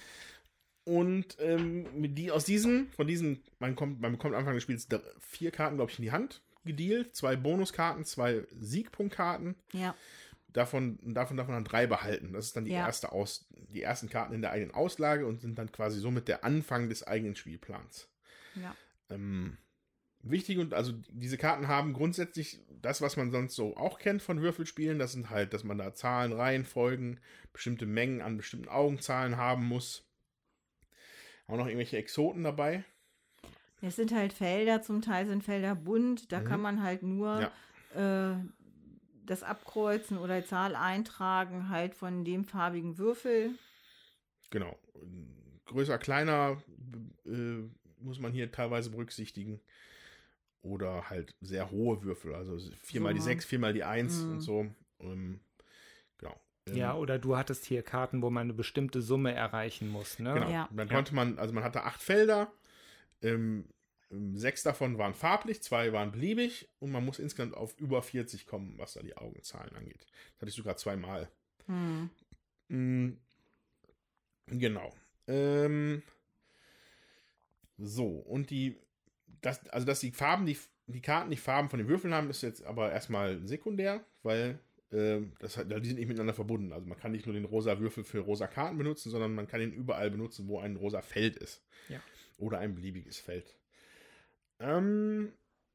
und ähm, mit die, aus diesen, von diesen, man, kommt, man bekommt am Anfang des Spiels vier Karten, glaube ich, in die Hand gedealt. Zwei Bonuskarten, zwei Siegpunktkarten. Ja. Davon, davon darf man dann drei behalten. Das ist dann die, Ja. erste Aus, die ersten Karten in der eigenen Auslage und sind dann quasi somit der Anfang des eigenen Spielplans. Ja. Ähm, wichtig und also diese Karten haben grundsätzlich das, was man sonst so auch kennt von Würfelspielen. Das sind halt, dass man da Zahlen, Reihenfolgen, bestimmte Mengen an bestimmten Augenzahlen haben muss. Auch noch irgendwelche Exoten dabei. Es sind halt Felder, zum Teil sind Felder bunt, da Mhm. kann man halt nur äh, das Abkreuzen oder die Zahl eintragen, halt von dem farbigen Würfel. Genau. Größer, kleiner äh, muss man hier teilweise berücksichtigen. Oder halt sehr hohe Würfel, also viermal die Summe. sechs, viermal die eins Mhm. und so. Ähm, genau. Ähm, Ja, oder du hattest hier Karten, wo man eine bestimmte Summe erreichen muss, ne? Genau. Ja. Dann Ja. konnte man, also man hatte acht Felder. Ähm, sechs davon waren farblich, zwei waren beliebig und man muss insgesamt auf über vierzig kommen, was da die Augenzahlen angeht. Das hatte ich sogar zweimal. Hm. Mm, genau. Ähm, so, und die, das, also dass die Farben, die, die Karten, die Farben von den Würfeln haben, ist jetzt aber erstmal sekundär, weil ähm, das, hat- die sind nicht miteinander verbunden. Also man kann nicht nur den rosa Würfel für rosa Karten benutzen, sondern man kann ihn überall benutzen, wo ein rosa Feld ist. Ja. Oder ein beliebiges Feld. Ähm,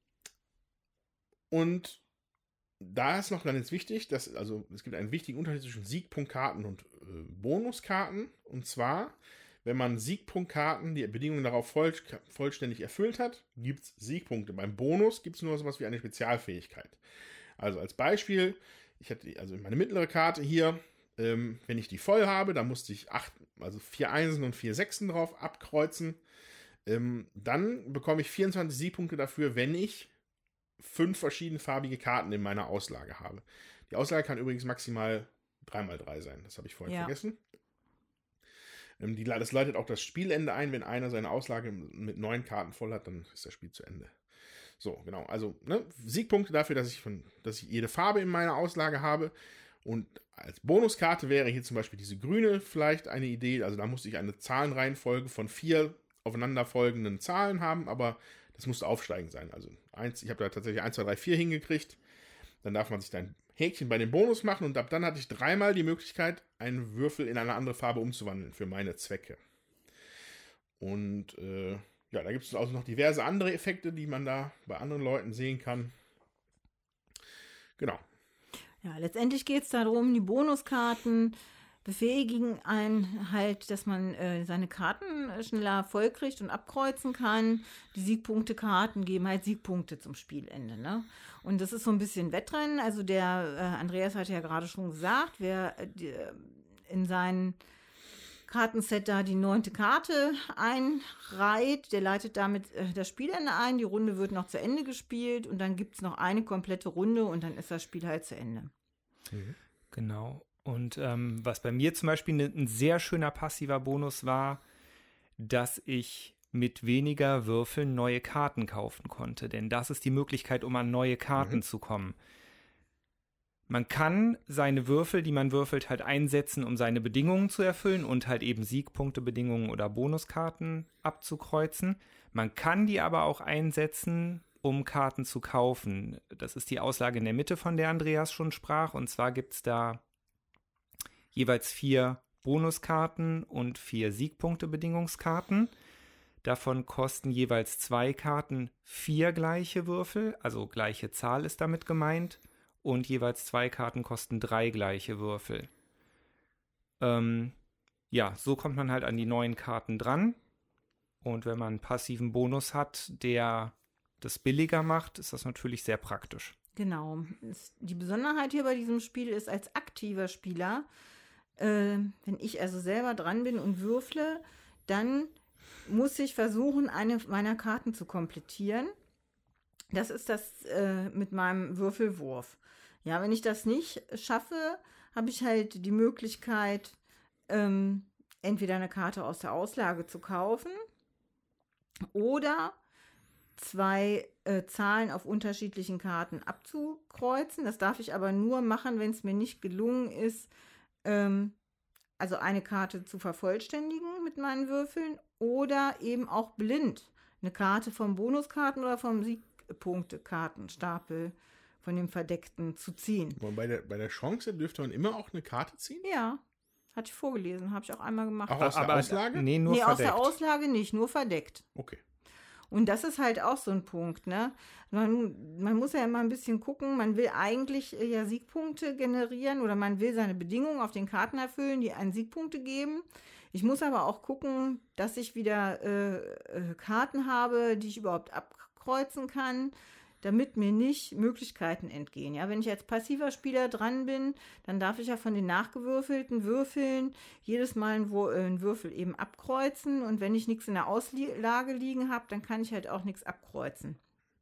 und da ist noch ganz wichtig, dass, also es gibt einen wichtigen Unterschied zwischen Siegpunktkarten und äh, Bonuskarten. Und zwar, wenn man Siegpunktkarten, die Bedingungen darauf voll, vollständig erfüllt hat, gibt es Siegpunkte. Beim Bonus gibt es nur sowas wie eine Spezialfähigkeit. Also als Beispiel, ich hatte also meine mittlere Karte hier, ähm, wenn ich die voll habe, dann musste ich acht, also vier Einsen und vier Sechsen drauf abkreuzen. Ähm, dann bekomme ich vierundzwanzig Siegpunkte dafür, wenn ich fünf verschiedenfarbige Karten in meiner Auslage habe. Die Auslage kann übrigens maximal drei mal drei sein. Das habe ich vorhin Ja. vergessen. Ähm, die, das leitet auch das Spielende ein. Wenn einer seine Auslage mit neun Karten voll hat, dann ist das Spiel zu Ende. So, genau. Also ne, Siegpunkte dafür, dass ich, von, dass ich jede Farbe in meiner Auslage habe. Und als Bonuskarte wäre hier zum Beispiel diese grüne vielleicht eine Idee. Also da musste ich eine Zahlenreihenfolge von vier aufeinanderfolgenden Zahlen haben, aber das musste aufsteigend sein. Also eins, ich habe da tatsächlich eins, zwei, drei, vier hingekriegt. Dann darf man sich dann ein Häkchen bei dem Bonus machen und ab dann hatte ich dreimal die Möglichkeit, einen Würfel in eine andere Farbe umzuwandeln für meine Zwecke. Und äh, ja, da gibt es also noch diverse andere Effekte, die man da bei anderen Leuten sehen kann. Genau. Ja, letztendlich geht es darum, die Bonuskarten befähigen einen halt, dass man äh, seine Karten schneller vollkriegt und abkreuzen kann. Die Siegpunktekarten geben halt Siegpunkte zum Spielende, ne? Und das ist so ein bisschen Wettrennen. Also der äh, Andreas hat ja gerade schon gesagt, wer äh, die, in sein Kartenset da die neunte Karte einreiht, der leitet damit äh, das Spielende ein. Die Runde wird noch zu Ende gespielt und dann gibt es noch eine komplette Runde und dann ist das Spiel halt zu Ende. Mhm. Genau. Und ähm, was bei mir zum Beispiel ne, ein sehr schöner passiver Bonus war, dass ich mit weniger Würfeln neue Karten kaufen konnte. Denn das ist die Möglichkeit, um an neue Karten Mhm. zu kommen. Man kann seine Würfel, die man würfelt, halt einsetzen, um seine Bedingungen zu erfüllen und halt eben Siegpunkte, Bedingungen oder Bonuskarten abzukreuzen. Man kann die aber auch einsetzen, um Karten zu kaufen. Das ist die Auslage in der Mitte, von der Andreas schon sprach. Und zwar gibt es da jeweils vier Bonuskarten und vier Siegpunkte-Bedingungskarten. Davon kosten jeweils zwei Karten vier gleiche Würfel, also gleiche Zahl ist damit gemeint. Und jeweils zwei Karten kosten drei gleiche Würfel. Ähm, ja, so kommt man halt an die neuen Karten dran. Und wenn man einen passiven Bonus hat, der das billiger macht, ist das natürlich sehr praktisch. Genau. Es- Die Besonderheit hier bei diesem Spiel ist, als aktiver Spieler, äh, wenn ich also selber dran bin und würfle, dann muss ich versuchen, eine meiner Karten zu komplettieren. Das ist das äh, mit meinem Würfelwurf. Ja, wenn ich das nicht schaffe, habe ich halt die Möglichkeit, ähm, entweder eine Karte aus der Auslage zu kaufen oder zwei äh, Zahlen auf unterschiedlichen Karten abzukreuzen. Das darf ich aber nur machen, wenn es mir nicht gelungen ist, ähm, also eine Karte zu vervollständigen mit meinen Würfeln oder eben auch blind eine Karte vom Bonuskarten oder vom Siegpunktekartenstapel von dem Verdeckten zu ziehen. Und bei der, bei der Chance dürfte man immer auch eine Karte ziehen? Ja, hatte ich vorgelesen, habe ich auch einmal gemacht. Auch aus der Auslage? Nee, nur nee, aus verdeckt. der Auslage nicht, nur verdeckt. Okay. Und das ist halt auch so ein Punkt, ne? Man, man muss ja immer ein bisschen gucken, man will eigentlich äh, ja Siegpunkte generieren oder man will seine Bedingungen auf den Karten erfüllen, die einen Siegpunkte geben. Ich muss aber auch gucken, dass ich wieder äh, äh, Karten habe, die ich überhaupt abkreuzen kann, damit mir nicht Möglichkeiten entgehen. Ja, wenn ich als passiver Spieler dran bin, dann darf ich ja von den nachgewürfelten Würfeln jedes Mal einen, Wur- äh, einen Würfel eben abkreuzen. Und wenn ich nichts in der Auslage liegen habe, dann kann ich halt auch nichts abkreuzen.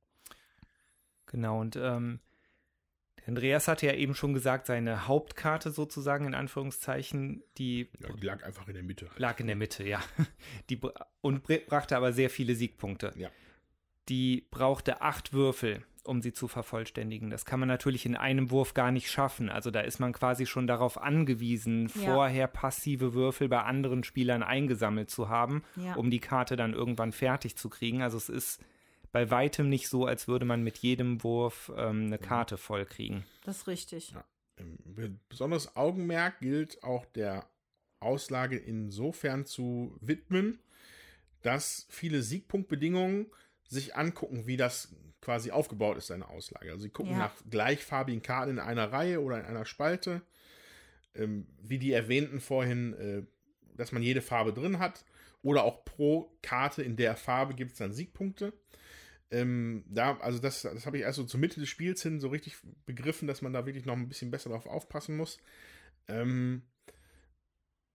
Genau, und ähm, Andreas hatte ja eben schon gesagt, seine Hauptkarte sozusagen in Anführungszeichen, die Ja, die lag einfach in der Mitte. lag in der Mitte, ja. Die, br- und br- brachte aber sehr viele Siegpunkte. Ja. Die brauchte acht Würfel, um sie zu vervollständigen. Das kann man natürlich in einem Wurf gar nicht schaffen. Also da ist man quasi schon darauf angewiesen, Ja. vorher passive Würfel bei anderen Spielern eingesammelt zu haben, Ja. um die Karte dann irgendwann fertig zu kriegen. Also es ist bei weitem nicht so, als würde man mit jedem Wurf ähm, eine Karte voll kriegen. Das ist richtig. Ja. Ähm, Besonderes Augenmerk gilt auch der Auslage insofern zu widmen, dass viele Siegpunktbedingungen sich angucken, wie das quasi aufgebaut ist, seine Auslage. Also sie gucken Ja. nach gleichfarbigen Karten in einer Reihe oder in einer Spalte, ähm, wie die erwähnten vorhin, äh, dass man jede Farbe drin hat oder auch pro Karte in der Farbe gibt es dann Siegpunkte. Ähm, da, also das, das habe ich erst so zur Mitte des Spiels hin so richtig begriffen, dass man da wirklich noch ein bisschen besser drauf aufpassen muss. Ähm,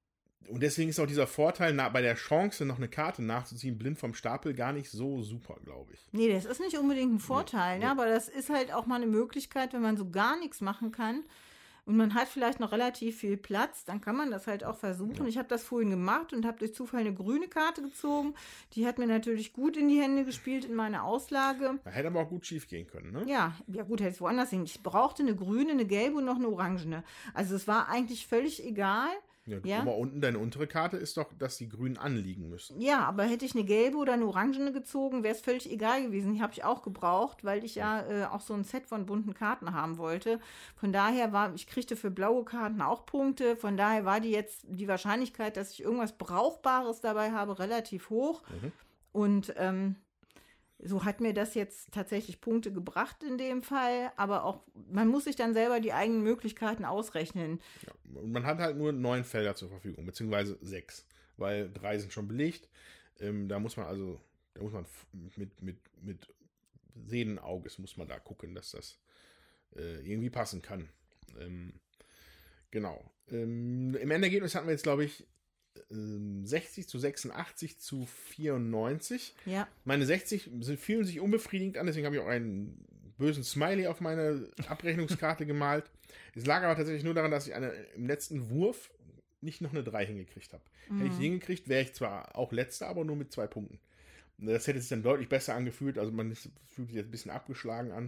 und deswegen ist auch dieser Vorteil, na, bei der Chance, noch eine Karte nachzuziehen, blind vom Stapel, gar nicht so super, glaube ich. Nee, das ist nicht unbedingt ein Vorteil, Nee, ne? nee. Aber das ist halt auch mal eine Möglichkeit, wenn man so gar nichts machen kann und man hat vielleicht noch relativ viel Platz, dann kann man das halt auch versuchen. Ja. Ich habe das vorhin gemacht und habe durch Zufall eine grüne Karte gezogen. Die hat mir natürlich gut in die Hände gespielt in meine Auslage. Da hätte aber auch gut schief gehen können, ne? Ja, ja gut, hätte ich woanders hin. Ich brauchte eine grüne, eine gelbe und noch eine orangene. Also es war eigentlich völlig egal. Ja, Ja. Aber unten deine untere Karte ist doch, dass die Grünen anliegen müssen. Ja, aber hätte ich eine gelbe oder eine orangene gezogen, wäre es völlig egal gewesen. Die habe ich auch gebraucht, weil ich ja äh, auch so ein Set von bunten Karten haben wollte. Von daher war, ich kriegte für blaue Karten auch Punkte. Von daher war die jetzt die Wahrscheinlichkeit, dass ich irgendwas Brauchbares dabei habe, relativ hoch. Mhm. Und ähm, so hat mir das jetzt tatsächlich Punkte gebracht in dem Fall. Aber auch, man muss sich dann selber die eigenen Möglichkeiten ausrechnen. Ja. Und man hat halt nur neun Felder zur Verfügung, beziehungsweise sechs, weil drei sind schon belegt. Ähm, da muss man also, da muss man f- mit, mit, mit sehenden Auges muss man da gucken, dass das äh, irgendwie passen kann. Ähm, genau. Ähm, Im Endergebnis hatten wir jetzt, glaube ich, ähm, sechzig zu sechsundachtzig zu vierundneunzig. Ja. Meine sechzig sind, fühlen sich unbefriedigend an, deswegen habe ich auch einen bösen Smiley auf meine Abrechnungskarte gemalt. Es lag aber tatsächlich nur daran, dass ich eine, im letzten Wurf nicht noch eine drei hingekriegt habe. Mhm. Hätte ich die hingekriegt, wäre ich zwar auch letzter, aber nur mit zwei Punkten. Das hätte sich dann deutlich besser angefühlt, also man ist, fühlt sich jetzt ein bisschen abgeschlagen an.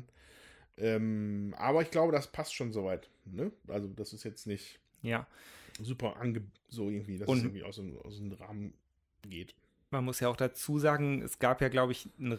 Ähm, aber ich glaube, das passt schon soweit. Ne? Also das ist jetzt nicht Ja. super ange so irgendwie, dass Und- es irgendwie aus dem, aus dem Rahmen geht. Man muss ja auch dazu sagen, es gab ja, glaube ich, ein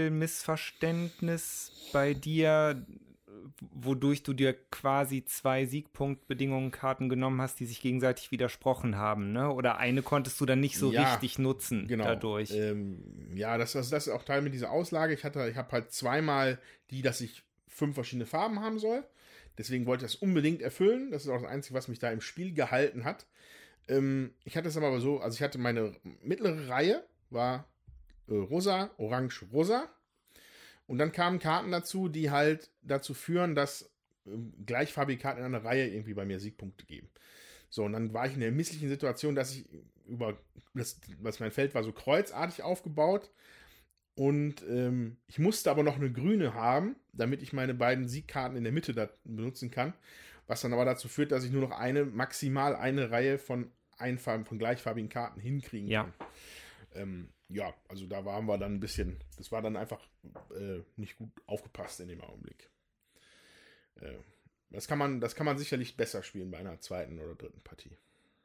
Regelmissverständnis bei dir, wodurch du dir quasi zwei Siegpunktbedingungen-Karten genommen hast, die sich gegenseitig widersprochen haben, ne? Oder eine konntest du dann nicht so Ja, richtig nutzen Genau. dadurch. Ähm, ja, das, das, das ist auch Teil mit dieser Auslage. Ich hatte, ich habe halt zweimal die, dass ich fünf verschiedene Farben haben soll. Deswegen wollte ich das unbedingt erfüllen. Das ist auch das Einzige, was mich da im Spiel gehalten hat. Ähm, ich hatte es aber so, also ich hatte meine mittlere Reihe, war äh, rosa, orange, rosa. Und dann kamen Karten dazu, die halt dazu führen, dass ähm, gleichfarbige Karten in einer Reihe irgendwie bei mir Siegpunkte geben. So, und dann war ich in der misslichen Situation, dass ich über, das, was mein Feld war so kreuzartig aufgebaut. Und ähm, ich musste aber noch eine grüne haben, damit ich meine beiden Siegkarten in der Mitte da benutzen kann. Was dann aber dazu führt, dass ich nur noch eine, maximal eine Reihe von einfarbigen, von gleichfarbigen Karten hinkriegen Ja. kann. Ähm, ja, also da waren wir dann ein bisschen, das war dann einfach äh, nicht gut aufgepasst in dem Augenblick. Äh, das kann man, das kann man sicherlich besser spielen bei einer zweiten oder dritten Partie.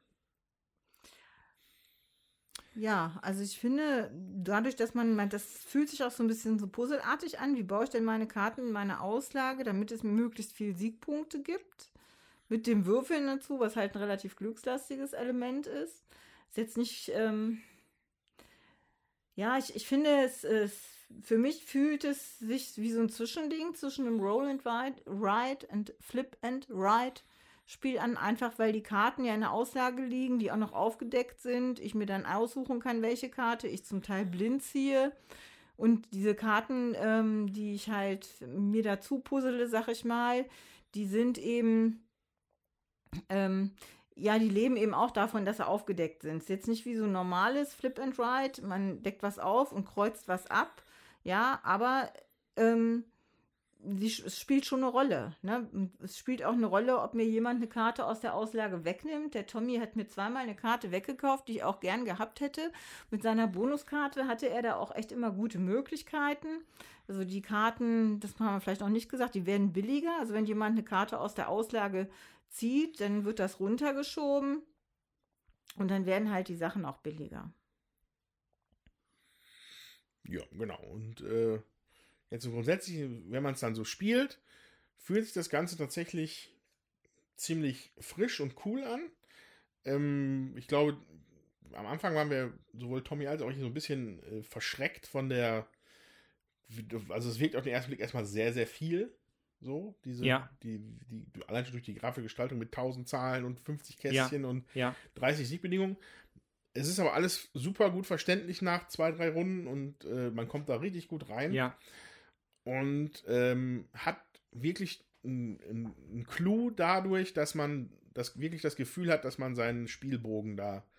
Ja, also ich finde, dadurch, dass man, man, das fühlt sich auch so ein bisschen so puzzelartig an, wie baue ich denn meine Karten in meine Auslage, damit es mir möglichst viel Siegpunkte gibt. Mit dem Würfeln dazu, was halt ein relativ glückslastiges Element ist. Ist jetzt nicht, ähm, ja, ich, ich finde, es, es, für mich fühlt es sich wie so ein Zwischending zwischen einem Roll and Ride, Ride und Flip and Ride Spiel an, einfach weil die Karten ja in der Auslage liegen, die auch noch aufgedeckt sind. Ich mir dann aussuchen kann, welche Karte ich zum Teil blind ziehe. Und diese Karten, ähm, die ich halt mir dazu puzzle, sag ich mal, die sind eben, ähm, ja, die leben eben auch davon, dass sie aufgedeckt sind. Es ist jetzt nicht wie so ein normales Flip and Ride, man deckt was auf und kreuzt was ab, ja, aber ähm, die, es spielt schon eine Rolle. Ne? Und es spielt auch eine Rolle, ob mir jemand eine Karte aus der Auslage wegnimmt. Der Tommy hat mir zweimal eine Karte weggekauft, die ich auch gern gehabt hätte. Mit seiner Bonuskarte hatte er da auch echt immer gute Möglichkeiten. Also die Karten, das haben wir vielleicht auch nicht gesagt, die werden billiger. Also wenn jemand eine Karte aus der Auslage zieht, dann wird das runtergeschoben und dann werden halt die Sachen auch billiger. Ja, genau. Und äh, jetzt so grundsätzlich, wenn man es dann so spielt, fühlt sich das Ganze tatsächlich ziemlich frisch und cool an. Ähm, ich glaube, am Anfang waren wir, sowohl Tommy als auch ich, so ein bisschen äh, verschreckt von der, also es wirkt auf den ersten Blick erstmal sehr, sehr viel. So, diese, Ja. die, die, die, allein schon durch die Grafikgestaltung mit tausend Zahlen und fünfzig Kästchen und Ja. dreißig Siegbedingungen. Es ist aber alles super gut verständlich nach zwei, drei Runden und äh, man kommt da richtig gut rein. Ja. Und ähm, hat wirklich einen Clou dadurch, dass man das wirklich das Gefühl hat, dass man seinen Spielbogen da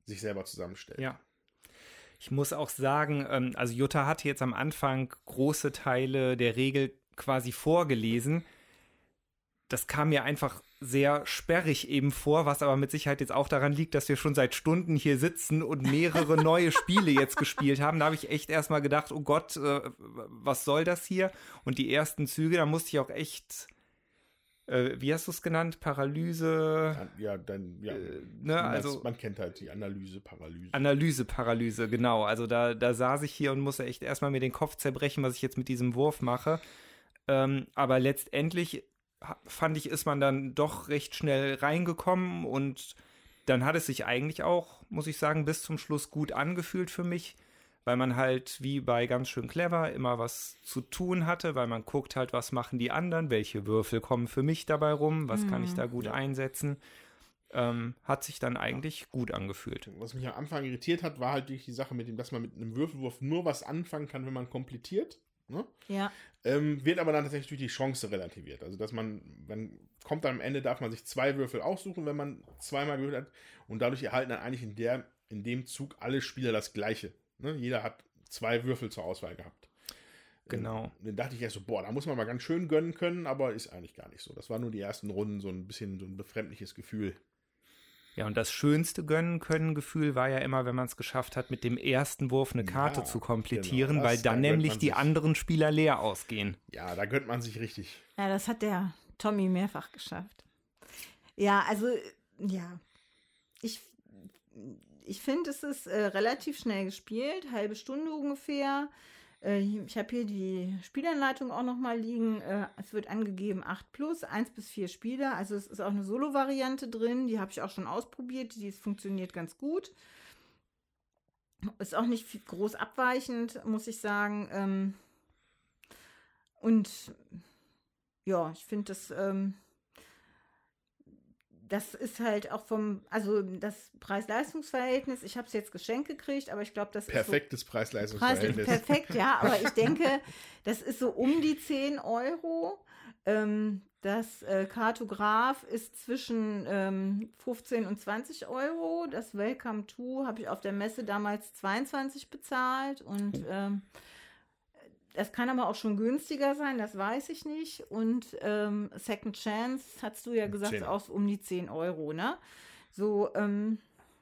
sich selber zusammenstellt. Ja. Ich muss auch sagen, ähm, also Jutta hatte jetzt am Anfang große Teile der Regel quasi vorgelesen. Das kam mir einfach sehr sperrig eben vor, was aber mit Sicherheit jetzt auch daran liegt, dass wir schon seit Stunden hier sitzen und mehrere neue Spiele jetzt gespielt haben. Da habe ich echt erstmal gedacht, oh Gott, äh, was soll das hier? Und die ersten Züge, da musste ich auch echt, äh, wie hast du es genannt? Paralyse? Ja, dann, ja. Äh, ne, also, man kennt halt die Analyse, Paralyse. Analyse, Paralyse, genau. Also da, da saß ich hier und musste echt erstmal mir den Kopf zerbrechen, was ich jetzt mit diesem Wurf mache. Ähm, aber letztendlich fand ich, ist man dann doch recht schnell reingekommen und dann hat es sich eigentlich auch, muss ich sagen, bis zum Schluss gut angefühlt für mich, weil man halt wie bei Ganz schön clever immer was zu tun hatte, weil man guckt halt, was machen die anderen, welche Würfel kommen für mich dabei rum, was mhm. kann ich da gut ja. einsetzen. Ähm, hat sich dann eigentlich gut angefühlt. Was mich am Anfang irritiert hat, war halt die Sache mit dem, dass man mit einem Würfelwurf nur was anfangen kann, wenn man komplettiert. Ne? Ja. Ähm, wird aber dann tatsächlich durch die Chance relativiert. Also, dass man, man kommt dann am Ende, darf man sich zwei Würfel aussuchen, wenn man zweimal gewürfelt hat. Und dadurch erhalten dann eigentlich in, der, in dem Zug alle Spieler das Gleiche. Ne? Jeder hat zwei Würfel zur Auswahl gehabt. Genau. Ähm, dann dachte ich erst so, boah, da muss man mal ganz schön gönnen können, aber ist eigentlich gar nicht so. Das war nur die ersten Runden so ein bisschen so ein befremdliches Gefühl. Ja, und das schönste Gönnen-Können-Gefühl war ja immer, wenn man es geschafft hat, mit dem ersten Wurf eine Karte ja, zu komplettieren, genau, das, weil dann da nämlich die sich, anderen Spieler leer ausgehen. Ja, da gönnt man sich richtig. Ja, das hat der Tommy mehrfach geschafft. Ja, also, ja. Ich, ich finde, es ist äh, relativ schnell gespielt, halbe Stunde ungefähr. Ich habe hier die Spielanleitung auch noch mal liegen. Es wird angegeben acht plus, eins bis vier Spieler. Also es ist auch eine Solo-Variante drin. Die habe ich auch schon ausprobiert. Die funktioniert ganz gut. Ist auch nicht viel groß abweichend, muss ich sagen. Und ja, ich finde das... Das ist halt auch vom, also das Preis-Leistungs-Verhältnis, ich habe es jetzt geschenkt gekriegt, aber ich glaube, das Perfektes ist so, Preis-Leistungs-Verhältnis. Preis, perfekt, ja, aber ich denke, das ist so um die zehn Euro. Ähm, das äh, Kartograph ist zwischen ähm, fünfzehn und zwanzig Euro. Das Welcome to habe ich auf der Messe damals zweiundzwanzig bezahlt und ähm, das kann aber auch schon günstiger sein, das weiß ich nicht. Und ähm, Second Chance, hast du ja gesagt, zehn. Auch um die zehn Euro, ne? So, ähm.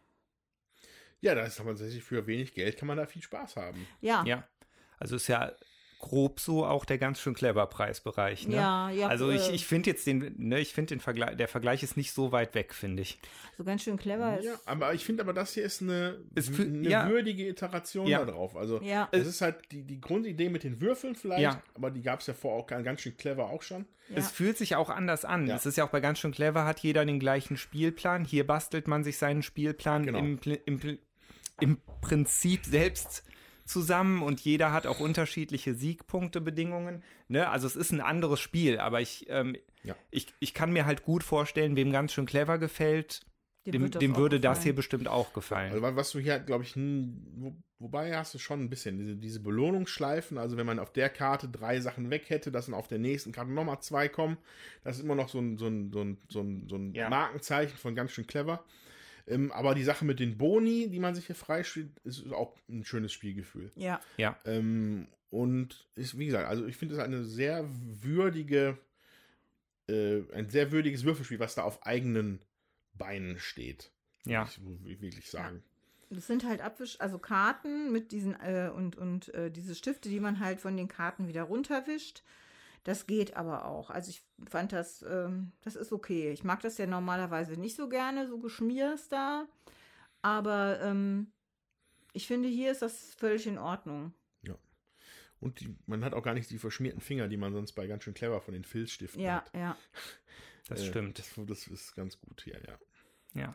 Ja, das ist aber tatsächlich für wenig Geld kann man da viel Spaß haben. Ja. Ja, also ist ja grob so auch der Ganz schön clever Preisbereich. Ne? Ja, ja. Also ich, ich finde jetzt den, ne, ich finde den Vergleich, der Vergleich ist nicht so weit weg, finde ich. So ganz schön clever ist. Ja, aber ich finde aber, das hier ist eine, ist für, eine ja. würdige Iteration ja. da drauf. Also ja. es ist halt die, die Grundidee mit den Würfeln vielleicht, ja. aber die gab es ja vorher auch ganz schön clever auch schon. Ja. Es fühlt sich auch anders an. Ja. Es ist ja auch bei Ganz schön clever, hat jeder den gleichen Spielplan. Hier bastelt man sich seinen Spielplan genau. im, im, im Prinzip selbst zusammen und jeder hat auch unterschiedliche Siegpunktebedingungen. Ne? Also es ist ein anderes Spiel, aber ich, ähm, ja. ich, ich kann mir halt gut vorstellen, wem Ganz schön clever gefällt, dem, dem, dem würde gefallen. Das hier bestimmt auch gefallen. Also was du hier, glaube ich, wo, wobei hast du schon ein bisschen diese, diese Belohnungsschleifen, also wenn man auf der Karte drei Sachen weg hätte, dass dann auf der nächsten Karte nochmal zwei kommen, das ist immer noch so ein, so ein, so ein, so ein, so ein ja. Markenzeichen von Ganz schön clever. Ähm, aber die Sache mit den Boni, die man sich hier freispielt, ist auch ein schönes Spielgefühl. Ja. ja. Ähm, und ist, wie gesagt, also ich finde es eine sehr würdige, äh, ein sehr würdiges Würfelspiel, was da auf eigenen Beinen steht. Ja. Muss ich wirklich sagen. Ja. Das sind halt Abwisch, also Karten mit diesen äh, und, und äh, diese Stifte, die man halt von den Karten wieder runterwischt. Das geht aber auch. Also ich fand das, ähm, das ist okay. Ich mag das ja normalerweise nicht so gerne, so Geschmiers da. Aber ähm, ich finde, hier ist das völlig in Ordnung. Ja. Und die, man hat auch gar nicht die verschmierten Finger, die man sonst bei Ganz schön clever von den Filzstiften ja, hat. Ja, ja. Das äh, stimmt. Das, das ist ganz gut hier, ja. Ja.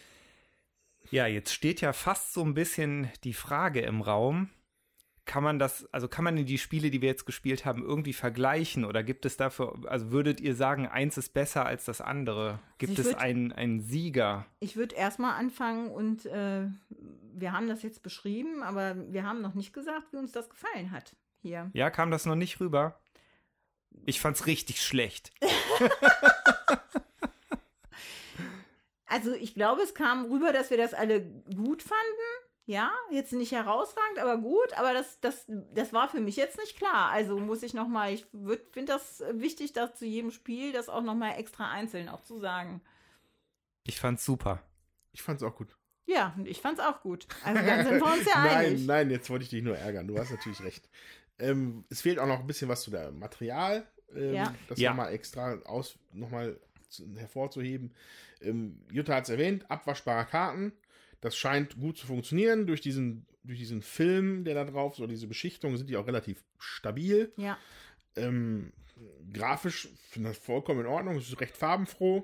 Ja, jetzt steht ja fast so ein bisschen die Frage im Raum, kann man das, also kann man die Spiele, die wir jetzt gespielt haben, irgendwie vergleichen oder gibt es dafür, also würdet ihr sagen, eins ist besser als das andere? Gibt also es würd, einen, einen Sieger? Ich würde erstmal anfangen und äh, wir haben das jetzt beschrieben, aber wir haben noch nicht gesagt, wie uns das gefallen hat hier. Ja, kam das noch nicht rüber? Ich fand's richtig schlecht. Also ich glaube, es kam rüber, dass wir das alle gut fanden. Ja, jetzt nicht herausragend, aber gut. Aber das, das, das war für mich jetzt nicht klar. Also muss ich nochmal, ich finde das wichtig, dass zu jedem Spiel das auch nochmal extra einzeln auch zu sagen. Ich fand's super. Ich fand's auch gut. Ja, und ich fand's auch gut. Also dann sind wir uns ja einig. Nein, nein, jetzt wollte ich dich nur ärgern. Du hast natürlich recht. Ähm, es fehlt auch noch ein bisschen was zu der Material. Ähm, Ja. Das Ja. nochmal extra aus, nochmal hervorzuheben. Ähm, Jutta hat es erwähnt, abwaschbare Karten. Das scheint gut zu funktionieren. Durch diesen, durch diesen Film, der da drauf ist, oder diese Beschichtung, sind die auch relativ stabil. Ja, Ähm, grafisch finde ich das vollkommen in Ordnung. Es ist recht farbenfroh.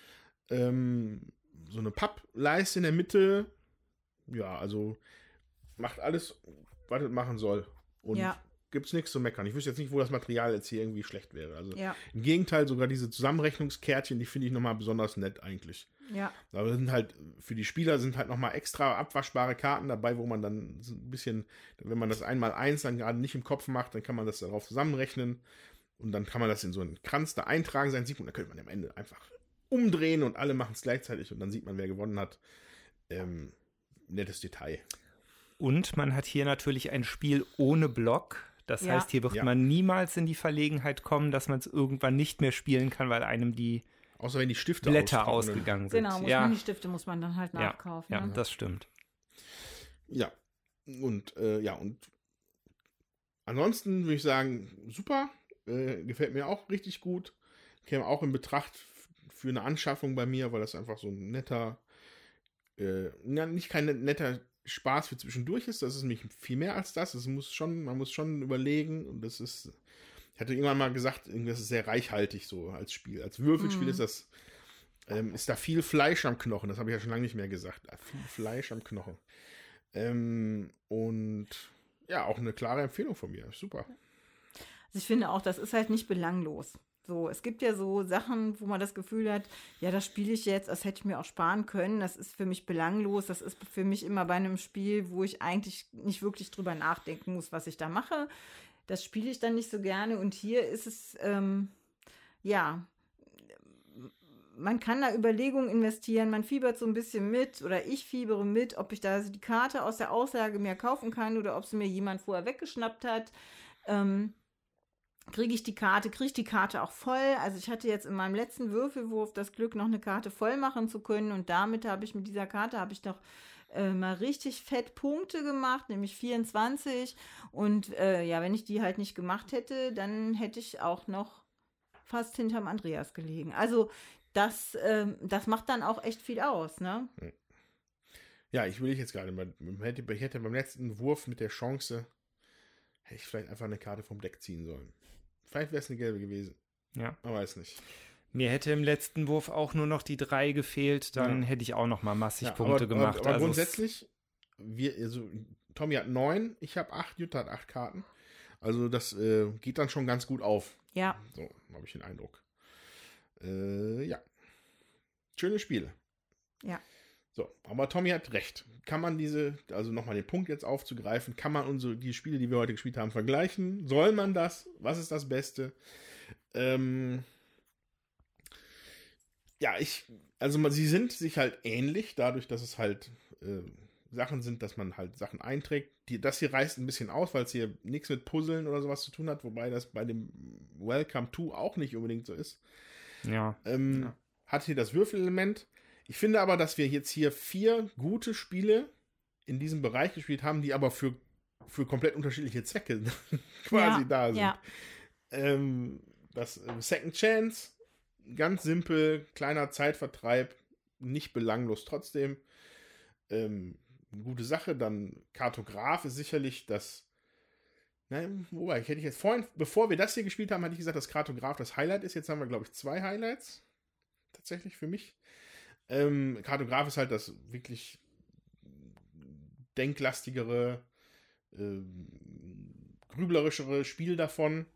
Ähm, so eine Pappleiste in der Mitte. Ja, also macht alles, was es machen soll. Und Ja. gibt es nichts zu meckern. Ich wüsste jetzt nicht, wo das Material jetzt hier irgendwie schlecht wäre. Also ja, im Gegenteil, sogar diese Zusammenrechnungskärtchen, die finde ich nochmal besonders nett eigentlich. ja, Aber sind halt, für die Spieler sind halt nochmal extra abwaschbare Karten dabei, wo man dann so ein bisschen, wenn man das einmal eins dann gerade nicht im Kopf macht, dann kann man das darauf zusammenrechnen und dann kann man das in so einen Kranz da eintragen, sein Sieg, und dann könnte man am Ende einfach umdrehen und alle machen es gleichzeitig und dann sieht man, wer gewonnen hat. Ähm, nettes Detail. Und man hat hier natürlich ein Spiel ohne Block. Das Ja. heißt, hier wird Ja. man niemals in die Verlegenheit kommen, dass man es irgendwann nicht mehr spielen kann, weil einem die Außer wenn die Stifte Blätter austrocknen. ausgegangen sind. genau. Muss ja, man die Stifte muss man dann halt ja, nachkaufen. ja, ne? das stimmt. Ja. Und, äh, ja, und ansonsten würde ich sagen, super. Äh, gefällt mir auch richtig gut. Käme auch in Betracht f- für eine Anschaffung bei mir, weil das einfach so ein netter, äh, ja, nicht kein netter Spaß für zwischendurch ist. Das ist nämlich viel mehr als das. Es muss schon, man muss schon überlegen, und das ist, ich hatte irgendwann mal gesagt, das ist sehr reichhaltig so als Spiel. Als Würfelspiel Mhm. ist das, ähm, ist da viel Fleisch am Knochen. Das habe ich ja schon lange nicht mehr gesagt. Ah, Viel Fleisch am Knochen. Ähm, und ja, auch eine klare Empfehlung von mir. Super. Also ich finde auch, das ist halt nicht belanglos. So, es gibt ja so Sachen, wo man das Gefühl hat, ja, das spiele ich jetzt, das hätte ich mir auch sparen können. Das ist für mich belanglos. Das ist für mich immer bei einem Spiel, wo ich eigentlich nicht wirklich drüber nachdenken muss, was ich da mache. Das spiele ich dann nicht so gerne. Und hier ist es, ähm, ja, man kann da Überlegungen investieren, man fiebert so ein bisschen mit oder ich fiebere mit, ob ich da die Karte aus der Auslage mir kaufen kann oder ob sie mir jemand vorher weggeschnappt hat. Ähm, kriege ich die Karte, kriege ich die Karte auch voll. Also ich hatte jetzt in meinem letzten Würfelwurf das Glück, noch eine Karte voll machen zu können und damit habe ich mit dieser Karte, habe ich doch äh, mal richtig fett Punkte gemacht, nämlich vierundzwanzig und äh, ja, wenn ich die halt nicht gemacht hätte, dann hätte ich auch noch fast hinterm Andreas gelegen. Also das, ähm, das macht dann auch echt viel aus, ne? Ja, ich will ich jetzt gerade mal, ich hätte beim letzten Wurf mit der Chance, hätte ich vielleicht einfach eine Karte vom Deck ziehen sollen. Vielleicht wäre es eine gelbe gewesen. Ja. Man weiß nicht. Mir hätte im letzten Wurf auch nur noch die drei gefehlt, dann Ja. hätte ich auch noch mal massig Ja, Punkte aber, gemacht. Aber, aber Also es- grundsätzlich, wir, also Tommy hat neun, ich habe acht, Jutta hat acht Karten. Also das äh, geht dann schon ganz gut auf. Ja, So, habe ich den Eindruck. Äh, ja. Schöne Spiele. ja. So, aber Tommy hat recht. Kann man diese, also nochmal den Punkt jetzt aufzugreifen, kann man unsere, die Spiele, die wir heute gespielt haben, vergleichen? Soll man das? Was ist das Beste? Ähm, ja, ich, also man, sie sind sich halt ähnlich, dadurch, dass es halt äh, Sachen sind, dass man halt Sachen einträgt. Die, das hier reißt ein bisschen aus, weil es hier nichts mit Puzzeln oder sowas zu tun hat, wobei das bei dem Welcome to auch nicht unbedingt so ist. ja. Ähm, Ja. Hat hier das Würfelelement. Ich finde aber, dass wir jetzt hier vier gute Spiele in diesem Bereich gespielt haben, die aber für, für komplett unterschiedliche Zwecke quasi Ja, da sind. ja. Ähm, das äh, Second Chance, ganz simpel, kleiner Zeitvertreib, nicht belanglos trotzdem. Ähm, gute Sache. Dann Kartograf ist sicherlich das. Nein, wobei, ich hätte jetzt vorhin, bevor wir das hier gespielt haben, hatte ich gesagt, dass Kartograf das Highlight ist. Jetzt haben wir, glaube ich, zwei Highlights. Tatsächlich für mich. Ähm, Kartograf ist halt das wirklich denklastigere, ähm, grüblerischere Spiel davon.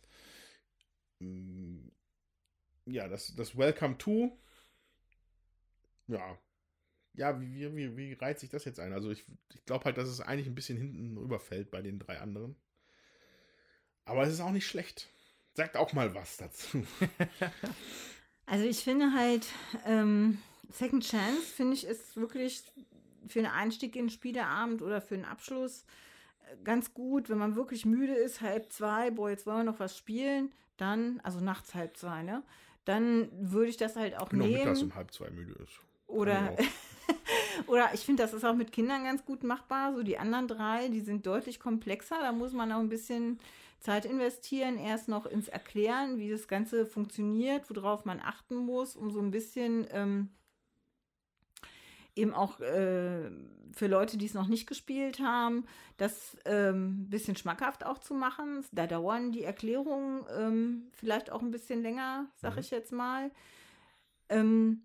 Ähm, ja, das, das Welcome to. Ja. Ja, wie, wie, wie, wie reiht sich das jetzt ein? Also ich, ich glaube halt, dass es eigentlich ein bisschen hinten rüberfällt bei den drei anderen. Aber es ist auch nicht schlecht. Sagt auch mal was dazu. Also ich finde halt, ähm, Second Chance, finde ich, ist wirklich für einen Einstieg in den Spieleabend oder für einen Abschluss ganz gut, wenn man wirklich müde ist, halb zwei, boah, jetzt wollen wir noch was spielen, dann, also nachts halb zwei, ne? Dann würde ich das halt auch ich bin nehmen. auch mittags um halb zwei müde ist. Oder, oder ich finde, das ist auch mit Kindern ganz gut machbar. So die anderen drei, die sind deutlich komplexer. Da muss man auch ein bisschen Zeit investieren, erst noch ins Erklären, wie das Ganze funktioniert, worauf man achten muss, um so ein bisschen ähm, eben auch äh, für Leute, die es noch nicht gespielt haben, das ähm, ein bisschen schmackhaft auch zu machen. Da dauern die Erklärungen ähm, vielleicht auch ein bisschen länger, sag Mhm. ich jetzt mal. Ähm,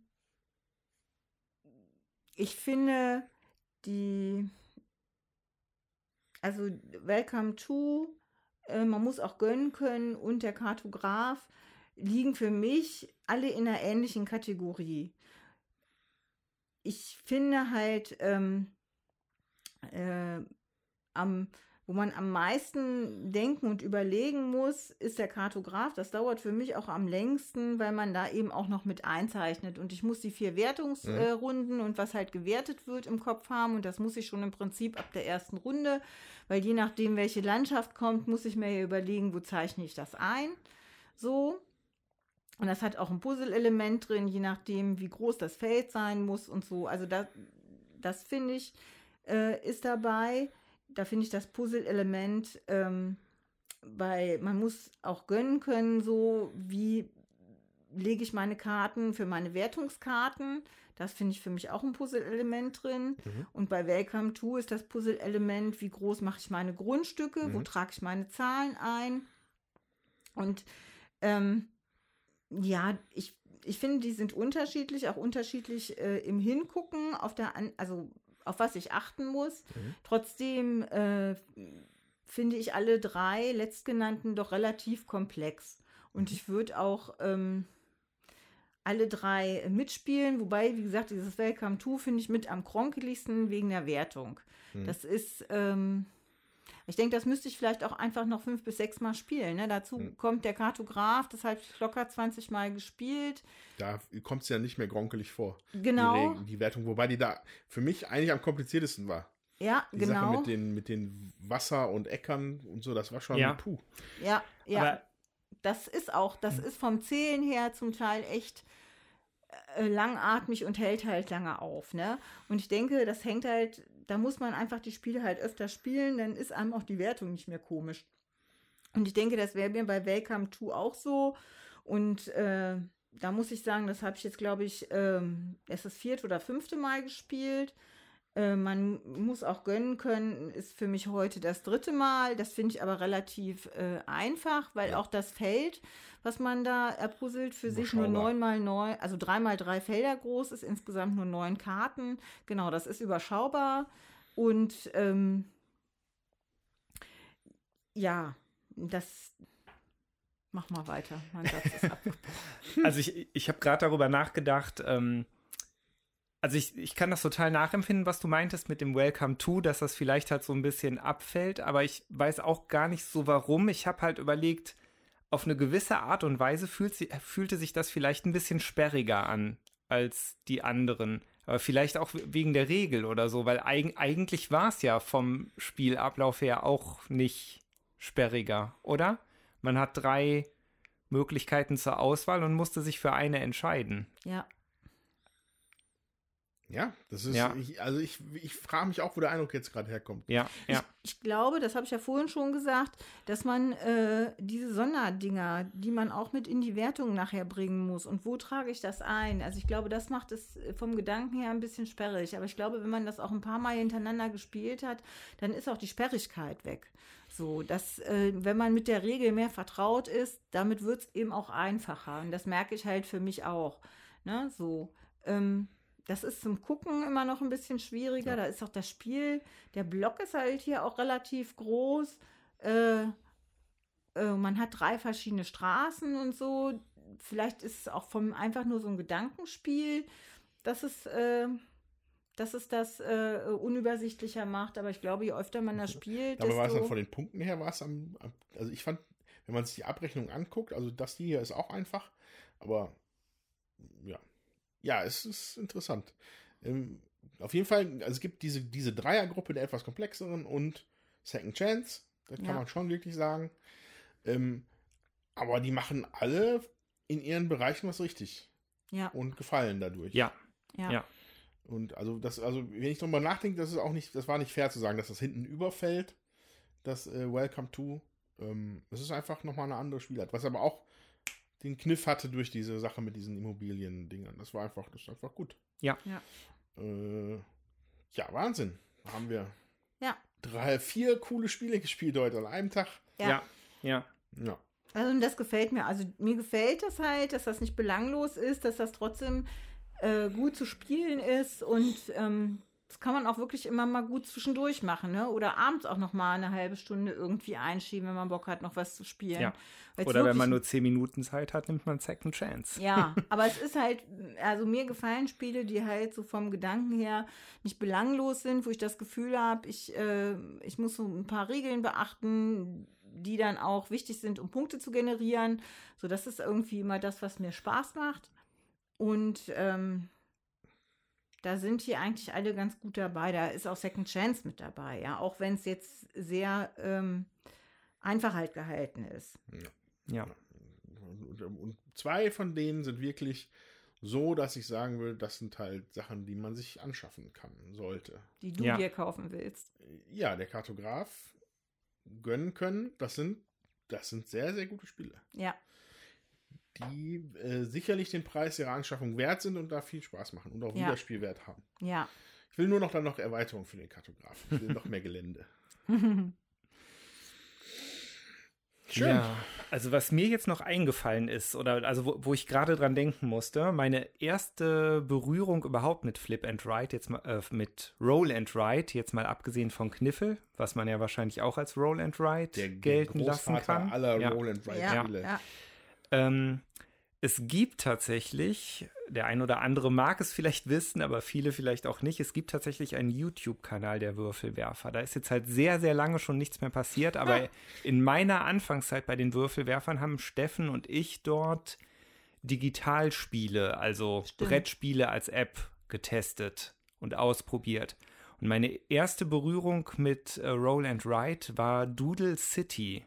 ich finde, die, also Welcome to, äh, man muss auch gönnen können und der Kartograf liegen für mich alle in einer ähnlichen Kategorie. Ich finde halt, ähm, äh, am, wo man am meisten denken und überlegen muss, ist der Kartograf. Das dauert für mich auch am längsten, weil man da eben auch noch mit einzeichnet. Und ich muss die vier Wertungsrunden Mhm. äh, und was halt gewertet wird im Kopf haben. Und das muss ich schon im Prinzip ab der ersten Runde, weil je nachdem, welche Landschaft kommt, muss ich mir ja überlegen, wo zeichne ich das ein. So. Und das hat auch ein Puzzle-Element drin, je nachdem, wie groß das Feld sein muss und so. Also das, das finde ich, äh, ist dabei. Da finde ich das Puzzle-Element, ähm, bei, man muss auch gönnen können, so wie lege ich meine Karten für meine Wertungskarten. Das finde ich für mich auch ein Puzzle-Element drin. Mhm. Und bei Welcome to ist das Puzzle-Element, wie groß mache ich meine Grundstücke, Mhm. wo trage ich meine Zahlen ein. Und ähm, ja, ich, ich finde, die sind unterschiedlich, auch unterschiedlich äh, im Hingucken, auf der An- also auf was ich achten muss. Mhm. Trotzdem äh, finde ich alle drei letztgenannten doch relativ komplex. Und Mhm. ich würde auch ähm, alle drei mitspielen, wobei, wie gesagt, dieses Welcome to finde ich mit am kronkeligsten wegen der Wertung. Mhm. Das ist, ähm, ich denke, das müsste ich vielleicht auch einfach noch fünf bis sechs Mal spielen. Ne? Dazu Mhm. kommt der Kartograf, das habe ich locker zwanzig Mal gespielt. Da kommt es ja nicht mehr gronkelig vor. Genau. Die, Reg- die Wertung, wobei die da für mich eigentlich am kompliziertesten war. Ja, Die genau. Sache mit den, mit den Wasser und Äckern und so, das war schon Ja. puh. Ja, ja. Aber Das ist auch, das ist vom Zählen her zum Teil echt äh, langatmig und hält halt lange auf, ne? Und ich denke, das hängt halt, da muss man einfach die Spiele halt öfter spielen, dann ist einem auch die Wertung nicht mehr komisch. Und ich denke, das wäre mir bei Welcome to auch so. Und äh, da muss ich sagen, das habe ich jetzt, glaube ich, ähm, erst das vierte oder fünfte Mal gespielt. Äh, man muss auch gönnen können, ist für mich heute das dritte Mal. Das finde ich aber relativ äh, einfach, weil Ja. auch das Feld, was man da erpuzzelt, für sich nur Überschaubar. neun mal neun, also drei mal drei Felder groß ist, insgesamt nur neun Karten. Genau, das ist überschaubar. Und ähm, ja, das mach mal weiter. Mein Satz ist abgebrochen. Also ich, ich habe gerade darüber nachgedacht, ähm, also ich, ich kann das total nachempfinden, was du meintest mit dem Welcome to, dass das vielleicht halt so ein bisschen abfällt, aber ich weiß auch gar nicht so warum. Ich habe halt überlegt, auf eine gewisse Art und Weise fühlt sie, fühlte sich das vielleicht ein bisschen sperriger an als die anderen. Aber vielleicht auch wegen der Regel oder so, weil eig eigentlich war es ja vom Spielablauf her auch nicht sperriger, oder? Man hat drei Möglichkeiten zur Auswahl und musste sich für eine entscheiden. Ja. Ja, das ist, Ja. Ich, also ich, ich frage mich auch, wo der Eindruck jetzt gerade herkommt. Ja, ja. Ich glaube, das habe ich ja vorhin schon gesagt, dass man äh, diese Sonderdinger, die man auch mit in die Wertung nachher bringen muss. Und wo trage ich das ein? Also ich glaube, das macht es vom Gedanken her ein bisschen sperrig. Aber ich glaube, wenn man das auch ein paar Mal hintereinander gespielt hat, dann ist auch die Sperrigkeit weg. So, dass, äh, wenn man mit der Regel mehr vertraut ist, damit wird es eben auch einfacher. Und das merke ich halt für mich auch. Ne? So, ähm, das ist zum Gucken immer noch ein bisschen schwieriger. Ja. Da ist auch das Spiel. Der Block ist halt hier auch relativ groß. Äh, äh, man hat drei verschiedene Straßen und so. Vielleicht ist es auch vom einfach nur so ein Gedankenspiel, dass es, äh, dass es das äh, unübersichtlicher macht. Aber ich glaube, je öfter man das spielt, Aber war es dann desto... von den Punkten her, war es am, am, also ich fand, wenn man sich die Abrechnung anguckt, also das hier ist auch einfach, aber ja, ja, es ist interessant. Ähm, auf jeden Fall, also es gibt diese, diese Dreiergruppe der etwas komplexeren und Second Chance, das kann Ja. man schon wirklich sagen. Ähm, aber die machen alle in ihren Bereichen was richtig Ja, und gefallen dadurch. Ja, ja. ja. Und also das, also wenn ich drüber nachdenke, das ist auch nicht, das war nicht fair zu sagen, dass das hinten überfällt, das äh, Welcome to. Ähm, es ist einfach nochmal eine andere Spielart, was aber auch den Kniff hatte durch diese Sache mit diesen Immobilien-Dingern. Das war einfach, das ist einfach gut. Ja. Ja. Äh, ja, Wahnsinn. Da haben wir Ja. drei, vier coole Spiele gespielt heute an einem Tag. Ja. Ja, ja. Ja. Also und das gefällt mir. Also mir gefällt das halt, dass das nicht belanglos ist, dass das trotzdem äh, gut zu spielen ist und ähm, das kann man auch wirklich immer mal gut zwischendurch machen, ne? Oder abends auch noch mal eine halbe Stunde irgendwie einschieben, wenn man Bock hat, noch was zu spielen. Ja. Weil's Oder wenn wirklich- man nur zehn Minuten Zeit hat, nimmt man Second Chance. Ja, aber es ist halt, also mir gefallen Spiele, die halt so vom Gedanken her nicht belanglos sind, wo ich das Gefühl habe, ich, äh, ich muss so ein paar Regeln beachten, die dann auch wichtig sind, um Punkte zu generieren. So, das ist irgendwie immer das, was mir Spaß macht. Und ähm, da sind hier eigentlich alle ganz gut dabei. Da ist auch Second Chance mit dabei, ja, auch wenn es jetzt sehr ähm, einfach halt gehalten ist. Ja. Und, und zwei von denen sind wirklich so, dass ich sagen will, das sind halt Sachen, die man sich anschaffen kann, sollte. Die du Ja. dir kaufen willst. Ja, der Kartograf gönnen können, das sind, das sind sehr, sehr gute Spiele, Ja, die äh, sicherlich den Preis ihrer Anschaffung wert sind und da viel Spaß machen und auch Ja. Wiederspielwert haben. ja. Ich will nur noch dann noch Erweiterung für den Kartograf. Ich will noch mehr Gelände. Schön. Ja, also was mir jetzt noch eingefallen ist, oder also wo, wo ich gerade dran denken musste, meine erste Berührung überhaupt mit Flip and Ride, jetzt mal äh, mit Roll and Ride, jetzt mal abgesehen von Kniffel, was man ja wahrscheinlich auch als Roll and Ride Der gelten lassen Großvater kann. aller ja. Roll and Ride Ja, Spiele. ja. Ähm, es gibt tatsächlich, der ein oder andere mag es vielleicht wissen, aber viele vielleicht auch nicht, es gibt tatsächlich einen YouTube-Kanal der Würfelwerfer. Da ist jetzt halt sehr, sehr lange schon nichts mehr passiert, aber in meiner Anfangszeit bei den Würfelwerfern haben Steffen und ich dort Digitalspiele, also Stimmt. Brettspiele als App getestet und ausprobiert. Und meine erste Berührung mit äh, Roll and Ride war Doodle City.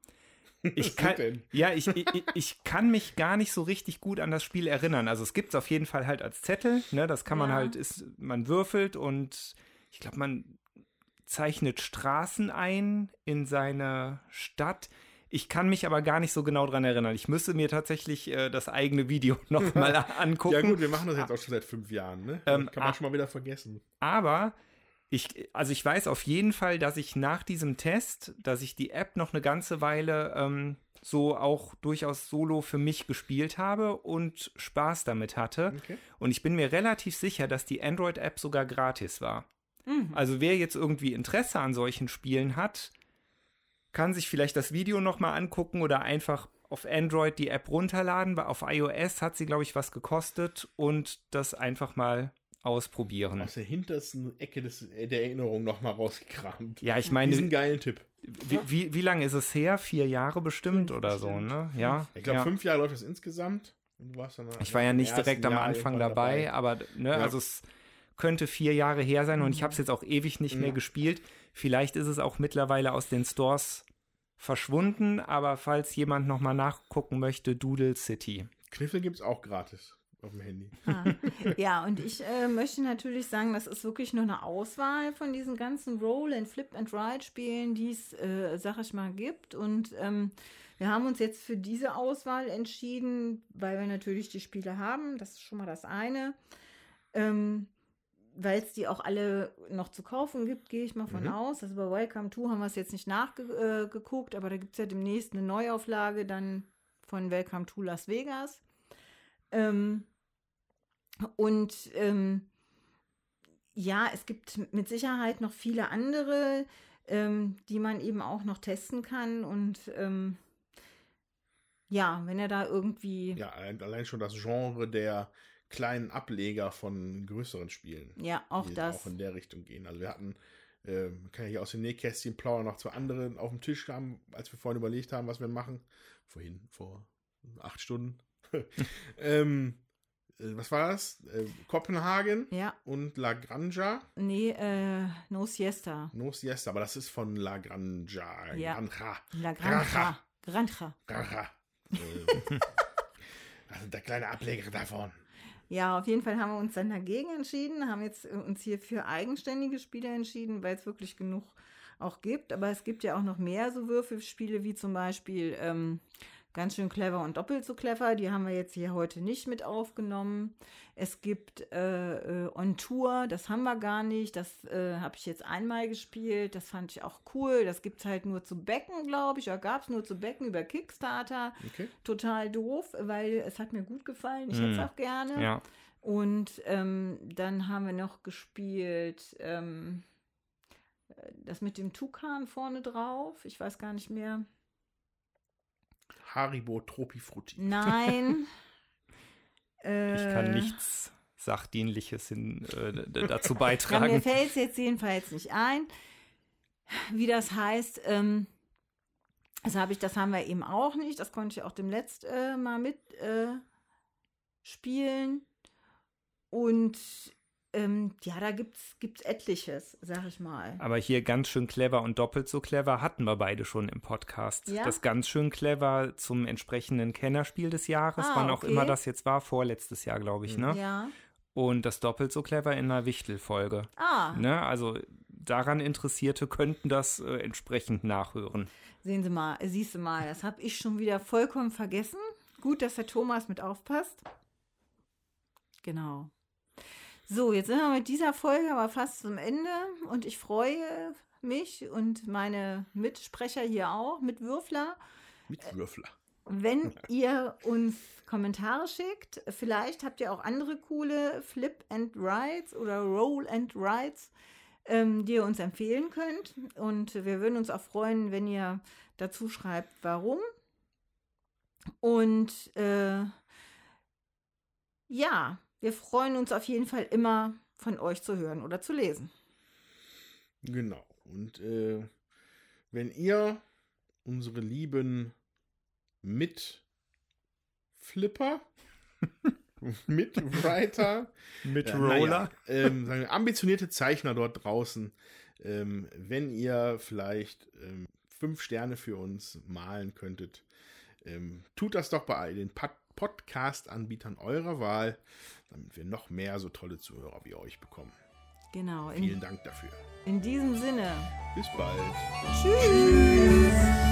Ich Was kann, sind denn? ja, ich, ich, ich kann mich gar nicht so richtig gut an das Spiel erinnern. Also es gibt es auf jeden Fall halt als Zettel, ne? Das kann man Ja. halt, ist, man würfelt und ich glaube, man zeichnet Straßen ein in seine Stadt. Ich kann mich aber gar nicht so genau dran erinnern. Ich müsste mir tatsächlich äh, das eigene Video nochmal angucken. Ja gut, wir machen das jetzt auch schon seit fünf Jahren, ne? Ähm, Kann man ah. schon mal wieder vergessen. Aber ich, also ich weiß auf jeden Fall, dass ich nach diesem Test, dass ich die App noch eine ganze Weile ähm, so auch durchaus solo für mich gespielt habe und Spaß damit hatte. Okay. Und ich bin mir relativ sicher, dass die Android-App sogar gratis war. Mhm. Also wer jetzt irgendwie Interesse an solchen Spielen hat, kann sich vielleicht das Video nochmal angucken oder einfach auf Android die App runterladen. Auf iOS hat sie, glaube ich, was gekostet und das einfach mal ausprobieren. Aus der hintersten Ecke des, der Erinnerung nochmal rausgekramt. Ja, ich meine, Diesen geilen Tipp. wie, wie, wie lange ist es her? Vier Jahre bestimmt Fünf oder so, bestimmt. ne? Ja. Ich glaube, ja. fünf Jahre läuft das insgesamt. Und du warst dann Ich war ja nicht im direkt am ersten Jahr Anfang irgendwann dabei, aber ne, Ja. also es könnte vier Jahre her sein und ich habe es jetzt auch ewig nicht mehr Ja. gespielt. Vielleicht ist es auch mittlerweile aus den Stores verschwunden, aber falls jemand nochmal nachgucken möchte, Doodle City. Kniffel gibt es auch gratis auf dem Handy. Ah. Ja, und ich äh, möchte natürlich sagen, das ist wirklich nur eine Auswahl von diesen ganzen Roll- and Flip-and-Ride-Spielen, die es, äh, sag ich mal, gibt. Und ähm, wir haben uns jetzt für diese Auswahl entschieden, weil wir natürlich die Spiele haben. Das ist schon mal das eine. Ähm, weil es die auch alle noch zu kaufen gibt, gehe ich mal von Mhm. aus. Also bei Welcome to haben wir es jetzt nicht nachgeguckt, aber da gibt es ja demnächst eine Neuauflage dann von Welcome to Las Vegas. Ähm, und ähm, ja, es gibt mit Sicherheit noch viele andere, ähm, die man eben auch noch testen kann. Und ähm, ja, wenn er da irgendwie, Ja, allein allein schon das Genre der kleinen Ableger von größeren Spielen. ja, auch die das. auch in der Richtung gehen. Also wir hatten, äh, kann ich hier aus dem Nähkästchen plaudern, noch zwei andere auf dem Tisch haben, als wir vorhin überlegt haben, was wir machen. Vorhin, vor acht Stunden. ähm, äh, was war das? Äh, Kopenhagen Ja. und La Granja. Nee, äh, No Siesta. No Siesta, aber das ist von La Granja. Ja. Granja. La Granja. Granja. Granja. Äh, also der kleine Ableger davon. Ja, auf jeden Fall haben wir uns dann dagegen entschieden, haben jetzt uns hier für eigenständige Spiele entschieden, weil es wirklich genug auch gibt. Aber es gibt ja auch noch mehr so Würfelspiele, wie zum Beispiel ähm, Ganz schön clever und doppelt so clever. Die haben wir jetzt hier heute nicht mit aufgenommen. Es gibt äh, äh, On Tour, das haben wir gar nicht. Das äh, habe ich jetzt einmal gespielt. Das fand ich auch cool. Das gibt es halt nur zu backen, glaube ich. Oder gab es nur zu backen über Kickstarter. Okay. Total doof, weil es hat mir gut gefallen. Ich hätte es auch gerne. Ja. Und ähm, dann haben wir noch gespielt ähm, das mit dem Tukan vorne drauf. Ich weiß gar nicht mehr. Haribo Tropifrutti. Nein. Ich kann Äh, nichts Sachdienliches hin, äh, d- dazu Ja, beitragen. mir fällt es jetzt jedenfalls nicht ein, wie das heißt. Ähm, das, hab ich, das haben wir eben auch nicht. Das konnte ich auch dem Letzt äh, mal mit äh, spielen. Und ähm, ja, da gibt es etliches, sag ich mal. Aber hier ganz schön clever und doppelt so clever hatten wir beide schon im Podcast. Ja? Das ganz schön clever zum entsprechenden Kennerspiel des Jahres, Ah, wann auch okay. immer das jetzt war, vorletztes Jahr, glaube ich, ne? Ja. Und das doppelt so clever in einer Wichtel-Folge. Ah, Ne? Also daran Interessierte könnten das äh, entsprechend nachhören. sehen Sie mal, siehst du mal, das habe ich schon wieder vollkommen vergessen. Gut, dass der Thomas mit aufpasst. Genau. So, jetzt sind wir mit dieser Folge aber fast zum Ende und ich freue mich und meine Mitsprecher hier auch, Mitwürfler, Mit Würfler. wenn ihr uns Kommentare schickt. Vielleicht habt ihr auch andere coole Flip and Rides oder Roll and Rides, ähm, die ihr uns empfehlen könnt. Und wir würden uns auch freuen, wenn ihr dazu schreibt, warum. Und äh, ja, wir freuen uns auf jeden Fall immer, von euch zu hören oder zu lesen. Genau. Und äh, wenn ihr unsere lieben Mitflipper, Mitwriter, Mit äh, naja, ähm, sagen wir, ambitionierte Zeichner dort draußen, ähm, wenn ihr vielleicht ähm, fünf Sterne für uns malen könntet, ähm, tut das doch bei den Pod- Podcast-Anbietern eurer Wahl, damit wir noch mehr so tolle Zuhörer wie euch bekommen. Genau. Vielen In, Dank dafür. in diesem Sinne. Bis bald. Tschüss.